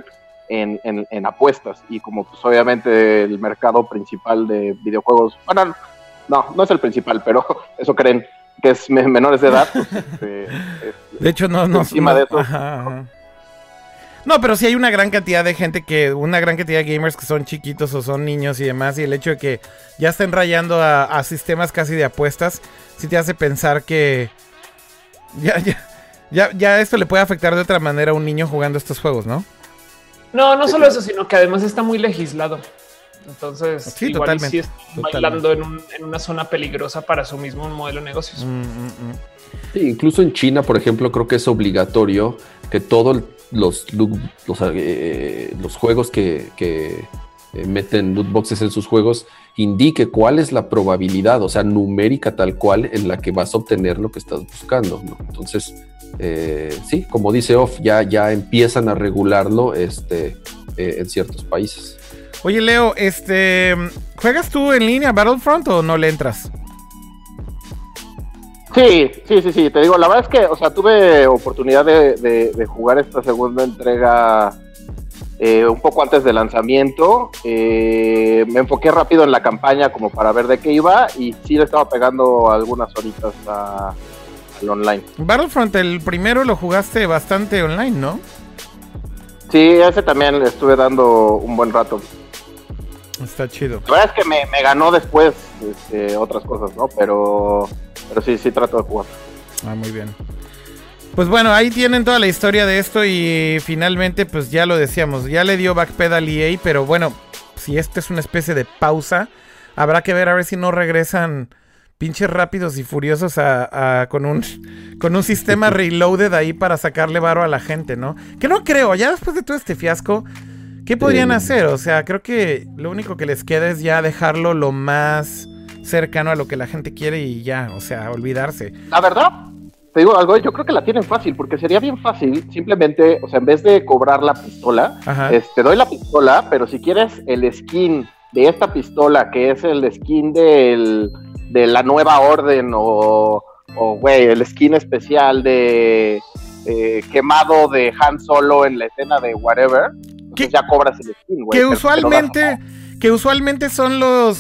en apuestas. Y como pues obviamente el mercado principal de videojuegos, bueno, no es el principal, pero eso creen que es menores de edad. Pues, de hecho, no. Encima de eso. Ajá. No, pero sí hay una gran cantidad de gente una gran cantidad de gamers que son chiquitos o son niños y demás, y el hecho de que ya estén rayando a sistemas casi de apuestas, sí te hace pensar que ya esto le puede afectar de otra manera a un niño jugando estos juegos, ¿no? No solo eso, sino que además está muy legislado. Entonces, sí, igual totalmente, sí está bailando en una zona peligrosa para su mismo modelo de negocios. Sí, incluso en China, por ejemplo, creo que es obligatorio que todos los juegos que meten loot boxes en sus juegos indique cuál es la probabilidad, o sea, numérica tal cual en la que vas a obtener lo que estás buscando, ¿no? Entonces, sí, como dice Off, ya empiezan a regularlo en ciertos países. Oye, Leo, ¿juegas tú en línea Battlefront o no le entras? Sí, te digo, la verdad es que, o sea, tuve oportunidad de jugar esta segunda entrega un poco antes del lanzamiento. Me enfoqué rápido en la campaña como para ver de qué iba y sí le estaba pegando algunas horitas al online. Battlefront, el primero lo jugaste bastante online, ¿no? Sí, ese también le estuve dando un buen rato. Está chido. La verdad es que me ganó después otras cosas, ¿no? Pero sí trato de jugar. Muy bien. Pues bueno, ahí tienen toda la historia de esto y finalmente, pues ya lo decíamos, ya le dio backpedal EA, pero bueno, si esto es una especie de pausa, habrá que ver a ver si no regresan pinches rápidos y furiosos con un sistema reloaded ahí para sacarle varo a la gente, ¿no? Que no creo, ya después de todo este fiasco, ¿qué podrían hacer? O sea, creo que lo único que les queda es ya dejarlo lo más cercano a lo que la gente quiere y ya, o sea, olvidarse. La verdad, te digo algo, yo creo que la tienen fácil, porque sería bien fácil, simplemente, o sea, en vez de cobrar la pistola, te doy la pistola, pero si quieres el skin de esta pistola, que es el skin de la nueva orden, o güey, el skin especial de quemado de Han Solo en la escena de whatever, entonces ya cobras el skin, güey. Que usualmente son los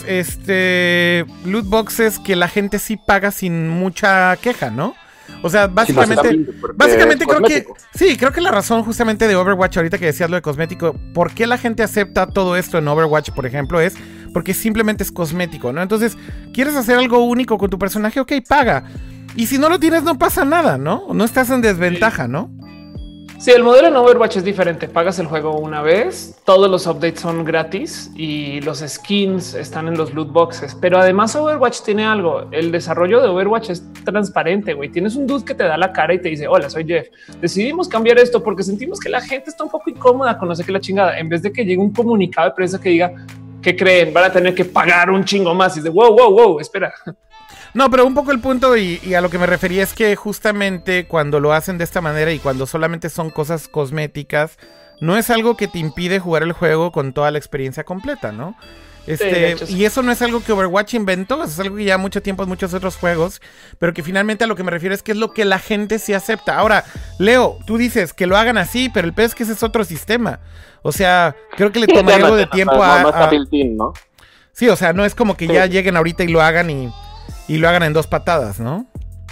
loot boxes que la gente sí paga sin mucha queja, ¿no? O sea, básicamente creo que la razón justamente de Overwatch, ahorita que decías lo de cosmético, ¿por qué la gente acepta todo esto en Overwatch, por ejemplo? Es porque simplemente es cosmético, ¿no? Entonces, ¿quieres hacer algo único con tu personaje? Ok, paga. Y si no lo tienes, no pasa nada, ¿no? No estás en desventaja, ¿no? Sí, el modelo en Overwatch es diferente. Pagas el juego una vez, todos los updates son gratis y los skins están en los loot boxes. Pero además Overwatch tiene algo. El desarrollo de Overwatch es transparente, güey. Tienes un dude que te da la cara y te dice, hola, soy Jeff. Decidimos cambiar esto porque sentimos que la gente está un poco incómoda con no sé qué la chingada. En vez de que llegue un comunicado de prensa que diga, ¿qué creen? Van a tener que pagar un chingo más. Y dice, wow, espera. No, pero un poco el punto y a lo que me refería es que justamente cuando lo hacen de esta manera y cuando solamente son cosas cosméticas, no es algo que te impide jugar el juego con toda la experiencia completa, ¿no? Y eso no es algo que Overwatch inventó, es algo que ya mucho tiempo en muchos otros juegos, pero que finalmente a lo que me refiero es que es lo que la gente sí acepta. Ahora, Leo, tú dices que lo hagan así, pero el peor es que ese es otro sistema. O sea, creo que le tomaría algo de tiempo ¿no? Sí, o sea, no es como que ya lleguen ahorita y lo hagan y lo hagan en 2 patadas, ¿no?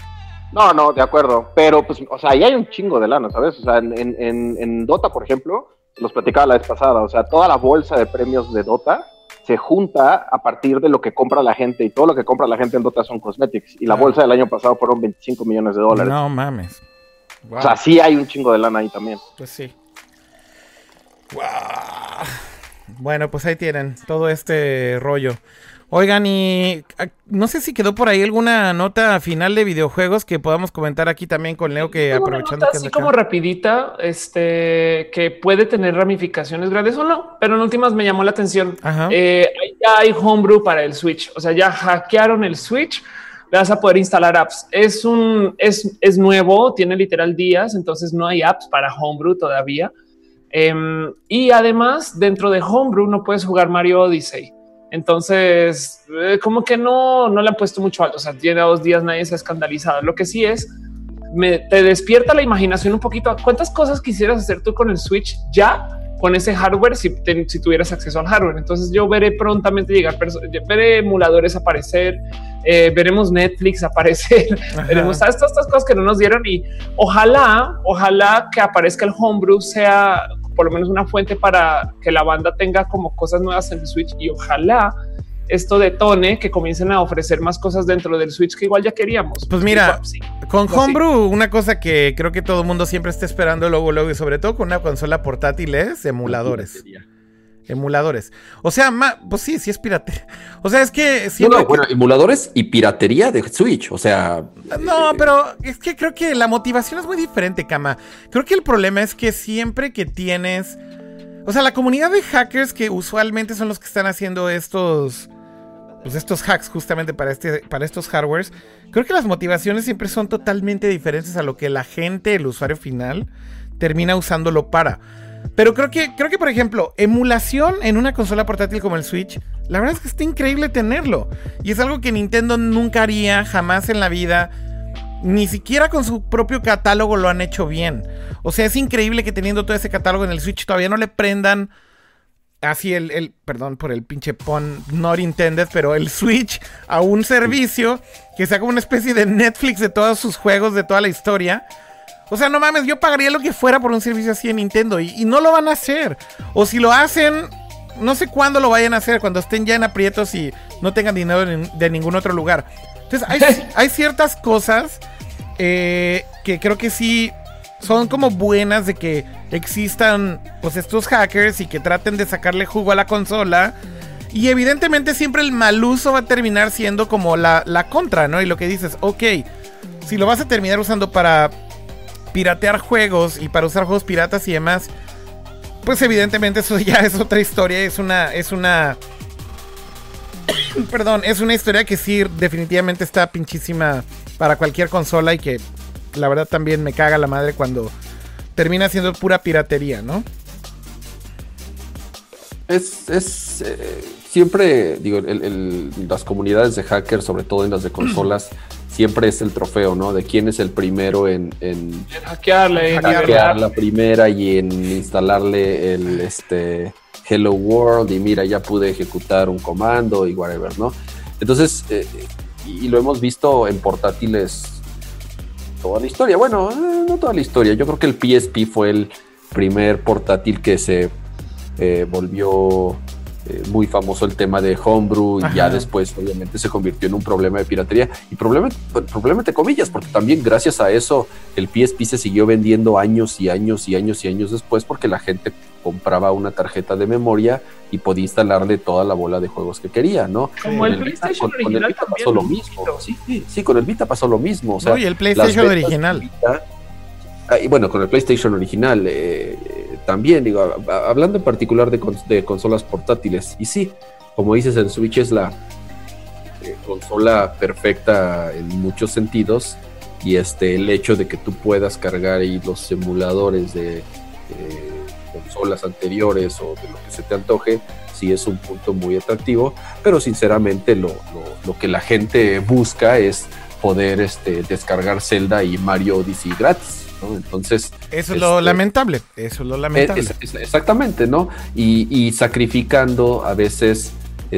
No, de acuerdo. Pero, pues, o sea, ahí hay un chingo de lana, ¿sabes? O sea, en Dota, por ejemplo, los platicaba la vez pasada, o sea, toda la bolsa de premios de Dota se junta a partir de lo que compra la gente, y todo lo que compra la gente en Dota son cosmetics, y la bolsa del año pasado fueron $25 millones. No mames. Wow. O sea, sí hay un chingo de lana ahí también. Pues sí. Wow. Bueno, pues ahí tienen todo este rollo. Oigan, y no sé si quedó por ahí alguna nota final de videojuegos que podamos comentar aquí tamí con Leo, que aprovechando que así como rapidita, que puede tener ramificaciones grandes o no, pero en últimas me llamó la atención. Ya hay homebrew para el Switch, o sea, ya hackearon el Switch, le vas a poder instalar apps. Es nuevo, tiene literal días, entonces no hay apps para homebrew todavía. Y además, dentro de homebrew no puedes jugar Mario Odyssey. Entonces, como que no le han puesto mucho alto. O sea, tiene 2 días, nadie se ha escandalizado. Lo que sí es, te despierta la imaginación un poquito. ¿Cuántas cosas quisieras hacer tú con el Switch ya con ese hardware si tuvieras acceso al hardware. Entonces yo veré prontamente llegar, veré emuladores aparecer, veremos Netflix aparecer, veremos todas estas cosas que no nos dieron y ojalá que aparezca el homebrew, sea por lo menos una fuente para que la banda tenga como cosas nuevas en el Switch y ojalá esto detone, que comiencen a ofrecer más cosas dentro del Switch que igual ya queríamos. Pues mira, con Homebrew, una cosa que creo que todo el mundo siempre está esperando luego, y sobre todo con una consola portátil, es emuladores. Emuladores. O sea, pues sí es piratería. O sea, es que siempre... Bueno, emuladores y piratería de Switch, o sea... No, pero es que creo que la motivación es muy diferente, Kama. Creo que el problema es que siempre que tienes... O sea, la comunidad de hackers que usualmente son los que están haciendo estos hacks justamente para estos hardwares, creo que las motivaciones siempre son totalmente diferentes a lo que la gente, el usuario final, termina usándolo para. Pero creo que, por ejemplo, emulación en una consola portátil como el Switch, la verdad es que está increíble tenerlo. Y es algo que Nintendo nunca haría, jamás en la vida. Ni siquiera con su propio catálogo lo han hecho bien. O sea, es increíble que teniendo todo ese catálogo en el Switch todavía no le prendan así perdón por el pinche pun not intended, pero el Switch a un servicio que sea como una especie de Netflix de todos sus juegos, de toda la historia. O sea, no mames, yo pagaría lo que fuera por un servicio así en Nintendo y no lo van a hacer. O si lo hacen, no sé cuándo lo vayan a hacer, cuando estén ya en aprietos y no tengan dinero de ningún otro lugar. Entonces hay ciertas cosas que creo que sí son como buenas de que existan pues estos hackers y que traten de sacarle jugo a la consola. Y evidentemente siempre el mal uso va a terminar siendo como la contra, ¿no? Y lo que dices, ok, si lo vas a terminar usando para piratear juegos y para usar juegos piratas y demás, pues evidentemente eso ya es otra historia. Es una perdón, es una historia que sí definitivamente está pinchísima para cualquier consola y que la verdad también me caga la madre cuando termina siendo pura piratería, ¿no? Siempre, digo, las comunidades de hackers, sobre todo en las de consolas, siempre es el trofeo, ¿no? De quién es el primero en hackear la primera y en instalarle el Hello World y mira, ya pude ejecutar un comando y whatever, ¿no? Entonces, y lo hemos visto en portátiles toda la historia. Bueno, no toda la historia. Yo creo que el PSP fue el primer portátil que se volvió muy famoso el tema de homebrew. Ajá. Y ya después obviamente se convirtió en un problema de piratería y problema entre comillas, porque también gracias a eso el PSP se siguió vendiendo años y años después, porque la gente compraba una tarjeta de memoria y podía instalarle toda la bola de juegos que quería, ¿no? Como el PlayStation original con el Vita pasó lo mismo. Sí, con el Vita pasó lo mismo. O sea, y el PlayStation original. Y bueno, con el PlayStation original también, digo, hablando en particular de consolas portátiles, y sí, como dices, el Switch es la consola perfecta en muchos sentidos, y el hecho de que tú puedas cargar ahí los emuladores de consolas anteriores o de lo que se te antoje, sí es un punto muy atractivo, pero sinceramente lo que la gente busca es poder descargar Zelda y Mario Odyssey gratis, ¿no? Entonces eso es lo lamentable, exactamente, ¿no? Y sacrificando a veces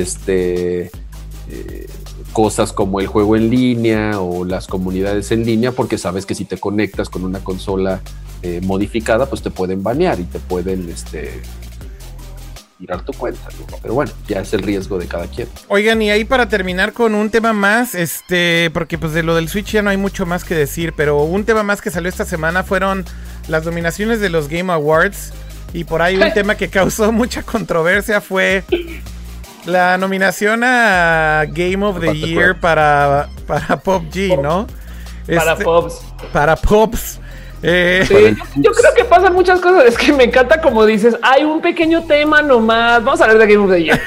cosas como el juego en línea o las comunidades en línea, porque sabes que si te conectas con una consola modificada, pues te pueden banear y te pueden tirar tu cuenta, ¿no? Pero bueno, ya es el riesgo de cada quien. Oigan, y ahí para terminar con un tema más, porque pues de lo del Switch ya no hay mucho más que decir, pero un tema más que salió esta semana fueron las nominaciones de los Game Awards, y por ahí un tema que causó mucha controversia fue la nominación a Game of the Year para PUBG, ¿no? Para Pops. Sí, yo creo que pasan muchas cosas. Es que me encanta como dices, hay un pequeño tema nomás. Vamos a hablar de Game of the Year.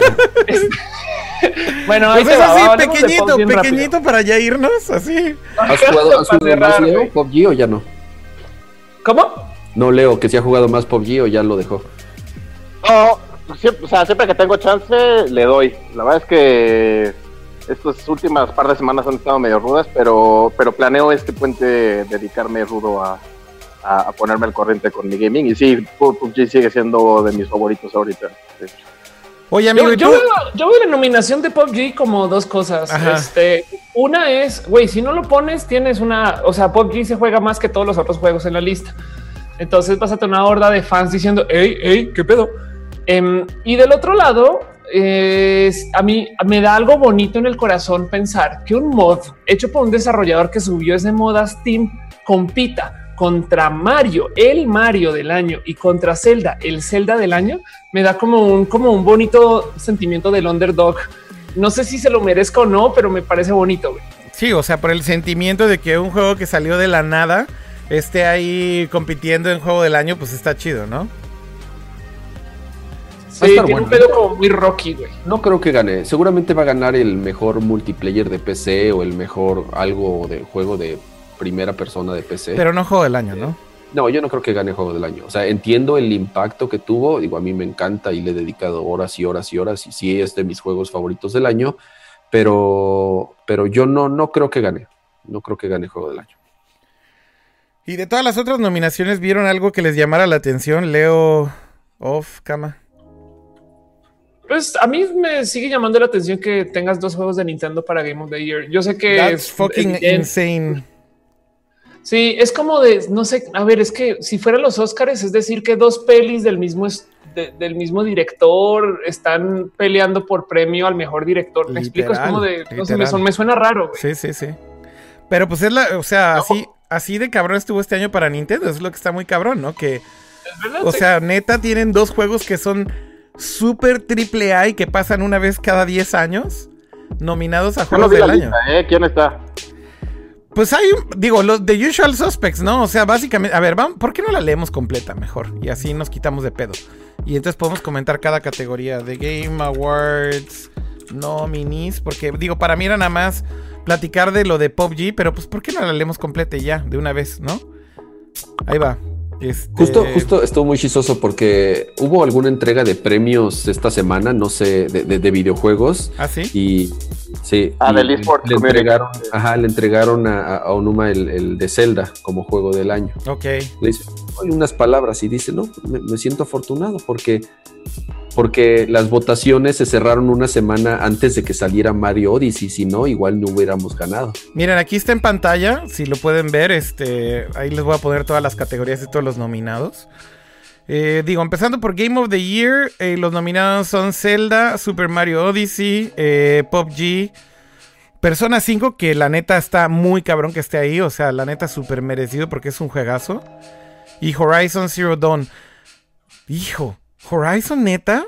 Bueno, ahí pues así, pequeñito para ya irnos, así. ¿Has jugado más Leo PUBG o ya no? ¿Cómo? No, Leo, que si ha jugado más PUBG o ya lo dejó. No, siempre que tengo chance le doy. La verdad es que estas últimas par de semanas han estado medio rudas, pero planeo este puente dedicarme rudo a a ponerme al corriente con mi gaming. Y sí, PUBG sigue siendo de mis favoritos ahorita. Sí. Oye, amigo, yo veo la nominación de PUBG como dos cosas. Una es, güey, si no lo pones, tienes o sea, PUBG se juega más que todos los otros juegos en la lista. Entonces vas a tener una horda de fans diciendo, hey, ¿qué pedo? Y del otro lado, a mí me da algo bonito en el corazón pensar que un mod hecho por un desarrollador que subió ese mod a Steam compita contra Mario, el Mario del año, y contra Zelda, el Zelda del año. Me da como un bonito sentimiento del underdog. No sé si se lo merezco o no, pero me parece bonito, güey. Sí, o sea, por el sentimiento de que un juego que salió de la nada esté ahí compitiendo en juego del año, pues está chido, ¿no? Sí, tiene un pedo como muy Rocky, güey. No creo que gane. Seguramente va a ganar el mejor multiplayer de PC o el mejor algo de juego de primera persona de PC. Pero no juego del año, ¿no? No, yo no creo que gane juego del año. O sea, entiendo el impacto que tuvo. Digo, a mí me encanta y le he dedicado horas y horas y horas. Y sí, es de mis juegos favoritos del año. Pero yo no creo que gane. No creo que gane juego del año. Y de todas las otras nominaciones, ¿vieron algo que les llamara la atención? Leo, Kama. Pues a mí me sigue llamando la atención que tengas 2 juegos de Nintendo para Game of the Year. Yo sé que That's fucking insane. Sí, es como de, no sé, a ver, es que si fueran los Oscars, es decir, que 2 pelis del mismo director están peleando por premio al mejor director. ¿Me explico? Es como de, no sé, me suena raro, güey. Sí. Pero pues es o sea, no. así de cabrón estuvo este año para Nintendo. Es lo que está muy cabrón, ¿no? Que, verdad, o sea, neta, tienen 2 juegos que son súper triple A y que pasan una vez cada 10 años nominados a juegos del año. ¿Quién está? Pues hay, los The Usual Suspects, ¿no? O sea, básicamente, a ver, ¿por qué no la leemos completa mejor? Y así nos quitamos de pedo. Y entonces podemos comentar cada categoría de Game Awards, nominees, porque, para mí era nada más platicar de lo de PUBG, pero pues, ¿por qué no la leemos completa ya, de una vez, no? Ahí va. Justo estuvo muy chistoso porque hubo alguna entrega de premios esta semana, no sé, de videojuegos. ¿Ah, sí? Y sí. Del eSport. Le entregaron a Onuma el de Zelda como juego del año. Ok. Le dice unas palabras y dice, no, me siento afortunado porque las votaciones se cerraron una semana antes de que saliera Mario Odyssey, si no, igual no hubiéramos ganado. Miren, aquí está en pantalla, si lo pueden ver, ahí les voy a poner todas las categorías y todos los nominados. Empezando por Game of the Year, los nominados son Zelda, Super Mario Odyssey, PUBG, Persona 5, que la neta está muy cabrón que esté ahí, o sea, la neta súper merecido porque es un juegazo, y Horizon Zero Dawn. Hijo, ¿Horizon, neta?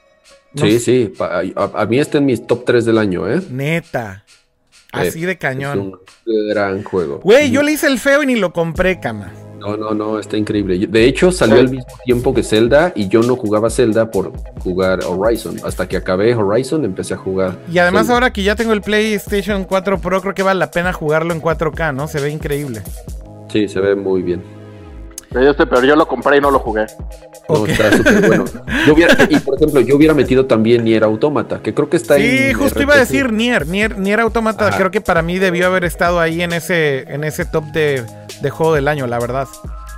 Sí. A mí está en mis top 3 del año, ¿eh? Neta. Así de cañón. Es un gran juego. Güey, yo le hice el feo y ni lo compré, Kama. No, está increíble. De hecho, salió al mismo tiempo que Zelda y yo no jugaba Zelda por jugar Horizon. Hasta que acabé Horizon, empecé a jugar Y además Zelda. Ahora que ya tengo el PlayStation 4 Pro, creo que vale la pena jugarlo en 4K, ¿no? Se ve increíble. Sí, se ve muy bien. Pero yo lo compré y no lo jugué. No, okay. Está súper bueno. Por ejemplo, yo hubiera metido también Nier Automata, que creo que está ahí. Sí, justo iba a decir Nier Automata. Ajá. Creo que para mí debió haber estado ahí en ese top de juego del año, la verdad.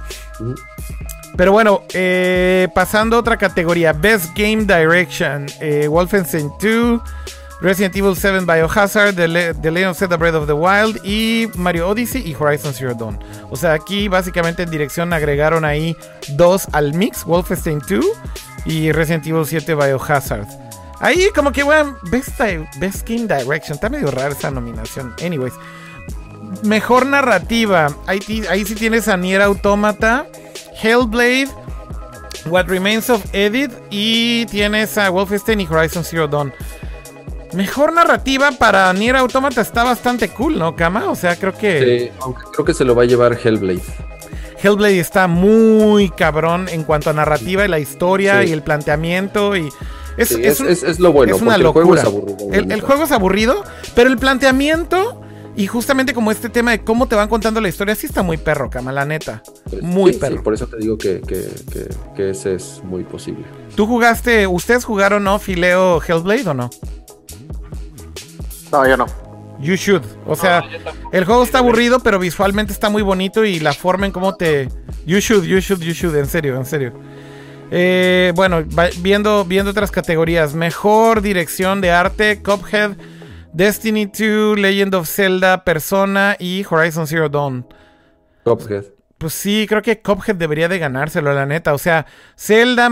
Pero bueno, pasando a otra categoría, Best Game Direction, Wolfenstein 2, Resident Evil 7 Biohazard, The Legend of Zelda Breath of the Wild y Mario Odyssey y Horizon Zero Dawn. O sea, aquí básicamente en dirección agregaron ahí 2 al mix, Wolfenstein 2 y Resident Evil 7 Biohazard. Ahí como que, bueno, Best Game Direction, está medio rara esa nominación. Anyways, mejor narrativa, ahí sí tienes a Nier Automata, Hellblade, What Remains of Edith y tienes a Wolfenstein y Horizon Zero Dawn. Mejor narrativa para Nier Automata está bastante cool, ¿no, Kama? O sea, creo que... Sí, aunque creo que se lo va a llevar Hellblade. Hellblade está muy cabrón en cuanto a narrativa y la historia y el planteamiento y... Es lo bueno, es una el locura. juego es aburrido. El juego es aburrido, pero el planteamiento y justamente como este tema de cómo te van contando la historia, sí está muy perro, Kama, la neta. Muy perro. Sí, por eso te digo que ese es muy posible. ¿Ustedes jugaron, no, Fileo, Hellblade o no? No, yo no. You should. O sea, el juego está aburrido, pero visualmente está muy bonito y la forma en cómo te... You should. En serio. Bueno, viendo otras categorías. Mejor dirección de arte, Cuphead, Destiny 2, Legend of Zelda, Persona y Horizon Zero Dawn. Cuphead. Pues sí, creo que Cuphead debería de ganárselo, la neta. O sea, Zelda,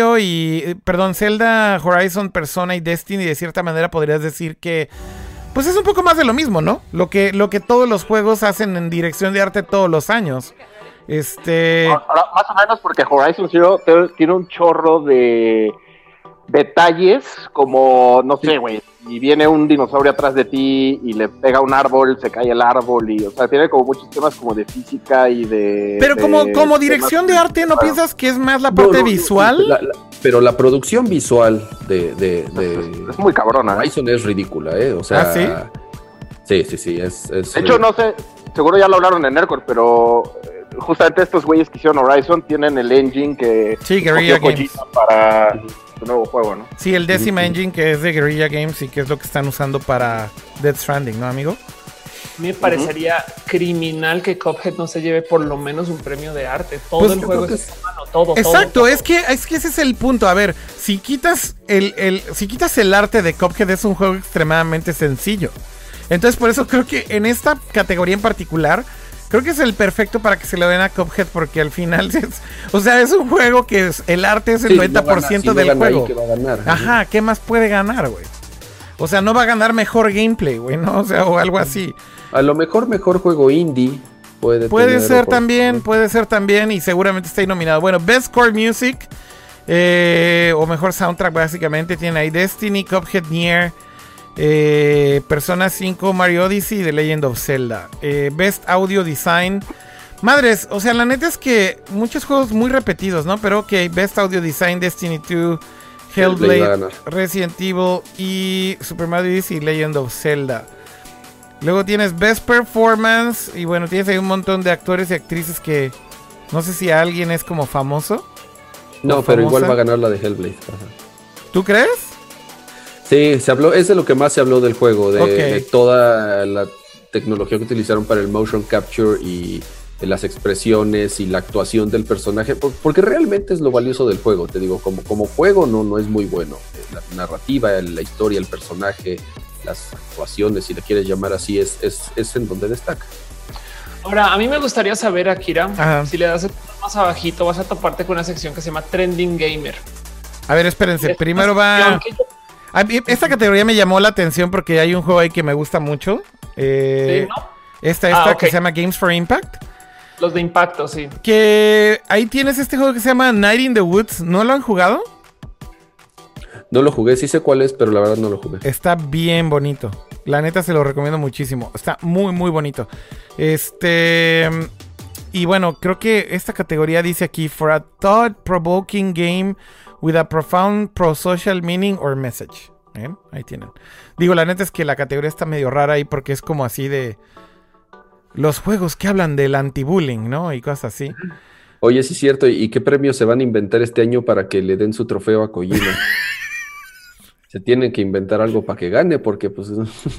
Zelda, Horizon, Persona y Destiny, de cierta manera podrías decir que... Pues es un poco más de lo mismo, ¿no? Lo que todos los juegos hacen en dirección de arte todos los años. Ahora, más o menos porque Horizon Zero tiene un chorro de detalles como, no sé, güey, y viene un dinosaurio atrás de ti y le pega un árbol, se cae el árbol y, o sea, tiene como muchos temas como de física y de... Pero como dirección de arte, ¿no piensas que es más la parte visual? Pero la producción visual de es muy cabrona. Horizon es ridícula, O sea... ¿Ah, sí? Sí, es... De hecho, no sé, seguro ya lo hablaron en Nerdcore, pero... Justamente estos güeyes que hicieron Horizon tienen el engine que... Sí, Guerrilla Games. Para su nuevo juego, ¿no? Sí, el décima engine que es de Guerrilla Games y que es lo que están usando para Death Stranding, ¿no, amigo? Me parecería criminal que Cuphead no se lleve por lo menos un premio de arte. Todo el juego es humano, todo. Exacto, todo. Es que ese es el punto. A ver, si quitas el arte de Cuphead, es un juego extremadamente sencillo. Entonces, por eso creo que en esta categoría en particular... Creo que es el perfecto para que se le den a Cuphead porque al final es un juego que el arte es el 90% del juego. Va a ganar, ajá, ¿qué más puede ganar, güey? O sea, no va a ganar mejor gameplay, güey, ¿no? O sea, o algo así. A lo mejor juego indie puede ser también y seguramente está ahí nominado. Bueno, Best Core Music o mejor soundtrack básicamente tiene ahí Destiny, Cuphead, Nier, Persona 5, Mario Odyssey y The Legend of Zelda. Best Audio Design. Madres, o sea, la neta es que muchos juegos muy repetidos, ¿no? Pero ok, Best Audio Design, Destiny 2, Hellblade, Resident Evil y Super Mario Odyssey y Legend of Zelda. Luego tienes Best Performance y bueno, tienes ahí un montón de actores y actrices que no sé si alguien es como famoso. No, pero igual va a ganar la de Hellblade. Ajá. ¿Tú crees? Sí, se habló, es de lo que más se habló del juego, de toda la tecnología que utilizaron para el motion capture y las expresiones y la actuación del personaje, porque realmente es lo valioso del juego, te digo, como juego no es muy bueno. La narrativa, la historia, el personaje, las actuaciones, si le quieres llamar así, es en donde destaca. Ahora, a mí me gustaría saber, Akira, si le das el más abajito, vas a toparte con una sección que se llama Trending Gamer. A ver, espérense, primero va... Esta categoría me llamó la atención porque hay un juego ahí que me gusta mucho. ¿Sí, no? Esta que se llama Games for Impact. Los de impacto, sí. Que ahí tienes este juego que se llama Night in the Woods. ¿No lo han jugado? No lo jugué, sí sé cuál es, pero la verdad no lo jugué. Está bien bonito. La neta se lo recomiendo muchísimo. Está muy, muy bonito. Y bueno, creo que esta categoría dice aquí: For a thought-provoking game with a profound pro-social meaning or message. Ahí tienen. Digo, la neta es que la categoría está medio rara ahí porque es como así de... Los juegos que hablan del anti-bullying, ¿no? Y cosas así. Oye, sí es cierto. ¿Y qué premios se van a inventar este año para que le den su trofeo a Kojima? Se tienen que inventar algo para que gane, porque pues...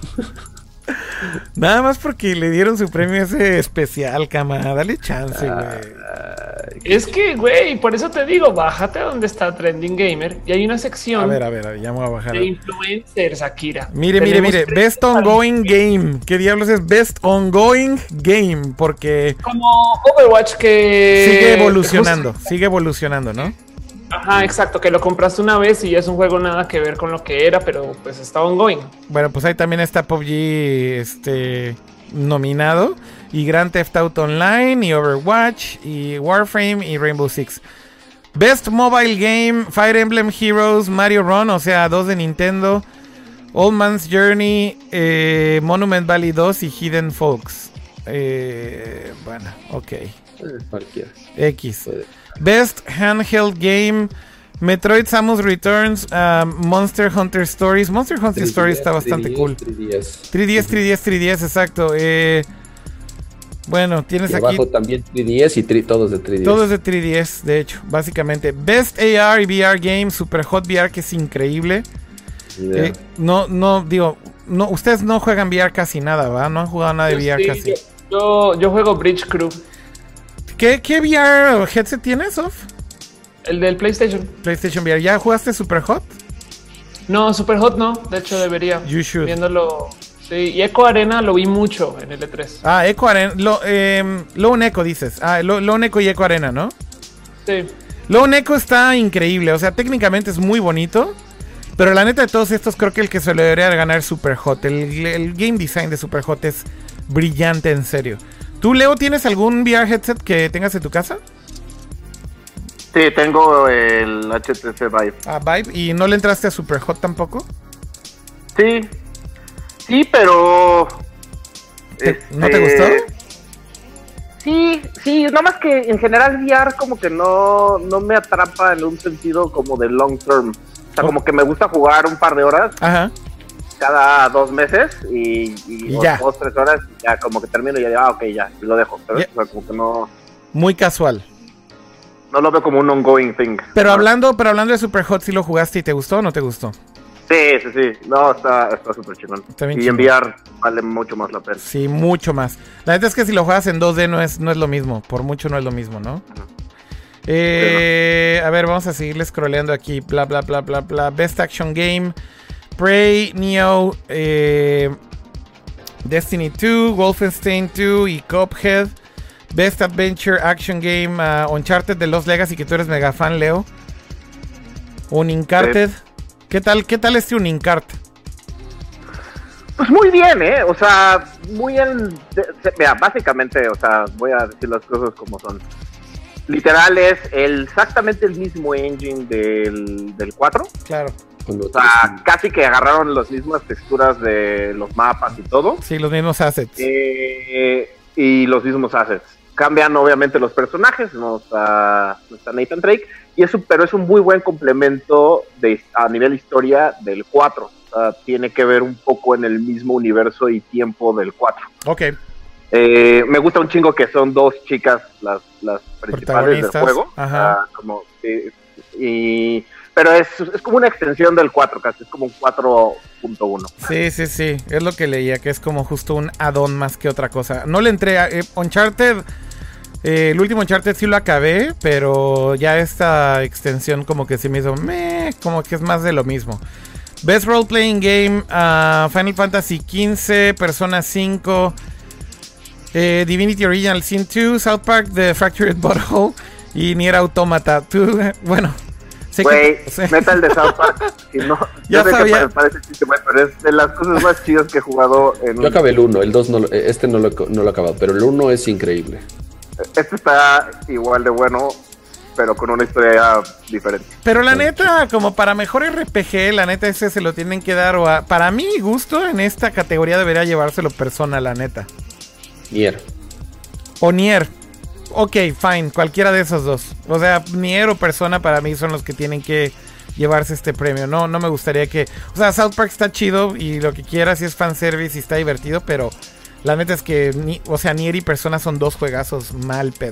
Nada más porque le dieron su premio ese especial, cama. Dale chance, güey. Es que, güey, por eso te digo, bájate a donde está Trending Gamer y hay una sección. A ver, ya me voy a bajar. De influencers, Akira. Mire. Best Ongoing Game. ¿Qué diablos es Best Ongoing Game? Porque... Como Overwatch que... Sigue evolucionando, ¿no? Ajá, exacto, que lo compraste una vez y es un juego nada que ver con lo que era, pero pues está ongoing. Bueno, pues ahí también está PUBG nominado, y Grand Theft Auto Online, y Overwatch, y Warframe, y Rainbow Six. Best Mobile Game, Fire Emblem Heroes, Mario Run, o sea, 2 de Nintendo, Old Man's Journey, Monument Valley 2 y Hidden Folks. Bueno, ok. Cualquiera. X. Best Handheld Game, Metroid Samus Returns, Monster Hunter Stories. Monster Hunter Stories está bastante cool. 3DS, exacto. Bueno, tienes aquí... Abajo también 3DS y todos de 3DS. Todos de 3DS, de hecho, básicamente. Best AR y VR Game, Super Hot VR, que es increíble. Yeah. No, digo, no, ustedes no juegan VR casi nada, ¿va? No han jugado nada de VR casi. Yo juego Bridge Crew. ¿Qué VR headset tienes, Sof? El del PlayStation. PlayStation VR. ¿Ya jugaste Superhot? No, Superhot no. De hecho, debería. You should. Viéndolo. Sí, y Echo Arena lo vi mucho en el E3. Ah, Echo Arena. Lone Echo dices. Ah, Lone Echo y Echo Arena, ¿no? Sí. Lone Echo está increíble. O sea, técnicamente es muy bonito. Pero la neta de todos estos, creo que el que se lo debería ganar es Superhot. El game design de Superhot es brillante, en serio. ¿Tú, Leo, tienes algún VR headset que tengas en tu casa? Sí, tengo el HTC Vive. Ah, Vive. ¿Y no le entraste a Superhot tampoco? Sí. Sí, pero... ¿No te gustó? Sí, nada más que en general VR como que no me atrapa en un sentido como de long term. O sea, como que me gusta jugar un par de horas. Ajá. Cada 2 meses y ya. 2, 3 horas y ya como que termino y ya digo, ok, ya, y lo dejo. Pero Yeah. o sea, como que no... Muy casual. No lo veo como un ongoing thing. Pero hablando de Superhot, ¿sí lo jugaste y te gustó o no te gustó? Sí. No, está súper chingón. Está bien y chingón. enviar vale mucho más la pena. Sí, mucho más. La neta es que si lo juegas en 2D no es lo mismo. Por mucho no es lo mismo, ¿no? A ver, vamos a seguirle scrolleando aquí. Bla, bla, bla, bla, bla. Best Action Game. Prey, Neo, Destiny 2, Wolfenstein 2 y Cuphead. Best Adventure Action Game, Uncharted de Lost Legacy, que tú eres mega fan, Leo. Uncharted. ¿Qué tal este Uncharted? Pues muy bien, O sea, muy bien. Mira, básicamente, o sea, voy a decir las cosas como son. Literal es exactamente el mismo engine del 4. Claro. O sea, casi que agarraron las mismas texturas de los mapas y todo. Sí, los mismos assets. Y los mismos assets. Cambian obviamente los personajes, no está Nathan Drake, pero es un muy buen complemento a nivel historia del 4. O sea, tiene que ver un poco en el mismo universo y tiempo del 4. Ok. Me gusta un chingo que son 2 chicas las principales del juego. Ajá. Pero es como una extensión del 4 casi, es como un 4.1. Sí, es lo que leía, que es como justo un add-on más que otra cosa. No le entré a Uncharted, el último Uncharted sí lo acabé, pero ya esta extensión como que se me hizo, como que es más de lo mismo. Best Role Playing Game, Final Fantasy XV, Persona 5, Divinity Original Sin 2, South Park, The Fractured Butthole y Nier Automata. Tú, bueno... Güey, neta el de South Park. No, ya sé sabía. Que parece chiste, pero es de las cosas más chidas que he jugado en... Yo acabé el 1, el 2 no lo he acabado, pero el 1 es increíble. Este está igual de bueno, pero con una historia diferente. Pero la neta, como para mejor RPG, la neta ese se lo tienen que dar, para mi gusto, en esta categoría debería llevárselo Persona, la neta. Nier. O Nier. Ok, fine, cualquiera de esos dos. O sea, Nier o Persona para mí son los que tienen que llevarse este premio. No me gustaría que... O sea, South Park está chido y lo que quieras, y es fanservice y está divertido, pero la neta es que, Nier y Persona son 2 juegazos mal pedo.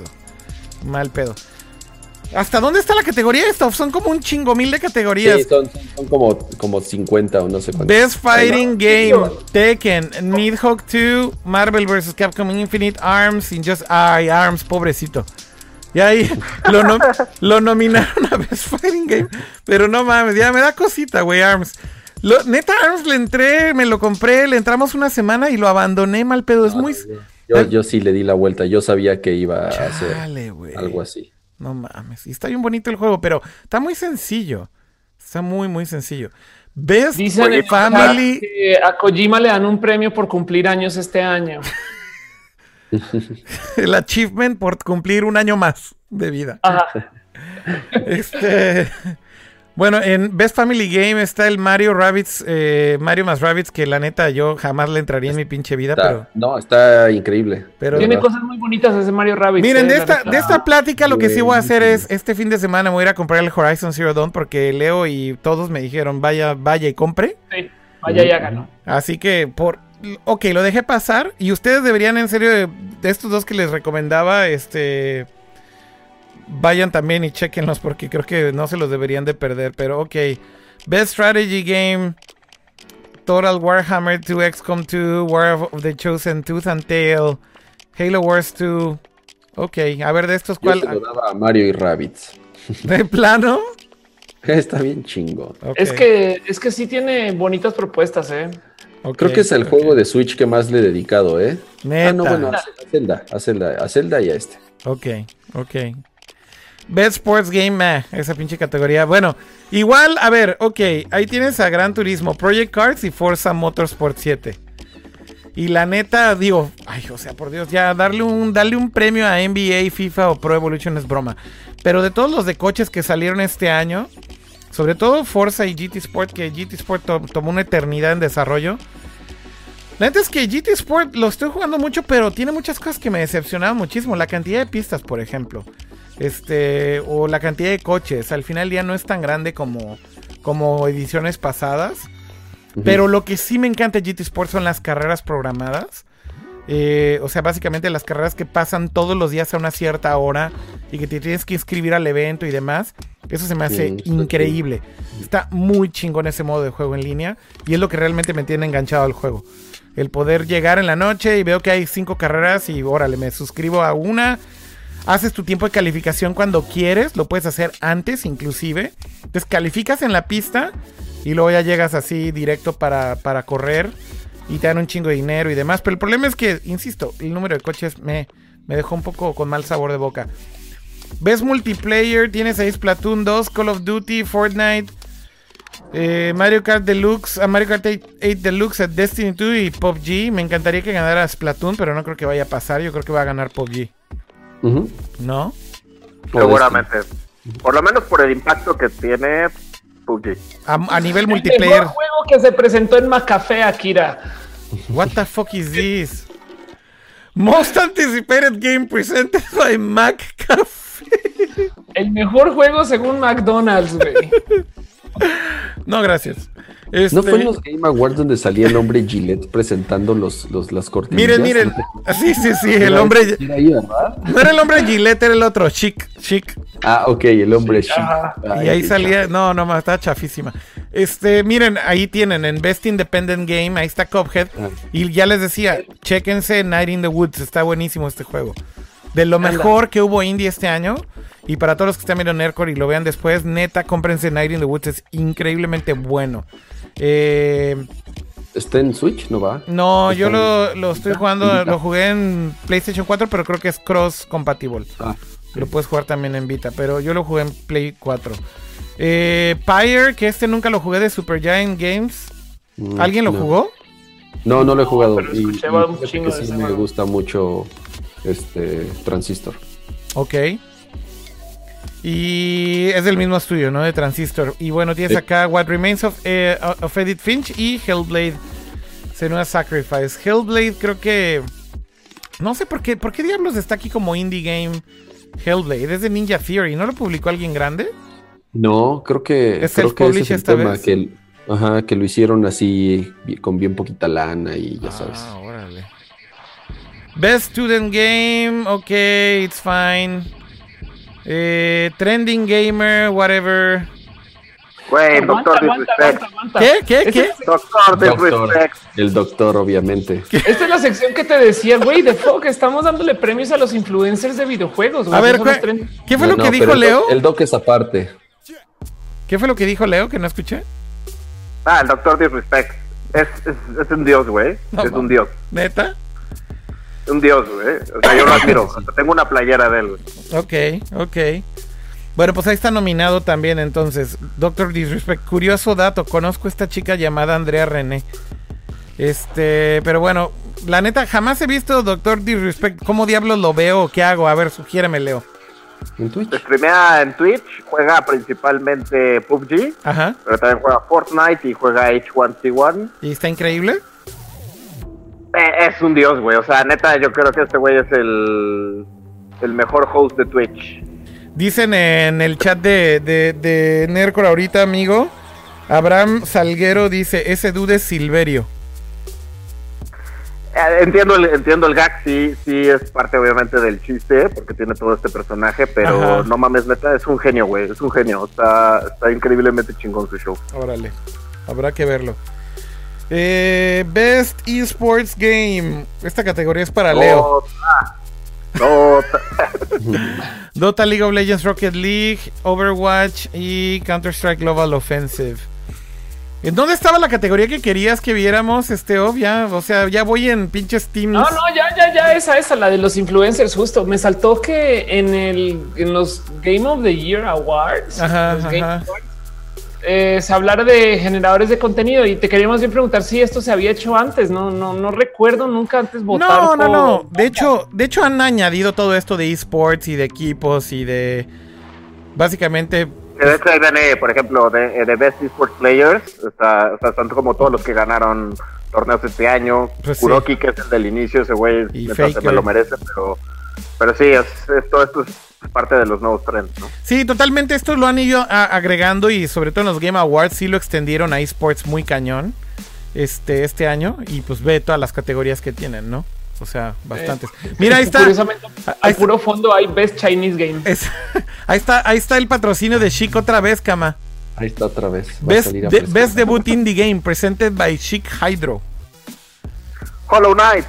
¿Hasta dónde está la categoría esta? Son como un chingo mil de categorías. Sí, son como 50 o no sé cuánto. Best Fighting Game, Tekken, Nidhogg 2, Marvel vs. Capcom Infinite, ARMS, ARMS, pobrecito. Y ahí lo nominaron a Best Fighting Game, pero no mames, ya me da cosita, güey, ARMS. Neta, ARMS le entré, me lo compré, le entramos una semana y lo abandoné mal pedo, es muy... Yo sí le di la vuelta, yo sabía que iba a hacer algo así. No mames, y está bien bonito el juego, pero está muy sencillo. Está muy, muy sencillo. Best Family. A Kojima le dan un premio por cumplir años este año. El achievement por cumplir un año más de vida. Ajá. Bueno, en Best Family Game está el Mario más Rabbids, que la neta yo jamás le entraría en mi pinche vida, pero... No, está increíble. Pero tiene cosas muy bonitas ese Mario Rabbids. Miren, de esta plática lo que sí voy a hacer es, este fin de semana me voy a ir a comprar el Horizon Zero Dawn, porque Leo y todos me dijeron, vaya y compre. Sí, vaya y háganlo. Así que, ok, lo dejé pasar, y ustedes deberían, en serio, de estos dos que les recomendaba, vayan también y chequenlos porque creo que no se los deberían de perder. Pero ok, Best Strategy Game, Total Warhammer 2, XCOM 2, War of the Chosen Tooth and Tail, Halo Wars 2. Ok, a ver, de estos, ¿cuál? Yo se lo daba a Mario y Rabbids. ¿De plano? Está bien chingo. Okay. Es que sí tiene bonitas propuestas, Okay, creo que es el juego de Switch que más le he dedicado, Neta. No, bueno, a Zelda y a este. Ok. Best Sports Game, esa pinche categoría. Bueno, igual, a ver, ok, ahí tienes a Gran Turismo, Project Cars y Forza Motorsport 7. Y la neta, digo, o sea, por Dios, ya darle un premio a NBA, FIFA o Pro Evolution es broma. Pero de todos los de coches que salieron este año, sobre todo Forza y GT Sport, que GT Sport tomó una eternidad en desarrollo. La neta es que GT Sport lo estoy jugando mucho, pero tiene muchas cosas que me decepcionaban muchísimo. La cantidad de pistas, por ejemplo. O la cantidad de coches. Al final del día no es tan grande como ediciones pasadas. Pero lo que sí me encanta de GT Sport son las carreras programadas. O sea, básicamente las carreras que pasan todos los días a una cierta hora y que te tienes que inscribir al evento y demás. Eso se me hace increíble. Está muy chingón ese modo de juego en línea y es lo que realmente me tiene enganchado al juego. El poder llegar en la noche y veo que hay 5 carreras y órale, me suscribo a una. Haces tu tiempo de calificación cuando quieres, lo puedes hacer antes inclusive. Entonces calificas en la pista y luego ya llegas así directo para correr y te dan un chingo de dinero y demás. Pero el problema es que, insisto, el número de coches me dejó un poco con mal sabor de boca. Ves multiplayer, tienes ahí Splatoon 2, Call of Duty, Fortnite, Mario Kart Deluxe, Mario Kart 8 Deluxe, Destiny 2 y PUBG. Me encantaría que ganara Splatoon, pero no creo que vaya a pasar. Yo creo que va a ganar PUBG. ¿No? Seguramente. Por lo menos por el impacto que tiene PUBG. A nivel multiplayer. El mejor juego que se presentó en McAfee, Akira. What the fuck is this? Most anticipated game presented by McAfee. El mejor juego según McDonald's, güey. No, gracias. ¿No fue en los Game Awards donde salía el hombre Gillette presentando las cortinillas? Miren. Sí, el hombre... No era el hombre Gillette, era el otro, Chic. Ah, ok, el hombre Chic. Y ahí salía... No, está chafísima. Miren, ahí tienen, en Best Independent Game, ahí está Cuphead. Y ya les decía, chéquense Night in the Woods, está buenísimo este juego. De lo mejor que hubo indie este año. Y para todos los que están viendo Nerdcore y lo vean después, neta, cómprense Night in the Woods, es increíblemente bueno. ¿Está en Switch? ¿No va? No, yo lo estoy jugando, lo jugué en PlayStation 4, pero creo que es cross compatible. Lo puedes jugar también en Vita, pero yo lo jugué en Play 4. Pyre, que nunca lo jugué de Supergiant Games. ¿Alguien lo jugó? No lo he jugado. Pero y que sí me gusta mucho Transistor. Ok. Y es del mismo estudio, ¿no? De Transistor. Y bueno, tienes acá What Remains of Edith Finch y Hellblade Senua's Sacrifice. Hellblade creo que... No sé por qué diablos está aquí como indie game Hellblade. Es de Ninja Theory. ¿No lo publicó alguien grande? No, creo que... ¿Es self-publish esta vez? Que lo hicieron así con bien poquita lana y ya sabes. Órale. Best Student Game. Ok, it's fine. Trending Gamer, whatever. Güey, Doctor Disrespect. ¿Qué? Doctor Disrespect. El doctor, obviamente. Esta es la sección que te decía, güey, de fuck, estamos dándole premios a los influencers de videojuegos. A ver, ¿qué fue lo que dijo Leo? El doc es aparte. ¿Qué fue lo que dijo Leo que no escuché? El Doctor Disrespect. Es un dios, güey. Es un dios. ¿Neta? Un dios, güey. O sea, yo lo admiro. Tengo una playera de él, güey. Ok. Bueno, pues ahí está nominado también entonces Doctor Disrespect. Curioso dato, conozco a esta chica llamada Andrea René. Pero bueno, la neta, jamás he visto Doctor Disrespect. ¿Cómo diablos lo veo o qué hago? A ver, sugiéreme, Leo. ¿En Twitch? Streamea en Twitch, juega principalmente PUBG. Ajá. Pero también juega Fortnite y juega H1Z1. ¿Y está increíble? Es un dios, güey. O sea, neta, yo creo que este güey es el mejor host de Twitch. Dicen en el chat de Nerdcore ahorita, amigo, Abraham Salguero dice, ese dude es Silverio. Entiendo el gag, sí es parte obviamente del chiste, porque tiene todo este personaje, pero no mames, neta, es un genio, güey, es un genio. Está increíblemente chingón su show. Órale, habrá que verlo. Best Esports Game. Esta categoría es para Leo. Dota, League of Legends, Rocket League, Overwatch y Counter-Strike Global Offensive. ¿En dónde estaba la categoría que querías que viéramos, ya? O sea, ya voy en pinches Teams. No, ya, esa, la de los influencers, justo. Me saltó que en los Game of the Year Awards, se hablara de generadores de contenido y te queríamos bien preguntar si esto se había hecho antes. No recuerdo nunca antes votar. No. De hecho han añadido todo esto de esports y de equipos y de básicamente. De hecho, ahí viene, por ejemplo, de Best Esports Players, están como todos los que ganaron torneos este año. Pues Kuroki, sí. que es el del inicio, ese güey se me lo merece, pero sí, todo esto es parte de los nuevos trends, ¿no? Sí, totalmente, esto lo han ido agregando y sobre todo en los Game Awards sí lo extendieron a esports muy cañón este año y pues ve todas las categorías que tienen, ¿no? O sea, bastantes. Mira, ahí está. Curiosamente, al puro fondo hay Best Chinese Game. Ahí está el patrocinio de Chic otra vez, Kama. Ahí está otra vez. Best Debut Indie Game, presented by Chic Hydro. Hollow Knight.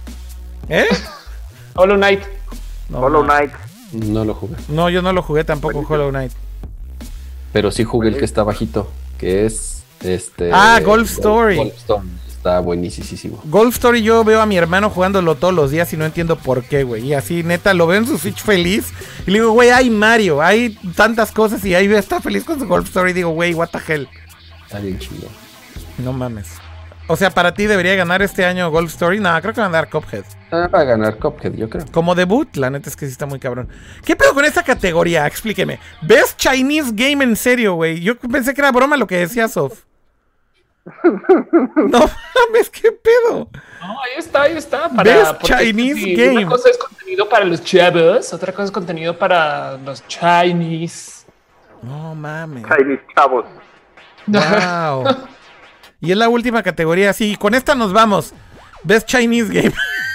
Hollow Knight. Hollow Knight. No lo jugué. No, yo no lo jugué tampoco, buenísimo. Hollow Knight. Pero sí jugué el que está bajito, que es Golf Story. Golf Story. Está buenísimo. Golf Story, yo veo a mi hermano jugándolo todos los días y no entiendo por qué, güey. Y así, neta, lo veo en su Switch feliz. Y le digo, güey, hay Mario, hay tantas cosas. Y ahí está feliz con su Golf Story. Y digo, güey, what the hell. Está bien chido. No mames. O sea, para ti debería ganar este año Golf Story. No, creo que va a ganar Cuphead. Va a ganar Cuphead, yo creo. Como debut, la neta es que sí está muy cabrón. ¿Qué pedo con esta categoría? Explíqueme. Best Chinese Game, en serio, güey. Yo pensé que era broma lo que decía Sof. No mames, qué pedo. No, ahí está. Best Chinese Game. Una cosa es contenido para los chavos, otra cosa es contenido para los Chinese. No mames. Chinese chavos. Wow. Y es la última categoría. Sí, con esta nos vamos. Best Chinese Game.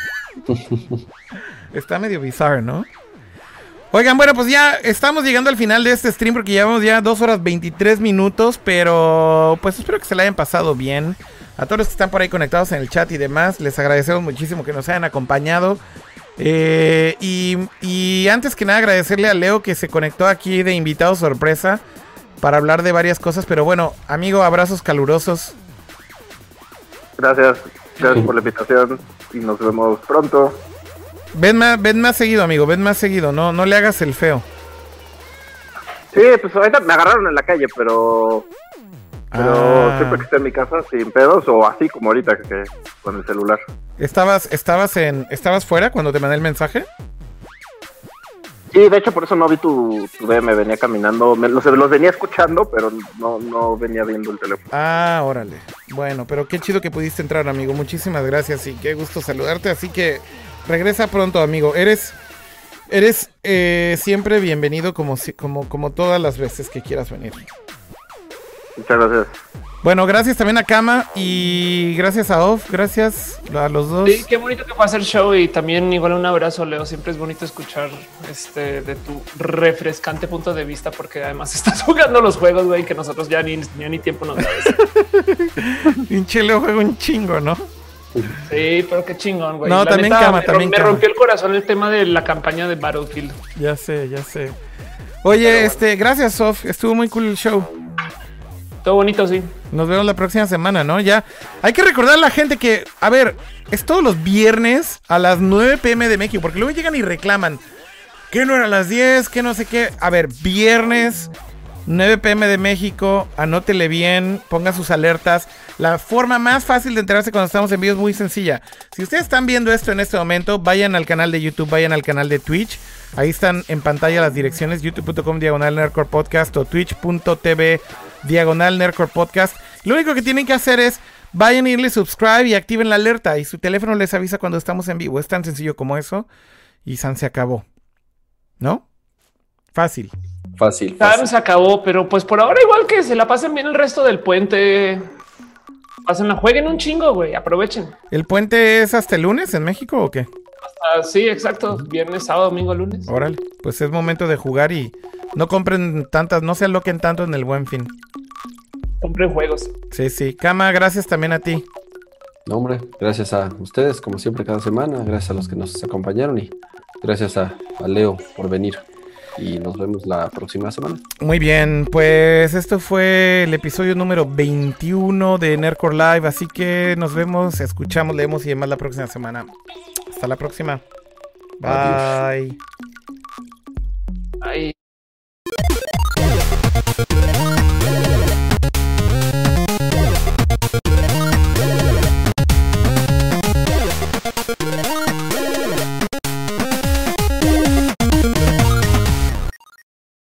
Está medio bizarro, ¿no? Oigan, bueno, pues ya estamos llegando al final de este stream porque llevamos ya 2 horas 23 minutos, pero pues espero que se la hayan pasado bien. A todos los que están por ahí conectados en el chat y demás, les agradecemos muchísimo que nos hayan acompañado. Y antes que nada agradecerle a Leo que se conectó aquí de invitado sorpresa para hablar de varias cosas, pero bueno, amigo, abrazos calurosos. Gracias por la invitación y nos vemos pronto. Ven más seguido, amigo, ven más seguido, no le hagas el feo. Sí, pues ahorita me agarraron en la calle, pero siempre que esté en mi casa sin pedos o así como ahorita que con el celular. ¿Estabas fuera cuando te mandé el mensaje? Sí, de hecho por eso no vi tu DM, venía caminando, los venía escuchando, pero no venía viendo el teléfono. Ah, órale. Bueno, pero qué chido que pudiste entrar, amigo, muchísimas gracias y qué gusto saludarte, así que regresa pronto, amigo. Eres siempre bienvenido como todas las veces que quieras venir. Muchas gracias. Bueno, gracias también a Kama y gracias a Off, gracias a los dos. Sí, qué bonito que fue hacer show y también igual un abrazo, Leo. Siempre es bonito escuchar de tu refrescante punto de vista porque además estás jugando los juegos, güey, que nosotros ya ni tiempo nos da eso. Pinche Leo juega un chingo, ¿no? Sí, pero qué chingón, güey. No, la también neta, Kama, también me Kama. rompió el corazón el tema de la campaña de Battlefield. Ya sé. Oye, gracias, Sof. Estuvo muy cool el show. Todo bonito, sí. Nos vemos la próxima semana, ¿no? Ya hay que recordar a la gente que, a ver, es todos los viernes a las 9 p.m. de México, porque luego llegan y reclaman que no era a las 10, que no sé qué. A ver, viernes 9 p.m. de México, anótele bien, ponga sus alertas. La forma más fácil de enterarse cuando estamos en vivo es muy sencilla. Si ustedes están viendo esto en este momento, vayan al canal de YouTube, vayan al canal de Twitch. Ahí están en pantalla las direcciones, youtube.com/Nerdcore Podcast o twitch.tv/Nerdcore Podcast. Lo único que tienen que hacer es vayan a irle subscribe y activen la alerta y su teléfono les avisa cuando estamos en vivo. Es tan sencillo como eso y se acabó. ¿No? Fácil. Se acabó, pero pues por ahora igual que se la pasen bien el resto del puente. Pásenla, jueguen un chingo, güey, aprovechen. ¿El puente es hasta el lunes en México o qué? Sí, exacto, viernes, sábado, domingo, lunes. Órale, pues es momento de jugar y no compren tantas, no se aloquen tanto en el Buen Fin. Compren juegos. Sí, Kama, gracias también a ti. No, hombre, gracias a ustedes, como siempre, cada semana. Gracias a los que nos acompañaron y gracias a Leo por venir. Y nos vemos la próxima semana. Muy bien, pues esto fue el episodio número 21 de Nerdcore Live. Así que nos vemos, escuchamos, leemos y demás la próxima semana. Hasta la próxima. Bye. Adiós. Bye.